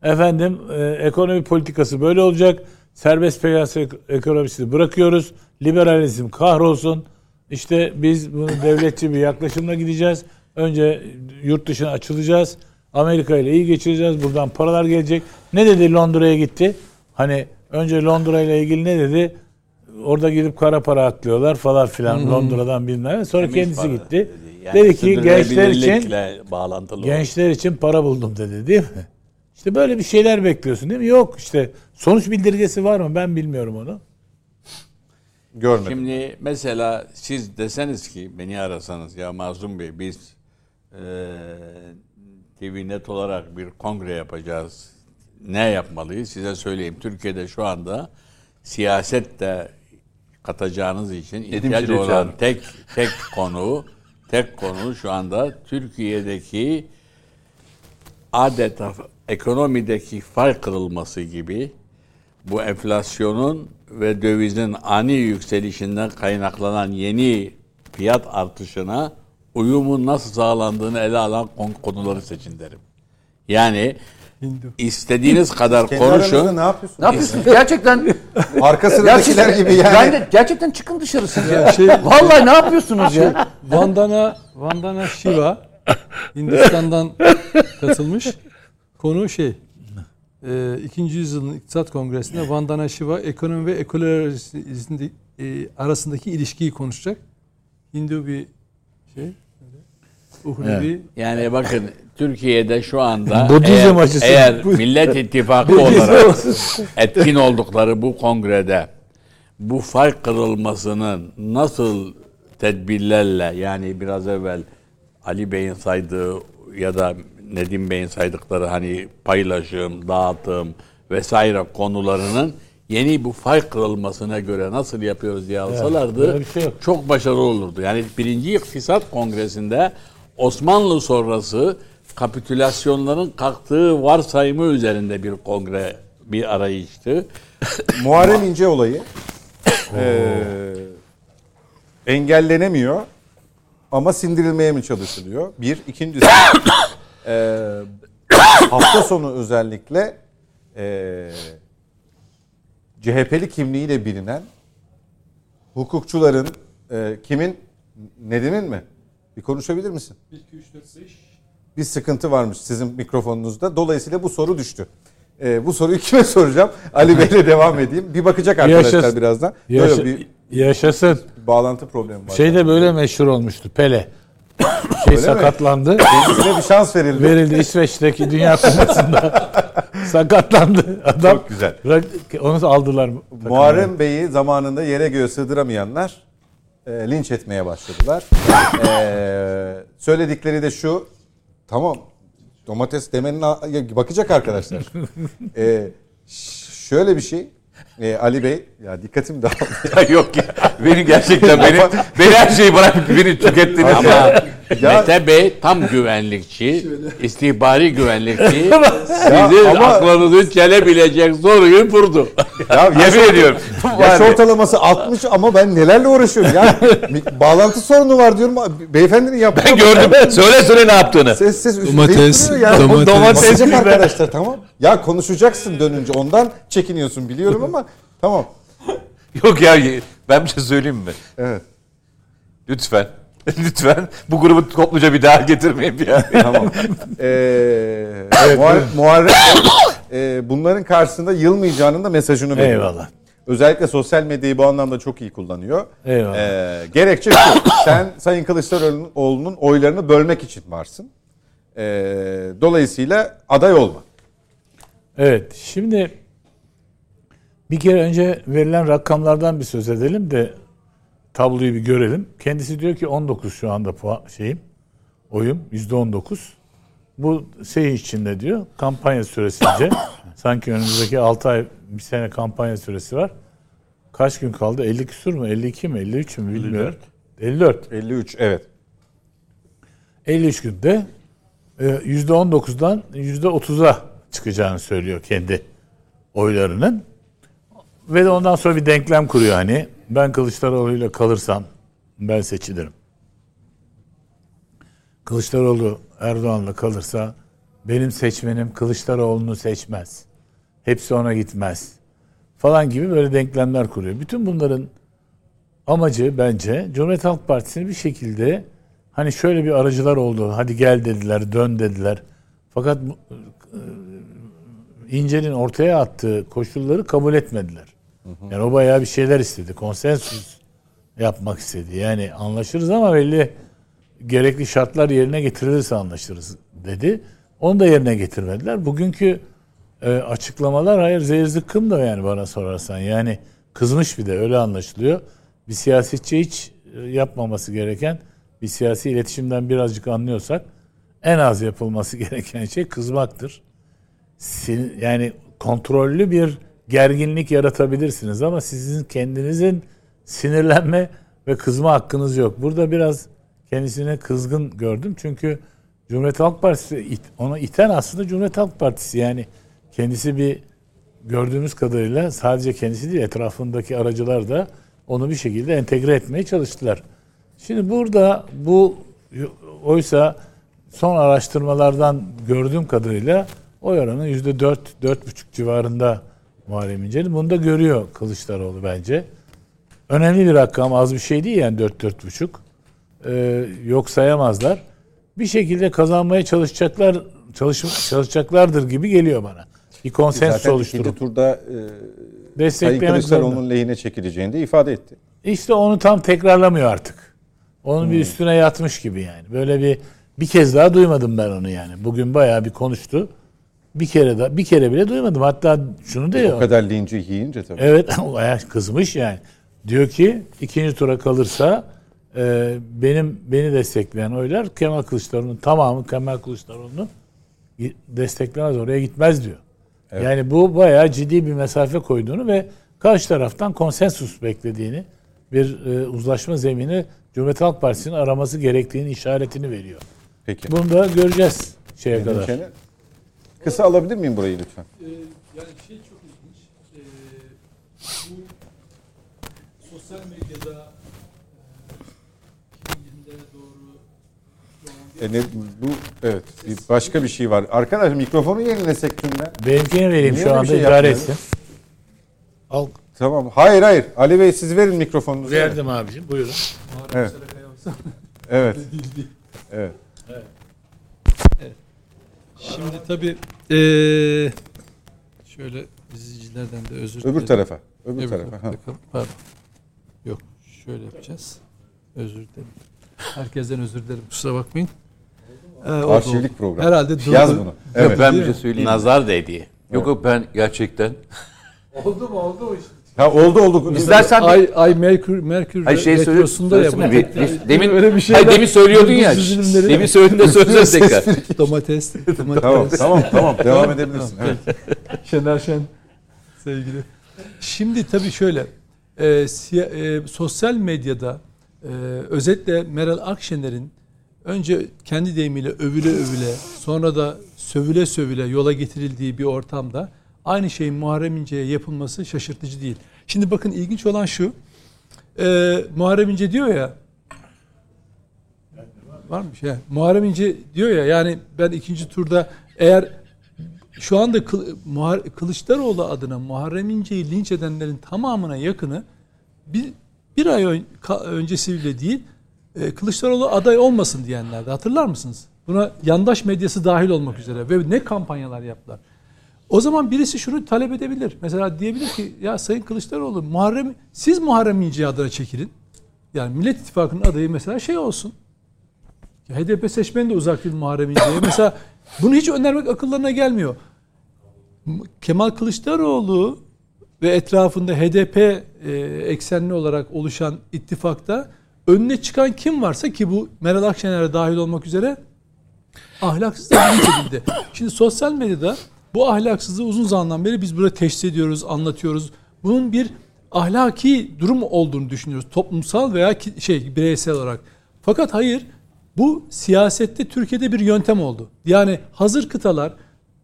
ekonomi politikası böyle olacak. Serbest piyasa ekonomisini bırakıyoruz. Liberalizm kahrolsun. İşte biz bunu devletçi bir yaklaşımla gideceğiz. Önce yurt dışına açılacağız. Amerika ile iyi geçireceğiz. Buradan paralar gelecek. Ne dedi Londra'ya gitti? Hani önce Londra ile ilgili ne dedi? Orada gidip kara para aklıyorlar falan filan Londra'dan bilmem. Sonra kendisi gitti.
Yani
dedi ki
sürdürülebilirlikle bağlantılı.
gençler için para buldum dedi değil mi? İşte böyle bir şeyler bekliyorsun değil mi? Yok işte sonuç bildirgesi var mı? Ben bilmiyorum onu.
Görmedim.
Şimdi mesela siz deseniz ki beni arasanız ya Mazlum Bey biz TVNet olarak bir kongre yapacağız. Ne yapmalıyız? Size söyleyeyim. Türkiye'de şu anda siyasette katacağınız için ihtiyacı olan tek konu şu anda Türkiye'deki adeta ekonomideki fay kırılması gibi bu enflasyonun ve dövizin ani yükselişinden kaynaklanan yeni fiyat artışına uyumun nasıl sağlandığını ele alan konuları seçin derim. Yani istediğiniz kadar
Kendi aranızda
konuşun.
ne yapıyorsunuz?
ne yapıyorsun? Gerçekten
Arka sıradakiler gibi yani.
Ben de gerçekten çıkın dışarı siz ya. Vallahi ne yapıyorsunuz ya?
Vandana Shiva Hindistan'dan katılmış. Konu 2. yüzyılın İktisat Kongresi'nde Vandana Shiva ekonomi ve ekoloji arasındaki ilişkiyi konuşacak. Hindu bir uhrevi.
Yani bakın Türkiye'de şu anda
Budizm açısından.
eğer Millet İttifakı olarak etkin oldukları bu kongrede bu fark kırılmasının nasıl tedbirlerle yani biraz evvel Ali Bey'in saydığı ya da Nedim Bey'in saydıkları hani paylaşım, dağıtım vesaire konularının yeni bu fark kırılmasına göre nasıl yapıyoruz diye alsalardı
bir şey yok.
çok başarılı olurdu. Yani 1. İktisat Kongresi'nde Osmanlı sonrası kapitülasyonların kalktığı varsayımı üzerinde bir kongre, bir arayıştı.
Muharrem İnce olayı engellenemiyor ama sindirilmeye mi çalışılıyor? Bir. İkincisi hafta sonu özellikle CHP'li kimliğiyle bilinen hukukçuların kimin? Nedim'in mi? Bir konuşabilir misin?
1, 2, 3, 4, 5.
bir sıkıntı varmış sizin mikrofonunuzda. Dolayısıyla bu soru düştü. Bu soruyu kime soracağım? Ali Bey'le devam edeyim. Bir bakacak arkadaşlar
Yaşasın.
birazdan.
Yaşasın.
Bağlantı problemi var.
Şey de böyle meşhur olmuştu. Pele. Sakatlandı.
Kendisine bir şans verildi.
Verildi İsveç'teki Dünya Kupası'nda. Sakatlandı. Adam.
Çok güzel.
Onu aldılar.
Muharrem Bey'i zamanında yere göğe sığdıramayanlar linç etmeye başladılar. Söyledikleri de şu. Tamam. Domates demenin bakacak arkadaşlar. Şöyle bir şey. Ali Bey, ya dikkatim dağıldı.
Ya yok ya. Beni gerçekten beni her şeyi bırakıp beni tükettiniz
Ama
ya.
Mete Bey tam güvenlikçi, istihbari güvenlikçi.
Ya
Sizin
ama-
aklınızı çelebilecek soruyu vurdu.
Ya
Yemin ediyorum.
yaş ortalaması 60 ama ben nelerle uğraşıyorum. Ya bağlantı sorunu var diyorum. Beyefendinin yaptığı.
Ben gördüm. Söyle ne yaptığını.
Ses
Domates, domates.
Bakacak arkadaşlar, tamam. Ya konuşacaksın dönünce, ondan çekiniyorsun biliyorum ama tamam.
Yok ya, ben bir şey söyleyeyim mi?
Evet.
Lütfen. Lütfen bu grubu topluca bir daha getirmeyin bir yani.
Tamam. Muharrem bunların karşısında yılmayacağının da mesajını veriyor.
Eyvallah.
Özellikle sosyal medyayı bu anlamda çok iyi kullanıyor.
Eyvallah.
Gerekçe şu, sen Sayın Kılıçdaroğlu'nun oylarını bölmek için varsın. Dolayısıyla aday olma.
Evet. Şimdi bir kere önce verilen rakamlardan bir söz edelim de tabloyu bir görelim. Kendisi diyor ki 19 şu anda oyum %19. Bu içinde diyor kampanya süresince sanki önümüzdeki 6 ay bir sene kampanya süresi var. Kaç gün kaldı? 50 küsur mu? 52 mi? 53 mü? Bilmiyorum. 54.
53 evet.
53 günde %19'dan %30'a çıkacağını söylüyor kendi oylarının. Ve de ondan sonra bir denklem kuruyor hani. Ben Kılıçdaroğlu'yla kalırsam ben seçilirim. Kılıçdaroğlu Erdoğan'la kalırsa benim seçmenim Kılıçdaroğlu'nu seçmez. Hepsi ona gitmez. Falan gibi böyle denklemler kuruyor. Bütün bunların amacı bence Cumhuriyet Halk Partisi'ni bir şekilde hani şöyle bir aracılar oldu. Hadi gel dediler, dön dediler. Fakat İnce'nin ortaya attığı koşulları kabul etmediler. Yani o bayağı bir şeyler istedi. Konsensüs yapmak istedi. Yani anlaşırız ama belli gerekli şartlar yerine getirilirse anlaşırız dedi. Onu da yerine getirmediler. Bugünkü açıklamalar hayır zehir zıkkım da yani bana sorarsan. Yani kızmış bir de öyle anlaşılıyor. Bir siyasetçi hiç yapmaması gereken bir siyasi iletişimden birazcık anlıyorsak en az yapılması gereken şey kızmaktır. Yani kontrollü bir gerginlik yaratabilirsiniz ama sizin kendinizin sinirlenme ve kızma hakkınız yok. Burada biraz kendisine kızgın gördüm. Çünkü Cumhuriyet Halk Partisi onu iten aslında Cumhuriyet Halk Partisi. Yani kendisi bir gördüğümüz kadarıyla sadece kendisi değil etrafındaki aracılar da onu bir şekilde entegre etmeye çalıştılar. Şimdi burada bu oysa son araştırmalardan gördüğüm kadarıyla oy oranı %4-4,5 civarında Muharrem İnce'nin. Bunu da görüyor Kılıçdaroğlu bence. Önemli bir rakam, az bir şey değil yani 4-4,5. Yok sayamazlar. Bir şekilde kazanmaya çalışacaklardır gibi geliyor bana. Bir konsensüs oluşturup.
İkinci turda Sayın
Desteklemek
Kılıçdaroğlu'nun
zorunda.
lehine çekileceğini de ifade etti.
İşte onu tam tekrarlamıyor artık. Onun bir üstüne yatmış gibi yani. Böyle bir kez daha duymadım ben onu yani. Bugün bayağı bir konuştu. Bir kere bile duymadım. Hatta şunu diyor.
O kadar linci yiyince tabii.
Evet, o bayağı kızmış yani. Diyor ki ikinci tura kalırsa beni destekleyen oylar Kemal Kılıçdaroğlu'nun tamamı Kemal Kılıçdaroğlu'nu desteklemez, oraya gitmez diyor. Evet. Yani bu bayağı ciddi bir mesafe koyduğunu ve karşı taraftan konsensus beklediğini, bir uzlaşma zemini Cumhuriyet Halk Partisi'nin araması gerektiğini işaretini veriyor.
Peki.
Bunu da göreceğiz kadar.
Kısa alabilir miyim burayı lütfen?
Yani şey çok ilginç. Bu sosyal medyada 2020'lere doğru
Evet. Başka bir şey var. Arkadaşlar mikrofonu yenilesek kimle?
Benimkine vereyim
Niye
şu
öyle
anda
bir şey
idare
yapmıyoruz?
etsin. Al.
Tamam. Hayır. Ali Bey siz verin mikrofonunuzu.
Verdim abicim. Buyurun.
Evet. Evet. Evet.
Şimdi tabii şöyle izleyicilerden de özür dilerim.
Öbür tarafa. Öbür
Öbür
tarafa.
tarafa bakalım. Pardon. Yok, şöyle yapacağız. Özür dilerim. Herkesten özür dilerim. Kusura bakmayın.
Arşivlik programı.
Herhalde
Yaz
durdu.
bunu. Evet.
Ben bir şey söyleyeyim.
Nazar değdi.
Yok ben gerçekten.
Oldu mu işte.
Ha, oldu.
İstersen
Ay Merkür
Hayır şey
retrosunda ya.
Demin
öyle bir şey.
hayır, demin söylüyordun ya.
Üzülümleri.
Demin söyledin de söyleyeceğiz tekrar.
Domates.
Tamam. Devam edebilirsin. Evet.
Şener Şen sevgili. Şimdi tabii şöyle sosyal medyada özetle Meral Akşener'in önce kendi deyimiyle övüle sonra da sövüle yola getirildiği bir ortamda aynı şeyin Muharrem İnce'ye yapılması şaşırtıcı değil. Şimdi bakın ilginç olan şu, Muharrem İnce diyor ya, var mı bir şey? Muharrem İnce diyor ya, yani ben ikinci turda eğer şu anda Kılıçdaroğlu adına Muharrem İnce'yi linç edenlerin tamamına yakını bir ay öncesi bile değil, Kılıçdaroğlu aday olmasın diyenlerdi. Hatırlar mısınız? Buna yandaş medyası dahil olmak üzere ve ne kampanyalar yaptılar. O zaman birisi şunu talep edebilir. Mesela diyebilir ki ya Sayın Kılıçdaroğlu siz Muharrem İnce adına çekilin. Yani Millet İttifakı'nın adayı mesela şey olsun. HDP seçmeni de uzak değil Muharrem İnce'ye. Mesela bunu hiç önermek akıllarına gelmiyor. Kemal Kılıçdaroğlu ve etrafında HDP eksenli olarak oluşan ittifakta önüne çıkan kim varsa ki bu Meral Akşener'e dahil olmak üzere ahlaksız da linç edildi. Şimdi sosyal medyada bu ahlaksızlığı uzun zamandan beri biz burada teşhis ediyoruz, anlatıyoruz. Bunun bir ahlaki durum olduğunu düşünüyoruz. Toplumsal veya bireysel olarak. Fakat hayır, bu siyasette Türkiye'de bir yöntem oldu. Yani hazır kıtalar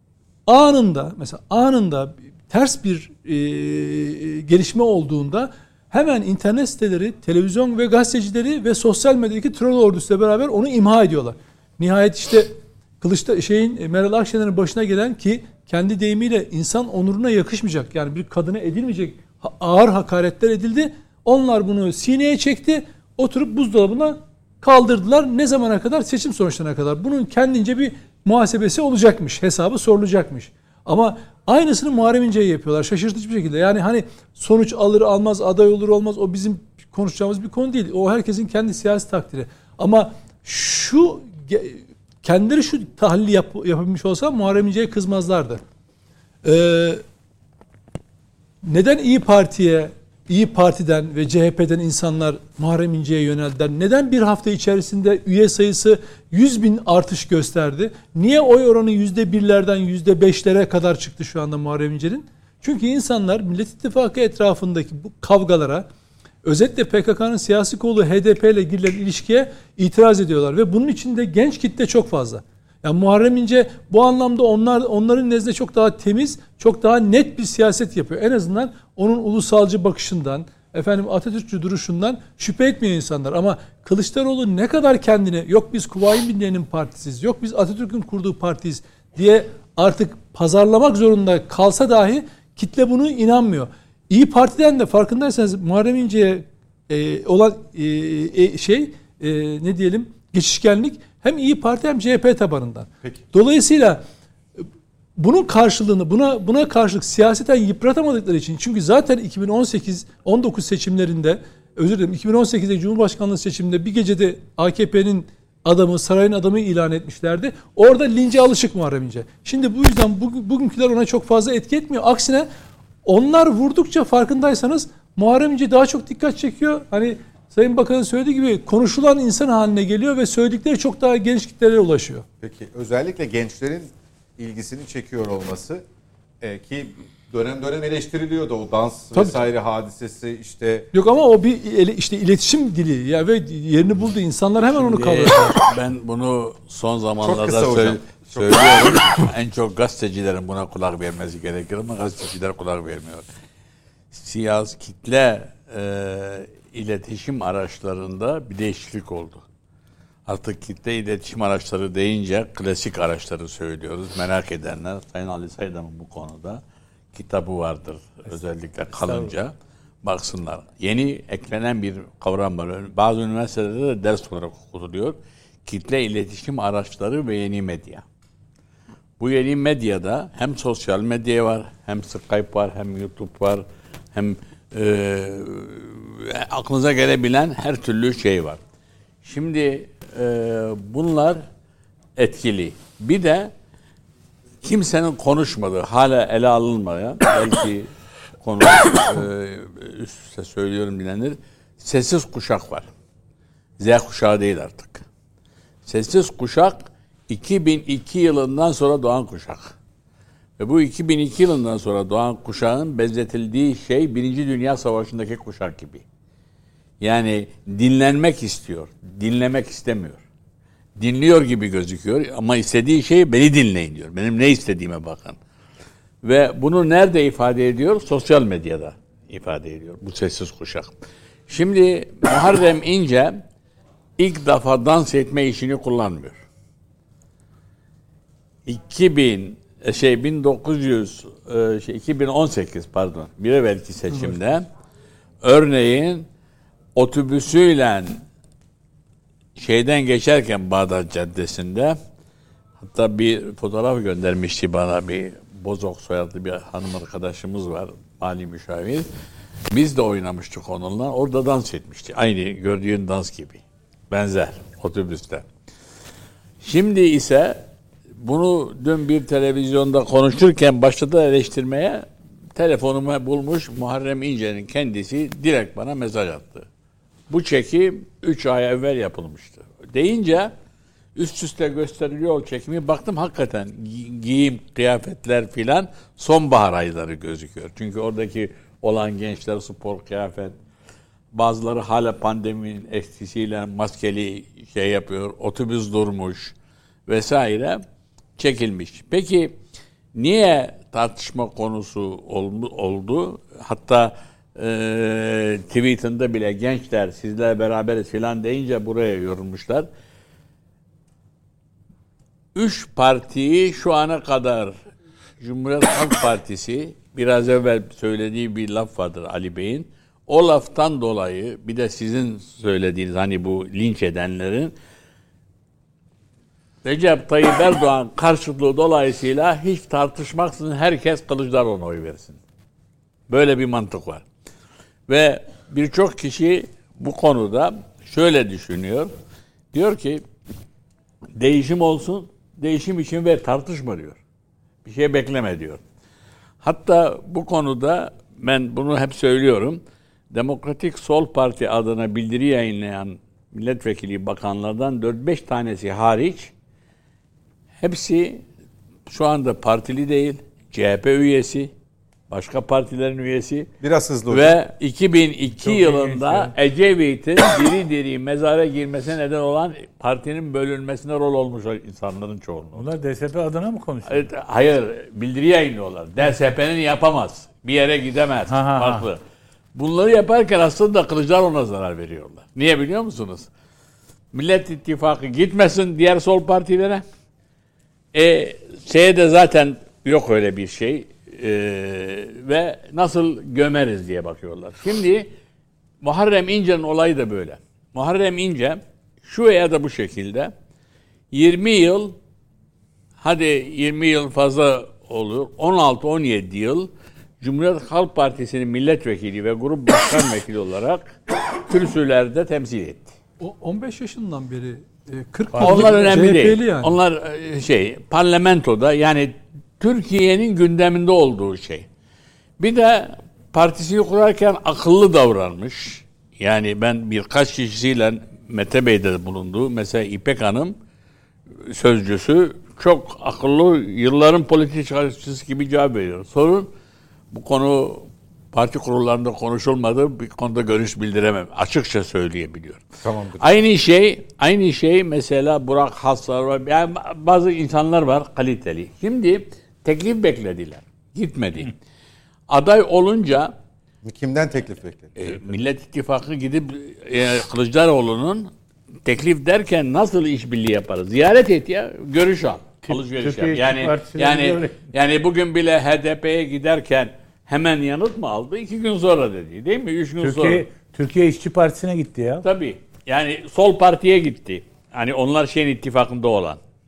anında ters bir gelişme olduğunda hemen internet siteleri, televizyon ve gazetecileri ve sosyal medyadaki troll ordusuyla beraber onu imha ediyorlar. Nihayet işte Meral Akşener'in başına gelen ki kendi deyimiyle insan onuruna yakışmayacak, yani bir kadına edilmeyecek ağır hakaretler edildi. Onlar bunu sineye çekti, oturup buzdolabına kaldırdılar. Ne zamana kadar? Seçim sonuçlarına kadar. Bunun kendince bir muhasebesi olacakmış, hesabı sorulacakmış. Ama aynısını Muharrem İnce'ye yapıyorlar şaşırtıcı bir şekilde. Yani hani sonuç alır almaz, aday olur olmaz, o bizim konuşacağımız bir konu değil. O herkesin kendi siyasi takdiri. Ama kendileri şu tahlili yapabilmiş olsa Muharrem İnce'ye kızmazlardı. Neden İyi Parti'den ve CHP'den insanlar Muharrem İnce'ye yöneldiler? Neden bir hafta içerisinde üye sayısı 100.000 artış gösterdi? Niye oy oranı %1'lerden %5'lere kadar çıktı şu anda Muharrem İnce'nin? Çünkü insanlar Millet İttifakı etrafındaki bu kavgalara, özellikle PKK'nın siyasi kolu HDP ile girilen ilişkiye itiraz ediyorlar ve bunun içinde genç kitle çok fazla. Yani Muharrem İnce bu anlamda onların nezdinde çok daha temiz, çok daha net bir siyaset yapıyor. En azından onun ulusalcı bakışından, Atatürkçü duruşundan şüphe etmiyor insanlar. Ama Kılıçdaroğlu ne kadar kendini yok biz Kuvayi Milliye'nin partisiyiz, yok biz Atatürk'ün kurduğu partiyiz diye artık pazarlamak zorunda kalsa dahi kitle bunu inanmıyor. İyi Parti'den de farkındaysanız Muharrem İnce'ye olan geçişkenlik hem İyi Parti hem CHP tabanından. Peki. Dolayısıyla bunun karşılığını buna karşılık siyaseten yıpratamadıkları için, çünkü zaten 2019 seçimlerinde 2018'de Cumhurbaşkanlığı seçiminde bir gecede AKP'nin sarayın adamı ilan etmişlerdi. Orada lince alışık Muharrem İnce. Şimdi bu yüzden bugünküler ona çok fazla etki etmiyor. Aksine onlar vurdukça farkındaysanız Muharrem İnce daha çok dikkat çekiyor. Hani Sayın Bakan'ın söylediği gibi konuşulan insan haline geliyor ve söyledikleri çok daha geniş kitlelere ulaşıyor.
Peki özellikle gençlerin ilgisini çekiyor olması ki dönem eleştiriliyordu o dans vesaire hadisesi işte.
Yok ama o bir iletişim dili ya ve yerini buldu, insanlar hemen onu kavradı.
Ben bunu son zamanlarda söylüyorum. En çok gazetecilerin buna kulak vermesi gerekir ama gazeteciler kulak vermiyor. Siyasi kitle iletişim araçlarında bir değişiklik oldu. Artık kitle iletişim araçları deyince klasik araçları söylüyoruz. Merak edenler, Sayın Ali Saydam'ın bu konuda kitabı vardır. Özellikle kalınca baksınlar. Yeni eklenen bir kavram var. Bazı üniversitelerde de ders olarak okutuluyor. Kitle iletişim araçları ve yeni medya.
Bu yeni medyada hem sosyal medya var, hem Skype var, hem YouTube var, hem aklınıza gelebilen her türlü şey var. Şimdi bunlar etkili. Bir de kimsenin konuşmadığı, hala ele alınmayan, belki konu üst üste söylüyorum bilenir, sessiz kuşak var. Z kuşağı değil artık. Sessiz kuşak 2002 yılından sonra doğan kuşak. Ve bu 2002 yılından sonra doğan kuşağın benzetildiği şey Birinci Dünya Savaşı'ndaki kuşak gibi. Yani dinlenmek istiyor, dinlemek istemiyor. Dinliyor gibi gözüküyor ama istediği şey beni dinleyin diyor. Benim ne istediğime bakın. Ve bunu nerede ifade ediyor? Sosyal medyada ifade ediyor bu sessiz kuşak. Şimdi Muharrem İnce ilk defa dans etme işini kullanmıyor. 2018 bir evvelki seçimde örneğin otobüsüyle şeyden geçerken Bağdat Caddesi'nde, hatta bir fotoğraf göndermişti bana, bir Bozok soyadlı bir hanım arkadaşımız var, mali müşavir. Biz de oynamıştık onunla. Orada dans etmişti. Aynı gördüğün dans gibi. Benzer otobüste. Şimdi ise bunu dün bir televizyonda konuşurken başladı eleştirmeye. Telefonumu bulmuş, Muharrem İnce'nin kendisi direkt bana mesaj attı. Bu çekim 3 ay evvel yapılmıştı. Deyince üst üste gösteriliyor o çekimi. Baktım hakikaten giyim, kıyafetler filan sonbahar ayları gözüküyor. Çünkü oradaki olan gençler spor kıyafet, bazıları hala pandeminin etkisiyle maskeli şey yapıyor, otobüs durmuş vesaire çekilmiş. Peki niye tartışma konusu oldu? Hatta tweetinde bile gençler sizlerle beraberiz filan deyince buraya yorulmuşlar. 3 partiyi şu ana kadar Cumhuriyet Halk Partisi, biraz evvel söylediği bir laf vardır Ali Bey'in. O laftan dolayı bir de sizin söylediğiniz hani bu linç edenlerin Recep Tayyip Erdoğan karşıtlığı dolayısıyla hiç tartışmaksızın herkes Kılıçdaroğlu'na oy versin. Böyle bir mantık var. Ve birçok kişi bu konuda şöyle düşünüyor. Diyor ki değişim olsun, değişim için ver, tartışma diyor. Bir şey bekleme diyor. Hatta bu konuda ben bunu hep söylüyorum. Demokratik Sol Parti adına bildiri yayınlayan milletvekili bakanlardan 4-5 tanesi hariç hepsi şu anda partili değil, CHP üyesi, başka partilerin üyesi.
Biraz hızlı hocam.
Ve 2002 yılında Ecevit'in diri diri mezara girmesine neden olan partinin bölünmesine rol olmuş insanların çoğunluğu.
Bunlar DSP adına mı konuşuyor?
Hayır, bildiri yayınlıyorlar. DSP'nin yapamaz. Bir yere gidemez. Farklı. Bunları yaparken aslında Kılıçdaroğlu'na zarar veriyorlar. Niye biliyor musunuz? Millet İttifakı gitmesin diğer sol partilere. De zaten yok öyle bir şey. Ve nasıl gömeriz diye bakıyorlar. Şimdi Muharrem İnce'nin olayı da böyle. Muharrem İnce şu veya da bu şekilde 20 yıl, hadi 20 yıl fazla olur, 16-17 yıl Cumhuriyet Halk Partisi'nin milletvekili ve grup başkan vekili olarak kürsülerde temsil etti.
O 15 yaşından beri 40
Onlar önemli değil.
Yani.
Onlar parlamentoda, yani Türkiye'nin gündeminde olduğu şey. Bir de partisini kurarken akıllı davranmış. Yani ben birkaç kişisiyle Mete Bey'de bulundu. Mesela İpek Hanım sözcüsü çok akıllı, yılların politikacısı gibi cevap veriyor. Sorun, bu konu parti kurullarında konuşulmadı, bir konuda görüş bildiremem. Açıkça söyleyebiliyor.
Tamamdır.
Aynı şey mesela Burak Haslar var. Yani bazı insanlar var kaliteli. Şimdi teklif beklediler. Gitmedi. Aday olunca
Kimden teklif bekledi?
Millet İttifakı gidip Kılıçdaroğlu'nun teklif derken nasıl işbirliği yaparız? Ziyaret et ya, görüş al. Alışveriş yap. Yani bugün bile HDP'ye giderken hemen yanıt mı aldı? 2 gün sonra dedi. Değil mi? 3 gün sonra.
Türkiye İşçi Partisi'ne gitti ya.
Tabii. Yani sol partiye gitti. Hani onlar şeyin ittifakında olan.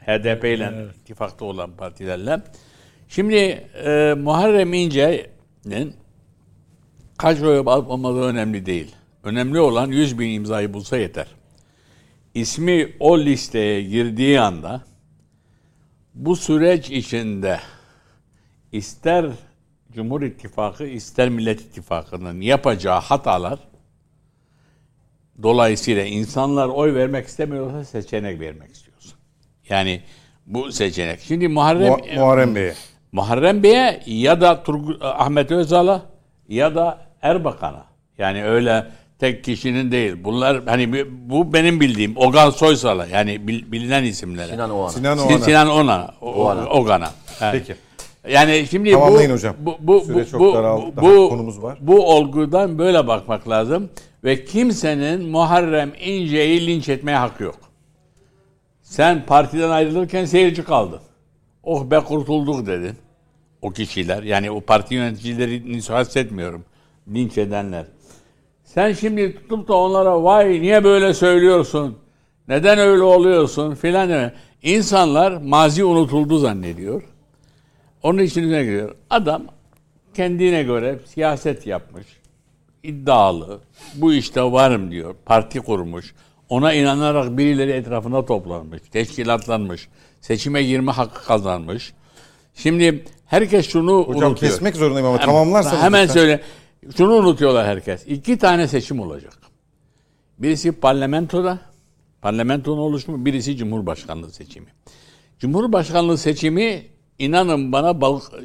HDP ile ittifakta olan partilerle. Şimdi Muharrem İnce'nin kaç oy almadığı önemli değil. Önemli olan 100.000 imzayı bulsa yeter. İsmi o listeye girdiği anda bu süreç içinde ister Cumhur İttifakı ister Millet İttifakı'nın yapacağı hatalar dolayısıyla insanlar oy vermek istemiyorsa seçenek vermek istiyorsun. Yani bu seçenek. Şimdi Muharrem Bey'e ya da Ahmet Özal'a ya da Erbakan'a. Yani öyle tek kişinin değil. Bunlar hani bu benim bildiğim Ogan Soysal'a yani bilinen isimlere. Sinan Ogan'a. Yani.
Peki.
Yani şimdi
tamamlayın hocam. Süre çok daraldı. Daha konumuz var.
Bu olgudan böyle bakmak lazım ve kimsenin Muharrem İnce'yi linç etmeye hakkı yok. Sen partiden ayrılırken seyirci kaldın. Oh be kurtulduk dedin. O kişiler yani o parti yöneticilerini hasretmiyorum. Linç edenler. Sen şimdi tutup da onlara vay niye böyle söylüyorsun? Neden öyle oluyorsun filan deme. İnsanlar mazi unutuldu zannediyor. Onun için ne giriyor? Adam kendine göre siyaset yapmış. İddialı. Bu işte varım diyor. Parti kurmuş. Ona inanarak birileri etrafına toplanmış. Teşkilatlanmış. Seçime girme hakkı kazanmış. Şimdi herkes şunu unutuyor.
Hocam kesmek zorundayım ama tamamlarsanız.
Hemen söyle. Şunu unutuyorlar herkes. 2 tane seçim olacak. Birisi parlamentoda. Parlamentonun oluşumu. Birisi Cumhurbaşkanlığı seçimi. Cumhurbaşkanlığı seçimi inanın bana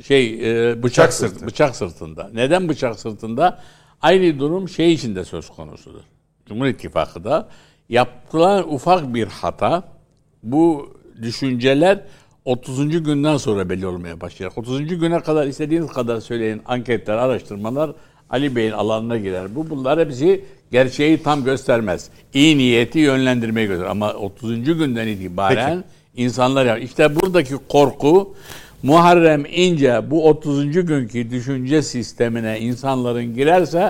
bıçak sırtında. Neden bıçak sırtında? Aynı durum içinde söz konusudur. Cumhur İttifakı'da yapılan ufak bir hata bu düşünceler 30. günden sonra belli olmaya başlayacak. 30. güne kadar istediğiniz kadar söyleyin anketler, araştırmalar Ali Bey'in alanına girer. Bunlar hepsi gerçeği tam göstermez. İyi niyeti yönlendirmeyi gösterir. Ama 30. günden itibaren insanlar işte buradaki korku Muharrem İnce bu 30. günkü düşünce sistemine insanların girerse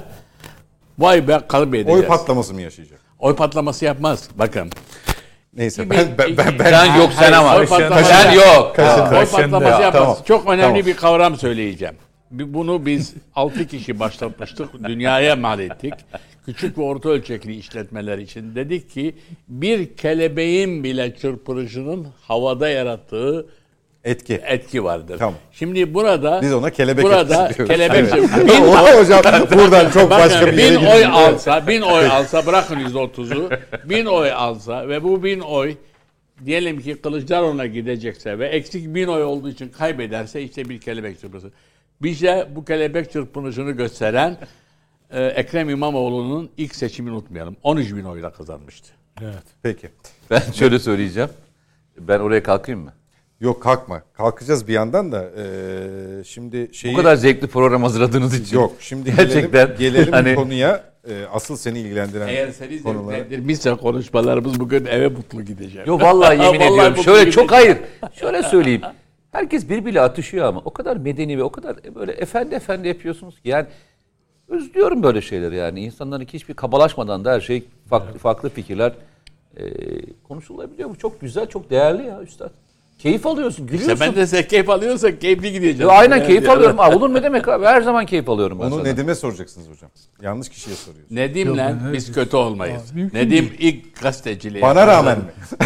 vay be kaybedeceğiz.
Oy patlaması mı yaşayacak?
Oy patlaması yapmaz. Bakın.
Neyse
sen yok sen ama. Sen yok.
Oy patlaması yapmaz.
Tamam.
Çok önemli bir kavram söyleyeceğim. Bunu biz 6 kişi başlatmıştık. Dünyaya mal ettik. Küçük ve orta ölçekli işletmeler için dedik ki bir kelebeğin bile çırpırışının havada yarattığı etki vardır.
Tamam.
Şimdi burada
biz ona kelebek
kelebek
hocam buradan çok başka bir yere
1000 oy alsa bırakın %30'u 1000 oy alsa ve bu 1000 oy diyelim ki Kılıçdaroğlu'na gidecekse ve eksik 1000 oy olduğu için kaybederse işte bir kelebek çırpısı. Bize bu kelebek çırpınışını gösteren Ekrem İmamoğlu'nun ilk seçimini unutmayalım. 13.000 oyla kazanmıştı.
Evet.
Peki.
Ben şöyle söyleyeceğim. Ben oraya kalkayım mı?
Yok kalkma. Kalkacağız bir yandan da şimdi
Bu kadar zevkli program hazırladığınız için.
Yok şimdi
gerçekten
gelelim
hani,
konuya asıl seni ilgilendiren
eğer seni
konulara.
zevklendirmişse konuşmalarımız bugün eve mutlu gideceğim.
Yok vallahi yemin ediyorum. Şöyle çok hayır. Şöyle söyleyeyim. Herkes birbiriyle atışıyor ama o kadar medeni ve o kadar böyle efendi yapıyorsunuz ki yani özlüyorum böyle şeyleri yani. İnsanların hiçbir kabalaşmadan da her şey farklı fikirler konuşulabiliyor. Bu çok güzel, çok değerli ya üstad. Keyif alıyorsun, gülüyorsun.
İşte ben de sen keyif alıyorsan keyifli gideceğim.
Ya aynen keyif alıyorum. Olur mu demek abi? Her zaman keyif alıyorum ben
Onu
sana.
Nedim'e soracaksınız hocam. Yanlış kişiye soruyorsunuz.
Nedim'le biz kötü olmayız. Nedim ilk gazeteciliğe.
Bana rağmen mi?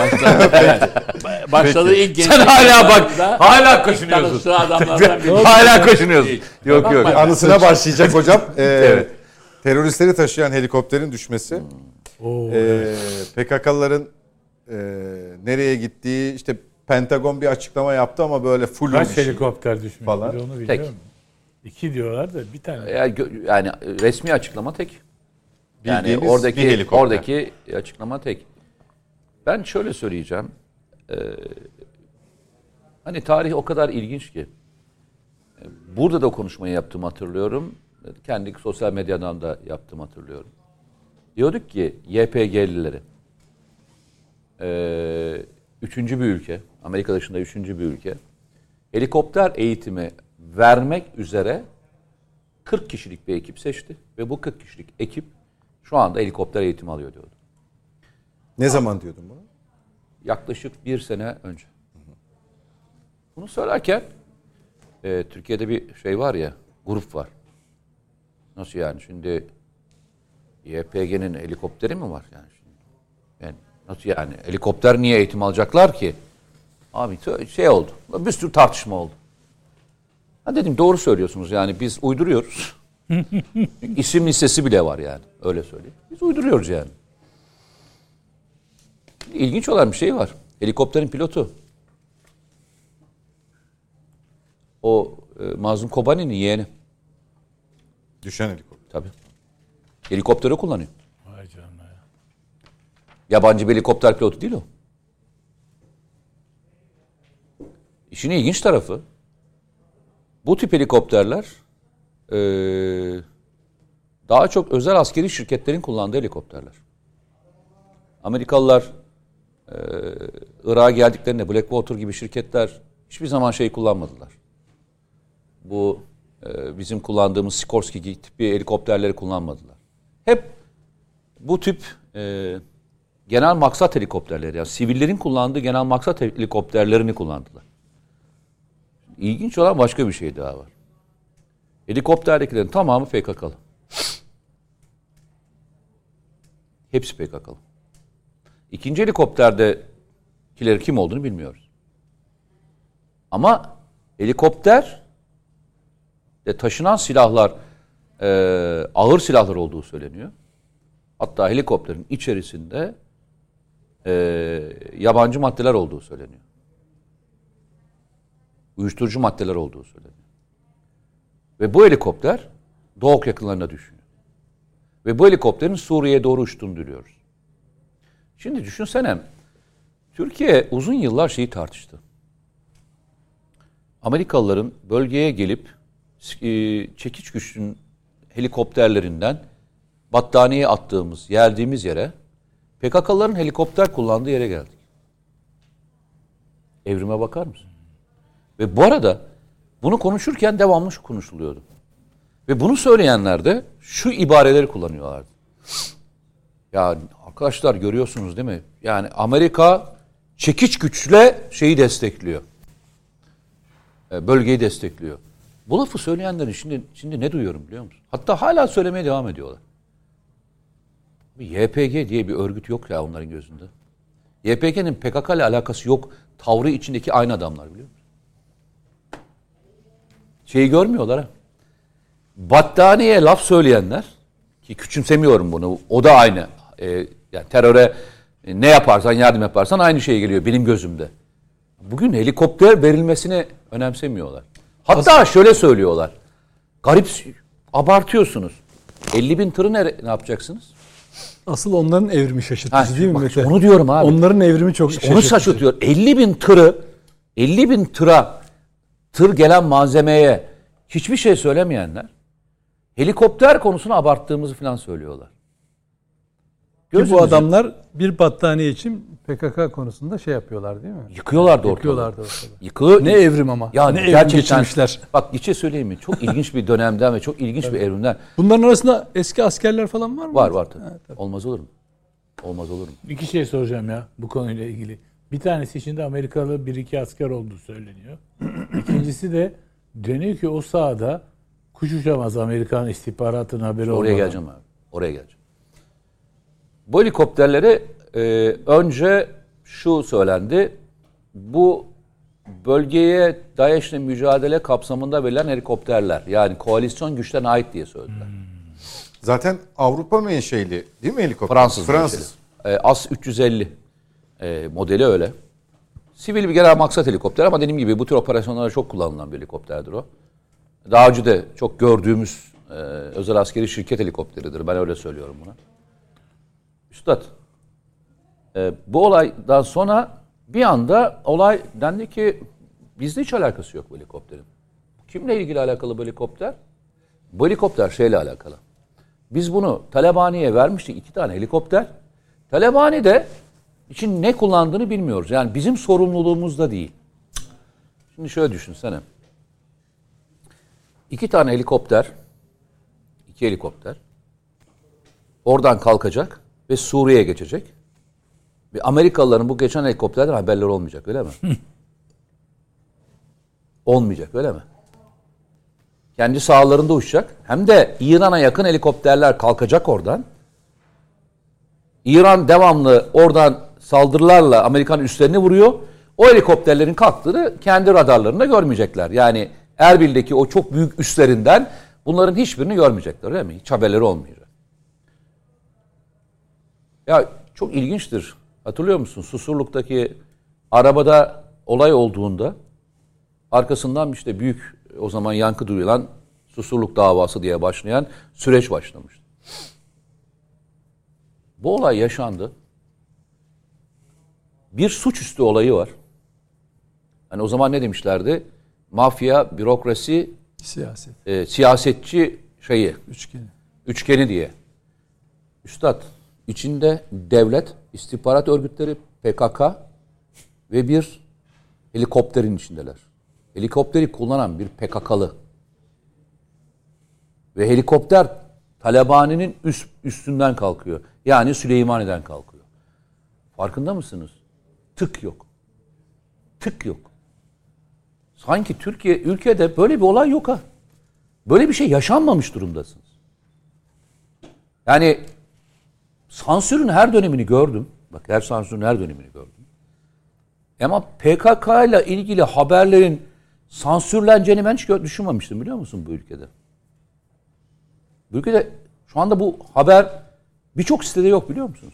Başladı ilk genç.
Sen hala kaşınıyorsun.
Tanıştığı adamlardan biri.
Hala kaşınıyorsun. Yok.
Bir anısına başlayacak hocam.
Evet.
Teröristleri taşıyan helikopterin düşmesi. PKK'lıların nereye gittiği işte Pentagon bir açıklama yaptı ama böyle full
Kaç helikopter düşmüş
falan.
onu biliyor
Tek.
musun? 2 diyorlar da bir tane.
Yani resmi açıklama tek. Yani
Bildiğimiz bir helikopter.
oradaki açıklama tek. Ben şöyle söyleyeceğim. Hani tarih o kadar ilginç ki. Burada da konuşmayı yaptığımı hatırlıyorum. Kendi sosyal medyadan da yaptığımı hatırlıyorum. Diyorduk ki YPG'lileri üçüncü bir ülke, Amerika dışında üçüncü bir ülke, helikopter eğitimi vermek üzere 40 kişilik bir ekip seçti ve bu 40 kişilik ekip şu anda helikopter eğitimi alıyor diyordu.
Ne zaman diyordun bunu?
Yaklaşık bir sene önce. Bunu söylerken Türkiye'de bir şey var ya, grup var. Nasıl yani? Şimdi YPG'nin helikopteri mi var yani? Yani nasıl yani? Helikopter niye eğitim alacaklar ki? Abi şey oldu. Bir sürü tartışma oldu. Ha dedim doğru söylüyorsunuz yani biz uyduruyoruz. İsim listesi bile var yani. Öyle söyleyeyim. Biz uyduruyoruz yani. İlginç olan bir şey var. Helikopterin pilotu. O Mazlum Kobani'nin yeğeni.
Düşen helikopter.
Tabii. Helikopteri kullanıyor.
Vay canına ya.
Yabancı bir helikopter pilotu değil o. İşin ilginç tarafı bu tip helikopterler daha çok özel askeri şirketlerin kullandığı helikopterler. Amerikalılar Irak'a geldiklerinde Blackwater gibi şirketler hiçbir zaman şey kullanmadılar. Bu bizim kullandığımız Sikorsky tipi helikopterleri kullanmadılar. Hep bu tip genel maksat helikopterleri, yani sivillerin kullandığı genel maksat helikopterlerini kullandılar. İlginç olan başka bir şey daha var. Helikopterdekilerin tamamı PKK'lı. Hepsi PKK'lı. İkinci helikopterdekilerin kim olduğunu bilmiyoruz. Ama helikopter de taşınan silahlar ağır silahlar olduğu söyleniyor. Hatta helikopterin içerisinde yabancı maddeler olduğu söyleniyor. Uyuşturucu maddeler olduğu söyleniyor. Ve bu helikopter Doğu yakınlarına düşüyor. Ve bu helikopterin Suriye'ye doğru uçtuğunu duyuyoruz. Şimdi düşünsene, Türkiye uzun yıllar şeyi tartıştı. Amerikalıların bölgeye gelip çekiç güçlünün helikopterlerinden battaniye attığımız, geldiğimiz yere PKK'ların helikopter kullandığı yere geldik. Evrime bakar mısın? Ve bu arada bunu konuşurken devamlı şu konuşuluyordu. Ve bunu söyleyenler de şu ibareleri kullanıyorlardı. Ya arkadaşlar görüyorsunuz değil mi? Yani Amerika çekiç güçle şeyi destekliyor. Bölgeyi destekliyor. Bu lafı söyleyenlerin şimdi ne duyuyorum biliyor musun? Hatta hala söylemeye devam ediyorlar. YPG diye bir örgüt yok ya onların gözünde. YPG'nin PKK ile alakası yok. Tavrı içindeki aynı adamlar biliyor musun? Şeyi görmüyorlar ha. Battaniyeye laf söyleyenler, ki küçümsemiyorum bunu, o da aynı. Yani teröre ne yaparsan, yardım yaparsan aynı şey geliyor benim gözümde. Bugün helikopter verilmesini önemsemiyorlar. Hatta şöyle söylüyorlar. Garip, abartıyorsunuz. 50.000 tırı ne yapacaksınız?
Asıl onların evrimi şaşırtıcı değil mi Mete?
Onu diyorum abi.
Onların evrimi çok şaşırtıcı.
Onu şaşırtıyor. 50.000 tıra tır gelen malzemeye hiçbir şey söylemeyenler helikopter konusunu abarttığımızı falan söylüyorlar.
Ki bu adamlar bir battaniye için PKK konusunda şey yapıyorlar değil mi?
Yıkıyorlardı ortalığı.
Yıkıyorlardı ortalığı. Ne evrim ama.
Ya
ne
evrim
geçirmişler.
Bak bir şey söyleyeyim mi? Çok ilginç bir dönemden ve çok ilginç bir evrimden.
Bunların arasında eski askerler falan var mı?
Var tabii. Olmaz olur mu? Olmaz olur mu?
İki şey soracağım ya bu konuyla ilgili. Bir tanesi içinde Amerikalı 1-2 asker olduğu söyleniyor. İkincisi de deniyor ki o sahada kuş uçamaz Amerikan istihbaratının haberi olmadan.
Oraya geleceğim abi. Oraya geleceğim. Bu helikopterlere önce şu söylendi. Bu bölgeye DAEŞ'le mücadele kapsamında verilen helikopterler. Yani koalisyon güçlerine ait diye söylediler.
Zaten Avrupa menşeli değil mi helikopter?
Fransız. AS-350 modeli öyle. Sivil bir genel maksat helikopter ama dediğim gibi bu tür operasyonlarda çok kullanılan bir helikopterdir o. Daha önce de çok gördüğümüz özel askeri şirket helikopteridir. Ben öyle söylüyorum buna. Üstad, bu olaydan sonra bir anda olay dendi ki bizde hiç alakası yok bu helikopterin. Kimle ilgili alakalı bu helikopter? Bu helikopter şeyle alakalı. Biz bunu Talabani'ye vermiştik 2 tane helikopter. Talabani de için ne kullandığını bilmiyoruz. Yani bizim sorumluluğumuzda değil. Şimdi şöyle düşünsene. 2 tane helikopter, 2 helikopter oradan kalkacak ve Suriye'ye geçecek. Ve Amerikalıların bu geçen helikopterden haberleri olmayacak öyle mi? Olmayacak öyle mi? Kendi sahalarında uçacak. Hem de İran'a yakın helikopterler kalkacak oradan. İran devamlı oradan saldırılarla Amerikan üslerini vuruyor. O helikopterlerin kalktığını kendi radarlarında görmeyecekler. Yani Erbil'deki o çok büyük üslerinden bunların hiçbirini görmeyecekler öyle mi? Hiç haberleri olmayacak. Ya çok ilginçtir. Hatırlıyor musun? Susurluk'taki arabada olay olduğunda arkasından işte büyük o zaman yankı duyulan Susurluk davası diye başlayan süreç başlamıştı. Bu olay yaşandı. Bir suçüstü olayı var. Hani o zaman ne demişlerdi? Mafya, bürokrasi,
Siyaset.
Siyasetçi
Üçgeni.
üçgeni diye. Üstad, içinde devlet, istihbarat örgütleri, PKK ve bir helikopterin içindeler. Helikopteri kullanan bir PKK'lı. Ve helikopter Talabani'nin üstünden kalkıyor. Yani Süleymaniye'den kalkıyor. Farkında mısınız? Tık yok. Tık yok. Sanki ülkede böyle bir olay yok ha. Böyle bir şey yaşanmamış durumdasınız. Yani sansürün her dönemini gördüm. Bak her sansürün her dönemini gördüm. Ama PKK ile ilgili haberlerin sansürleneceğini ben hiç düşünmemiştim biliyor musun bu ülkede? Bu ülkede şu anda bu haber birçok sitede yok biliyor musunuz?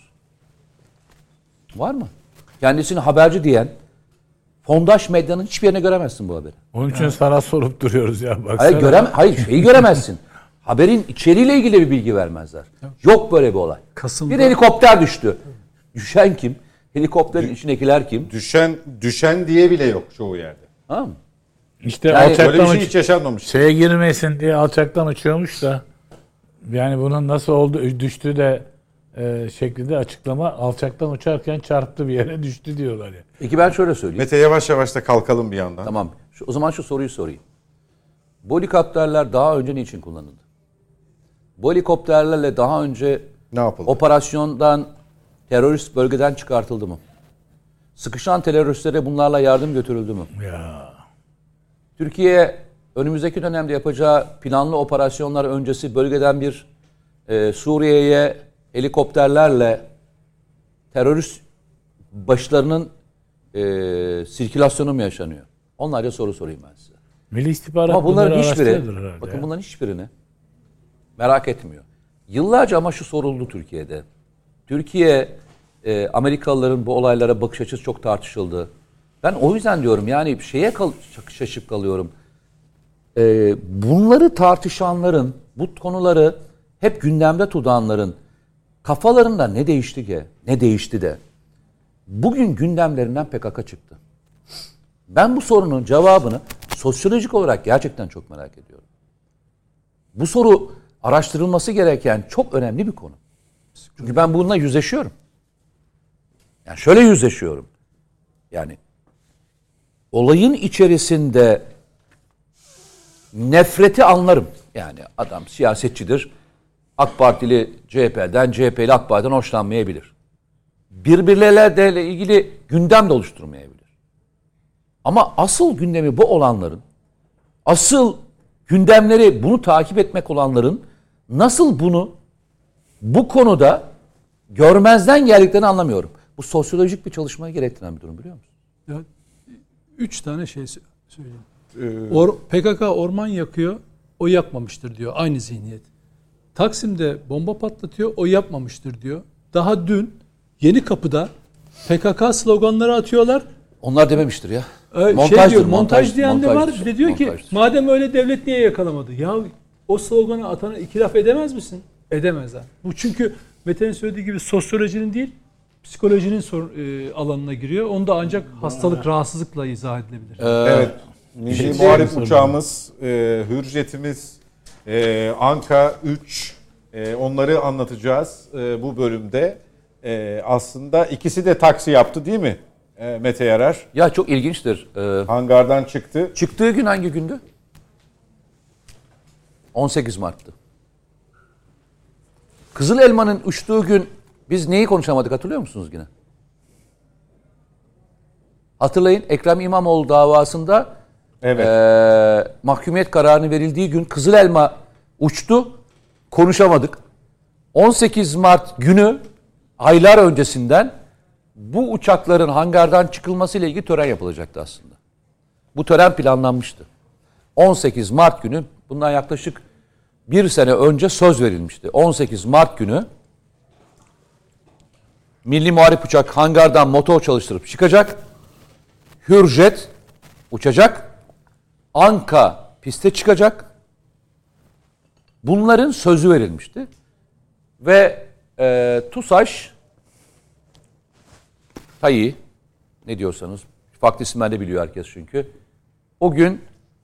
Var mı? Kendisini haberci diyen fondaş medyanın hiçbir yerine göremezsin bu haberi.
Onun için sana sorup duruyoruz ya. Baksana.
Hayır şeyi göremezsin. Haberin içeriğiyle ilgili bir bilgi vermezler. Yok böyle bir olay. Bir helikopter düştü. Düşen kim? Helikopterin içindekiler kim?
Düşen diye bile yok çoğu yerde.
Tamam mı?
İşte
Yani
alçaktan
Böyle bir şey hiç yaşanmamış.
şeye girmesin diye alçaktan uçuyormuş da yani bunun nasıl oldu düştü de şeklinde açıklama alçaktan uçarken çarptı bir yere düştü diyorlar ya.
Peki ben şöyle söyleyeyim.
Mete yavaş yavaş da kalkalım bir yandan.
Tamam. O zaman şu soruyu sorayım. Bu helikopterler daha önce niçin kullanıldı? Bu helikopterlerle daha önce
Ne yapıldı?
operasyondan terörist bölgeden çıkartıldı mı? Sıkışan teröristlere bunlarla yardım götürüldü mü?
Ya.
Türkiye önümüzdeki dönemde yapacağı planlı operasyonlar öncesi bölgeden bir Suriye'ye helikopterlerle terörist başlarının sirkülasyonu mu yaşanıyor? Onlarca soru sorayım ben size.
Milli İstihbarat
Ama bunların hiçbiri,
herhalde
bakın
ya.
bunların hiçbirini merak etmiyor. Yıllarca ama şu soruldu Türkiye'de. Türkiye, Amerikalıların bu olaylara bakış açısı çok tartışıldı. Ben o yüzden diyorum yani şaşıp kalıyorum. Bunları tartışanların, bu konuları hep gündemde tutanların kafalarında ne değişti de bugün gündemlerinden PKK çıktı. Ben bu sorunun cevabını sosyolojik olarak gerçekten çok merak ediyorum. Bu soru araştırılması gereken çok önemli bir konu. Çünkü ben bununla yüzleşiyorum. Yani şöyle yüzleşiyorum. Yani olayın içerisinde nefreti anlarım. Yani adam siyasetçidir. AK Partili CHP'den, CHP'li AK Parti'den hoşlanmayabilir. Birbirleriyle ilgili gündem de oluşturmayabilir. Ama asıl gündemi bu olanların, asıl gündemleri bunu takip etmek olanların nasıl bunu bu konuda görmezden geldiklerini anlamıyorum. Bu sosyolojik bir çalışmaya gerektiren bir durum biliyor musun?
Ya, 3 tane şey söyleyeyim. PKK orman yakıyor, o yapmamıştır diyor. Aynı zihniyet. Taksim'de bomba patlatıyor, o yapmamıştır diyor. Daha dün Yenikapı'da PKK sloganları atıyorlar.
Onlar dememiştir ya.
Montaj diyen de var. Bir de diyor ki
montajdır.
madem öyle devlet niye yakalamadı? Ya o sloganı atana iki laf edemez misin? Edemezler. Bu çünkü Mete'nin söylediği gibi sosyolojinin değil, psikolojinin alanına giriyor. Onu da ancak hastalık, rahatsızlıkla izah edilebilir.
Evet. Milli Muharip uçağımız, Hürjet'imiz, Anka 3 onları anlatacağız bu bölümde. Aslında ikisi de taksi yaptı değil mi Mete Yarar?
Ya çok ilginçtir.
Hangardan çıktı.
Çıktığı gün hangi gündü? 18 Mart'tı. Kızıl Elma'nın uçtuğu gün biz neyi konuşamadık hatırlıyor musunuz yine? Hatırlayın Ekrem İmamoğlu davasında
Evet.
Mahkumiyet kararının verildiği gün Kızıl Elma uçtu. Konuşamadık. 18 Mart günü aylar öncesinden bu uçakların hangardan çıkılmasıyla ilgili tören yapılacaktı aslında. Bu tören planlanmıştı. 18 Mart günü, bundan yaklaşık bir sene önce söz verilmişti. 18 Mart günü Milli Muharip uçak hangardan motor çalıştırıp çıkacak. Hürjet uçacak. Anka piste çıkacak. Bunların sözü verilmişti. Ve TUSAŞ, TAİ, ne diyorsanız, farklı isimlerde biliyor herkes çünkü. O gün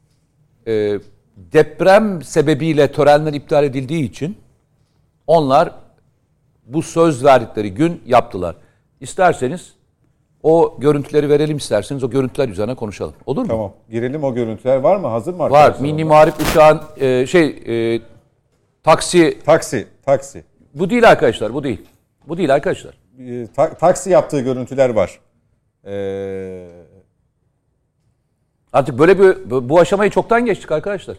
deprem sebebiyle törenler iptal edildiği için onlar bu söz verdikleri gün yaptılar. İsterseniz o görüntüleri verelim, isterseniz o görüntüler üzerine konuşalım. Olur mu?
Tamam. Girelim, o görüntüler var mı? Hazır mı
Var.
arkadaşlar?
Milli Muharip uçağın taksi.
Taksi.
Bu değil arkadaşlar, bu değil. Bu değil arkadaşlar.
Taksi yaptığı görüntüler var.
Artık böyle bu aşamayı çoktan geçtik arkadaşlar.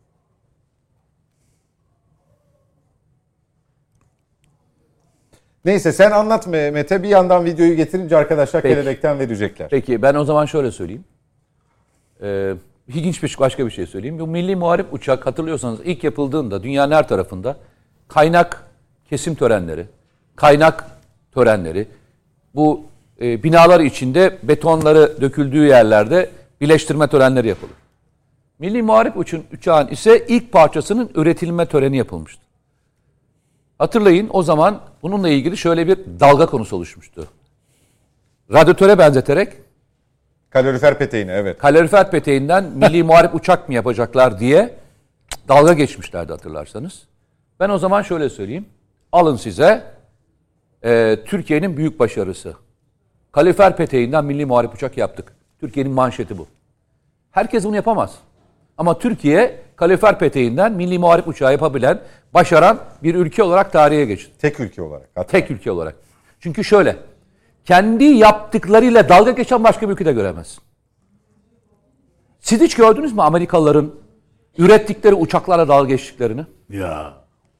Neyse, sen anlat Mete. Bir yandan videoyu getirince arkadaşlar
Peki.
kelebekten verecekler.
Peki ben o zaman şöyle söyleyeyim. İlginç başka bir şey söyleyeyim. Bu Milli Muharip uçak, hatırlıyorsanız ilk yapıldığında dünyanın her tarafında kaynak kesim törenleri, kaynak törenleri, bu binalar içinde betonları döküldüğü yerlerde birleştirme törenleri yapılır. Milli Muharip uçağın ise ilk parçasının üretilme töreni yapılmıştı. Hatırlayın, o zaman bununla ilgili şöyle bir dalga konusu oluşmuştu. Radyatöre benzeterek
Kalorifer peteğini, evet.
kalorifer peteğinden milli muharip uçak mı yapacaklar diye dalga geçmişlerdi hatırlarsanız. Ben o zaman şöyle söyleyeyim. Alın size Türkiye'nin büyük başarısı. Kalorifer peteğinden milli muharip uçak yaptık. Türkiye'nin manşeti bu. Herkes bunu yapamaz. Ama Türkiye kalorifer peteğinden milli muharip uçağı yapabilen, başaran bir ülke olarak tarihe geçti.
Tek ülke olarak. Hatta.
Tek ülke olarak. Çünkü şöyle, kendi yaptıklarıyla dalga geçen başka bir ülke de göremezsin. Siz hiç gördünüz mü Amerikalıların ürettikleri uçaklarla dalga geçtiklerini?
Ya.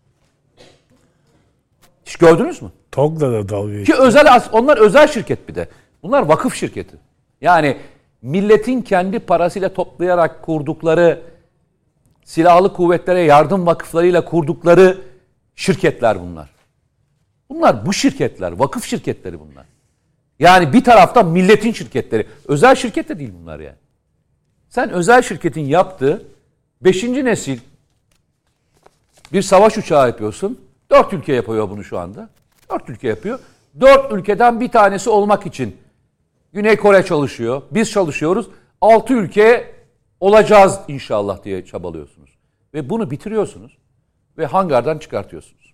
Hiç gördünüz mü?
TOG'la da dalga
Ki
geçti.
onlar özel şirket bir de. Bunlar vakıf şirketi. Yani milletin kendi parasıyla toplayarak kurdukları, silahlı kuvvetlere yardım vakıflarıyla kurdukları şirketler bunlar. Bunlar bu şirketler, vakıf şirketleri bunlar. Yani bir taraftan milletin şirketleri. Özel şirket de değil bunlar yani. Sen özel şirketin yaptığı 5. nesil bir savaş uçağı yapıyorsun. 4 ülke yapıyor bunu şu anda. 4 ülke yapıyor. 4 ülkeden bir tanesi olmak için Güney Kore çalışıyor. Biz çalışıyoruz. 6 ülkeye olacağız inşallah diye çabalıyorsunuz. Ve bunu bitiriyorsunuz. Ve hangardan çıkartıyorsunuz.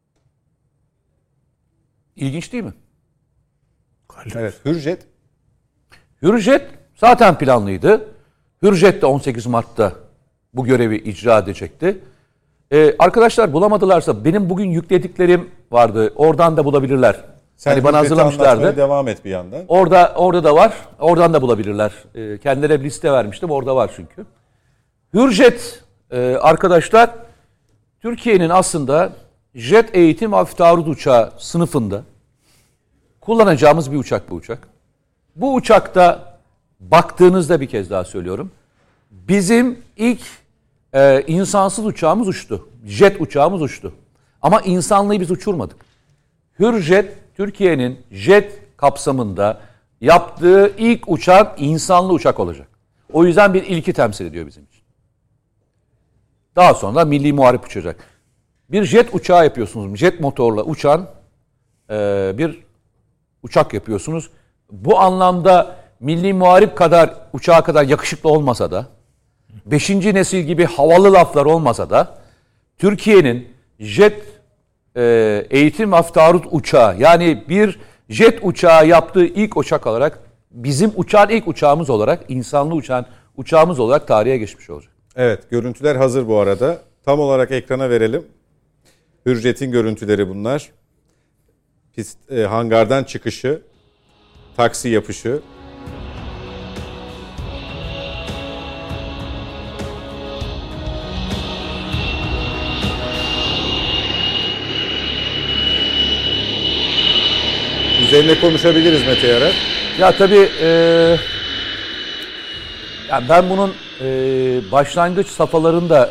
İlginç değil mi?
Evet. Hürjet.
Hürjet zaten planlıydı. Hürjet de 18 Mart'ta bu görevi icra edecekti. Arkadaşlar bulamadılarsa benim bugün yüklediklerim vardı. Oradan da bulabilirler.
Sen
hani bana hazırlamışlardı.
anlatmaya devam et bir yandan.
Orada da var. Oradan da bulabilirler. Kendilerine bir liste vermiştim. Orada var çünkü. Hürjet arkadaşlar Türkiye'nin aslında jet eğitim hafif taarruz uçağı sınıfında kullanacağımız bir uçak bu uçak. Bu uçakta baktığınızda bir kez daha söylüyorum. Bizim ilk insansız uçağımız uçtu. Jet uçağımız uçtu. Ama insanlıyı biz uçurmadık. Hürjet Türkiye'nin jet kapsamında yaptığı ilk uçak insanlı uçak olacak. O yüzden bir ilki temsil ediyor bizim için. Daha sonra milli muharip uçacak. Bir jet uçağı yapıyorsunuz. Jet motorla uçan bir uçak yapıyorsunuz. Bu anlamda milli muharip kadar uçağa kadar yakışıklı olmasa da 5. nesil gibi havalı laflar olmasa da Türkiye'nin jet eğitim hafif taarruz uçağı yani bir jet uçağı yaptığı ilk uçak olarak bizim uçan ilk uçağımız olarak insanlı uçan uçağımız olarak tarihe geçmiş olacak.
Evet, görüntüler hazır bu arada. Tam olarak ekrana verelim. Hürjet'in görüntüleri bunlar. Hangardan çıkışı, taksi yapışı. Seninle konuşabiliriz Mete Yarar.
Ya tabii yani ben bunun başlangıç safhalarında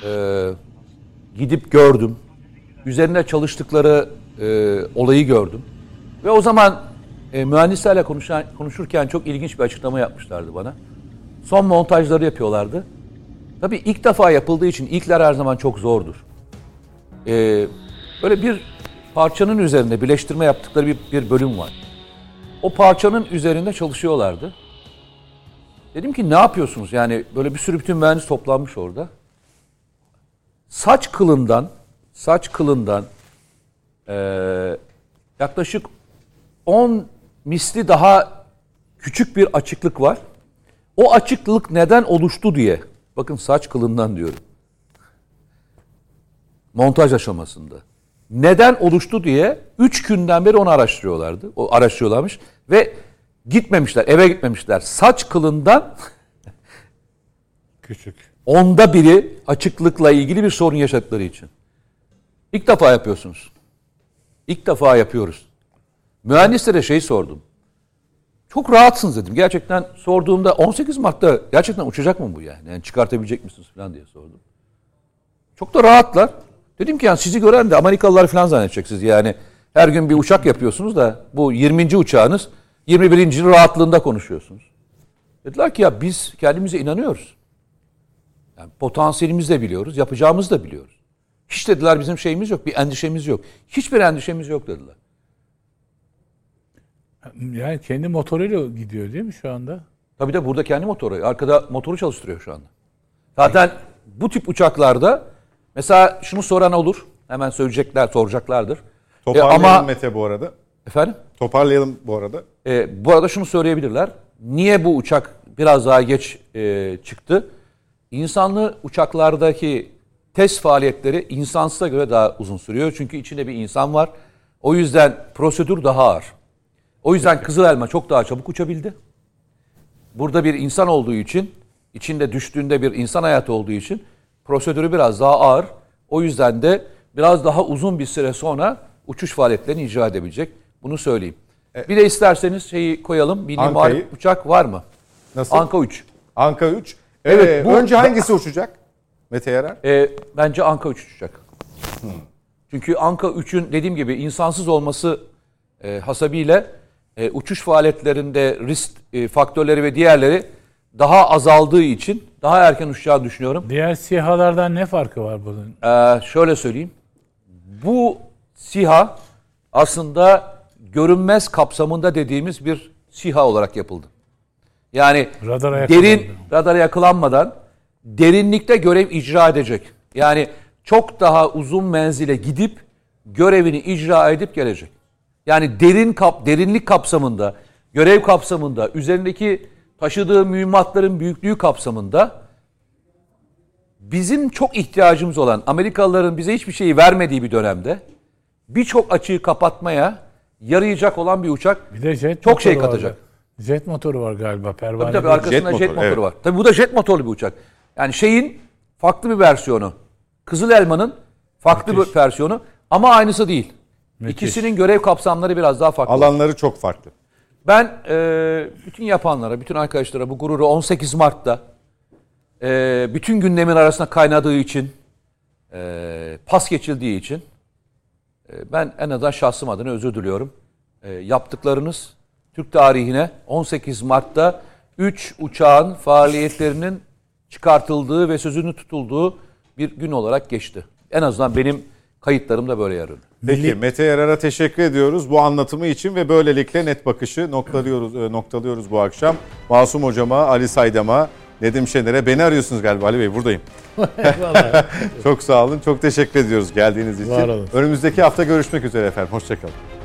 gidip gördüm. Üzerine çalıştıkları olayı gördüm. Ve o zaman mühendislerle konuşurken çok ilginç bir açıklama yapmışlardı bana. Son montajları yapıyorlardı. Tabii ilk defa yapıldığı için ilkler her zaman çok zordur. Böyle bir parçanın üzerinde birleştirme yaptıkları bir bölüm var. O parçanın üzerinde çalışıyorlardı. Dedim ki ne yapıyorsunuz? Yani böyle bir sürü bütün mühendis toplanmış orada. Saç kılından yaklaşık 10 misli daha küçük bir açıklık var. O açıklık neden oluştu diye. Bakın saç kılından diyorum. Montaj aşamasında. Neden oluştu diye 3 günden beri onu araştırıyorlardı. O araştırıyorlarmış ve gitmemişler, eve gitmemişler. Saç kılından
Küçük.
1/10 açıklıkla ilgili bir sorun yaşadıkları için. İlk defa yapıyorsunuz. İlk defa yapıyoruz. Mühendislere sordum. Çok rahatsınız dedim. Gerçekten sorduğumda 18 Mart'ta gerçekten uçacak mı bu yani? Yani çıkartabilecek misiniz falan diye sordum. Çok da rahatlar. Dedim ki yani sizi gören de Amerikalılar falan zannedecek siz yani. Her gün bir uçak yapıyorsunuz da bu 20. uçağınız 21. rahatlığında konuşuyorsunuz. Dediler ki ya biz kendimize inanıyoruz. Yani potansiyelimizi de biliyoruz, yapacağımızı da biliyoruz. Hiç dediler bizim şeyimiz yok, bir endişemiz yok. Hiçbir endişemiz yok dediler.
Yani kendi motoruyla gidiyor değil mi şu anda?
Tabii de burada kendi motoru. Arkada motoru çalıştırıyor şu anda. Zaten bu tip uçaklarda mesela şunu soran olur. Hemen soracaklardır.
Toparlayalım
ama
Mete bu arada.
efendim?
Toparlayalım bu arada.
Bu arada şunu söyleyebilirler. Niye bu uçak biraz daha geç çıktı? İnsanlı uçaklardaki test faaliyetleri insansıza göre daha uzun sürüyor. Çünkü içinde bir insan var. O yüzden prosedür daha ağır. O yüzden Kızıl Elma çok daha çabuk uçabildi. Burada bir insan olduğu için, içinde düştüğünde bir insan hayatı olduğu için prosedürü biraz daha ağır. O yüzden de biraz daha uzun bir süre sonra uçuş faaliyetlerini icra edebilecek. Bunu söyleyeyim. Bir de isterseniz şeyi koyalım. Milli Muharip uçak var mı?
Nasıl?
Anka 3.
Anka 3.
Evet,
Önce hangisi uçacak? Mete Yarar.
Bence Anka 3 uçacak. Çünkü Anka 3'ün dediğim gibi insansız olması hasebiyle uçuş faaliyetlerinde risk faktörleri ve diğerleri daha azaldığı için daha erken uçacağını düşünüyorum.
Diğer SİHA'lardan ne farkı var bunun?
Şöyle söyleyeyim. Bu SİHA aslında görünmez kapsamında dediğimiz bir SİHA olarak yapıldı. Yani radara yakalanmadan derinlikte görev icra edecek. Yani çok daha uzun menzile gidip görevini icra edip gelecek. Yani derinlik kapsamında, görev kapsamında, üzerindeki taşıdığı mühimmatların büyüklüğü kapsamında bizim çok ihtiyacımız olan, Amerikalıların bize hiçbir şeyi vermediği bir dönemde birçok açığı kapatmaya yarayacak olan bir uçak
Bir de jet
çok şey
motoru
katacak.
var. Jet motoru var galiba. Pervane
Tabii arkasında jet motoru var. Tabii bu da jet motorlu bir uçak. Yani şeyin farklı bir versiyonu. Kızıl Elma'nın farklı bir versiyonu ama aynısı değil. İkisinin görev kapsamları biraz daha farklı.
Alanları çok farklı.
Ben bütün yapanlara, bütün arkadaşlara bu gururu 18 Mart'ta bütün gündemin arasında kaynadığı için, pas geçildiği için ben en azından şahsım adına özür diliyorum. Yaptıklarınız Türk tarihine 18 Mart'ta 3 uçağın faaliyetlerinin çıkartıldığı ve sözünü tutulduğu bir gün olarak geçti. En azından benim kayıtlarımda böyle yer alıyor.
Peki Mete Yarar'a teşekkür ediyoruz bu anlatımı için ve böylelikle Net Bakış'ı noktalıyoruz bu akşam. Masum Hocama, Ali Saydam'a, Nedim Şener'e, beni arıyorsunuz galiba Ali Bey, buradayım. Çok sağ olun, çok teşekkür ediyoruz geldiğiniz için.
Var olun.
Önümüzdeki hafta görüşmek üzere efendim, hoşçakalın.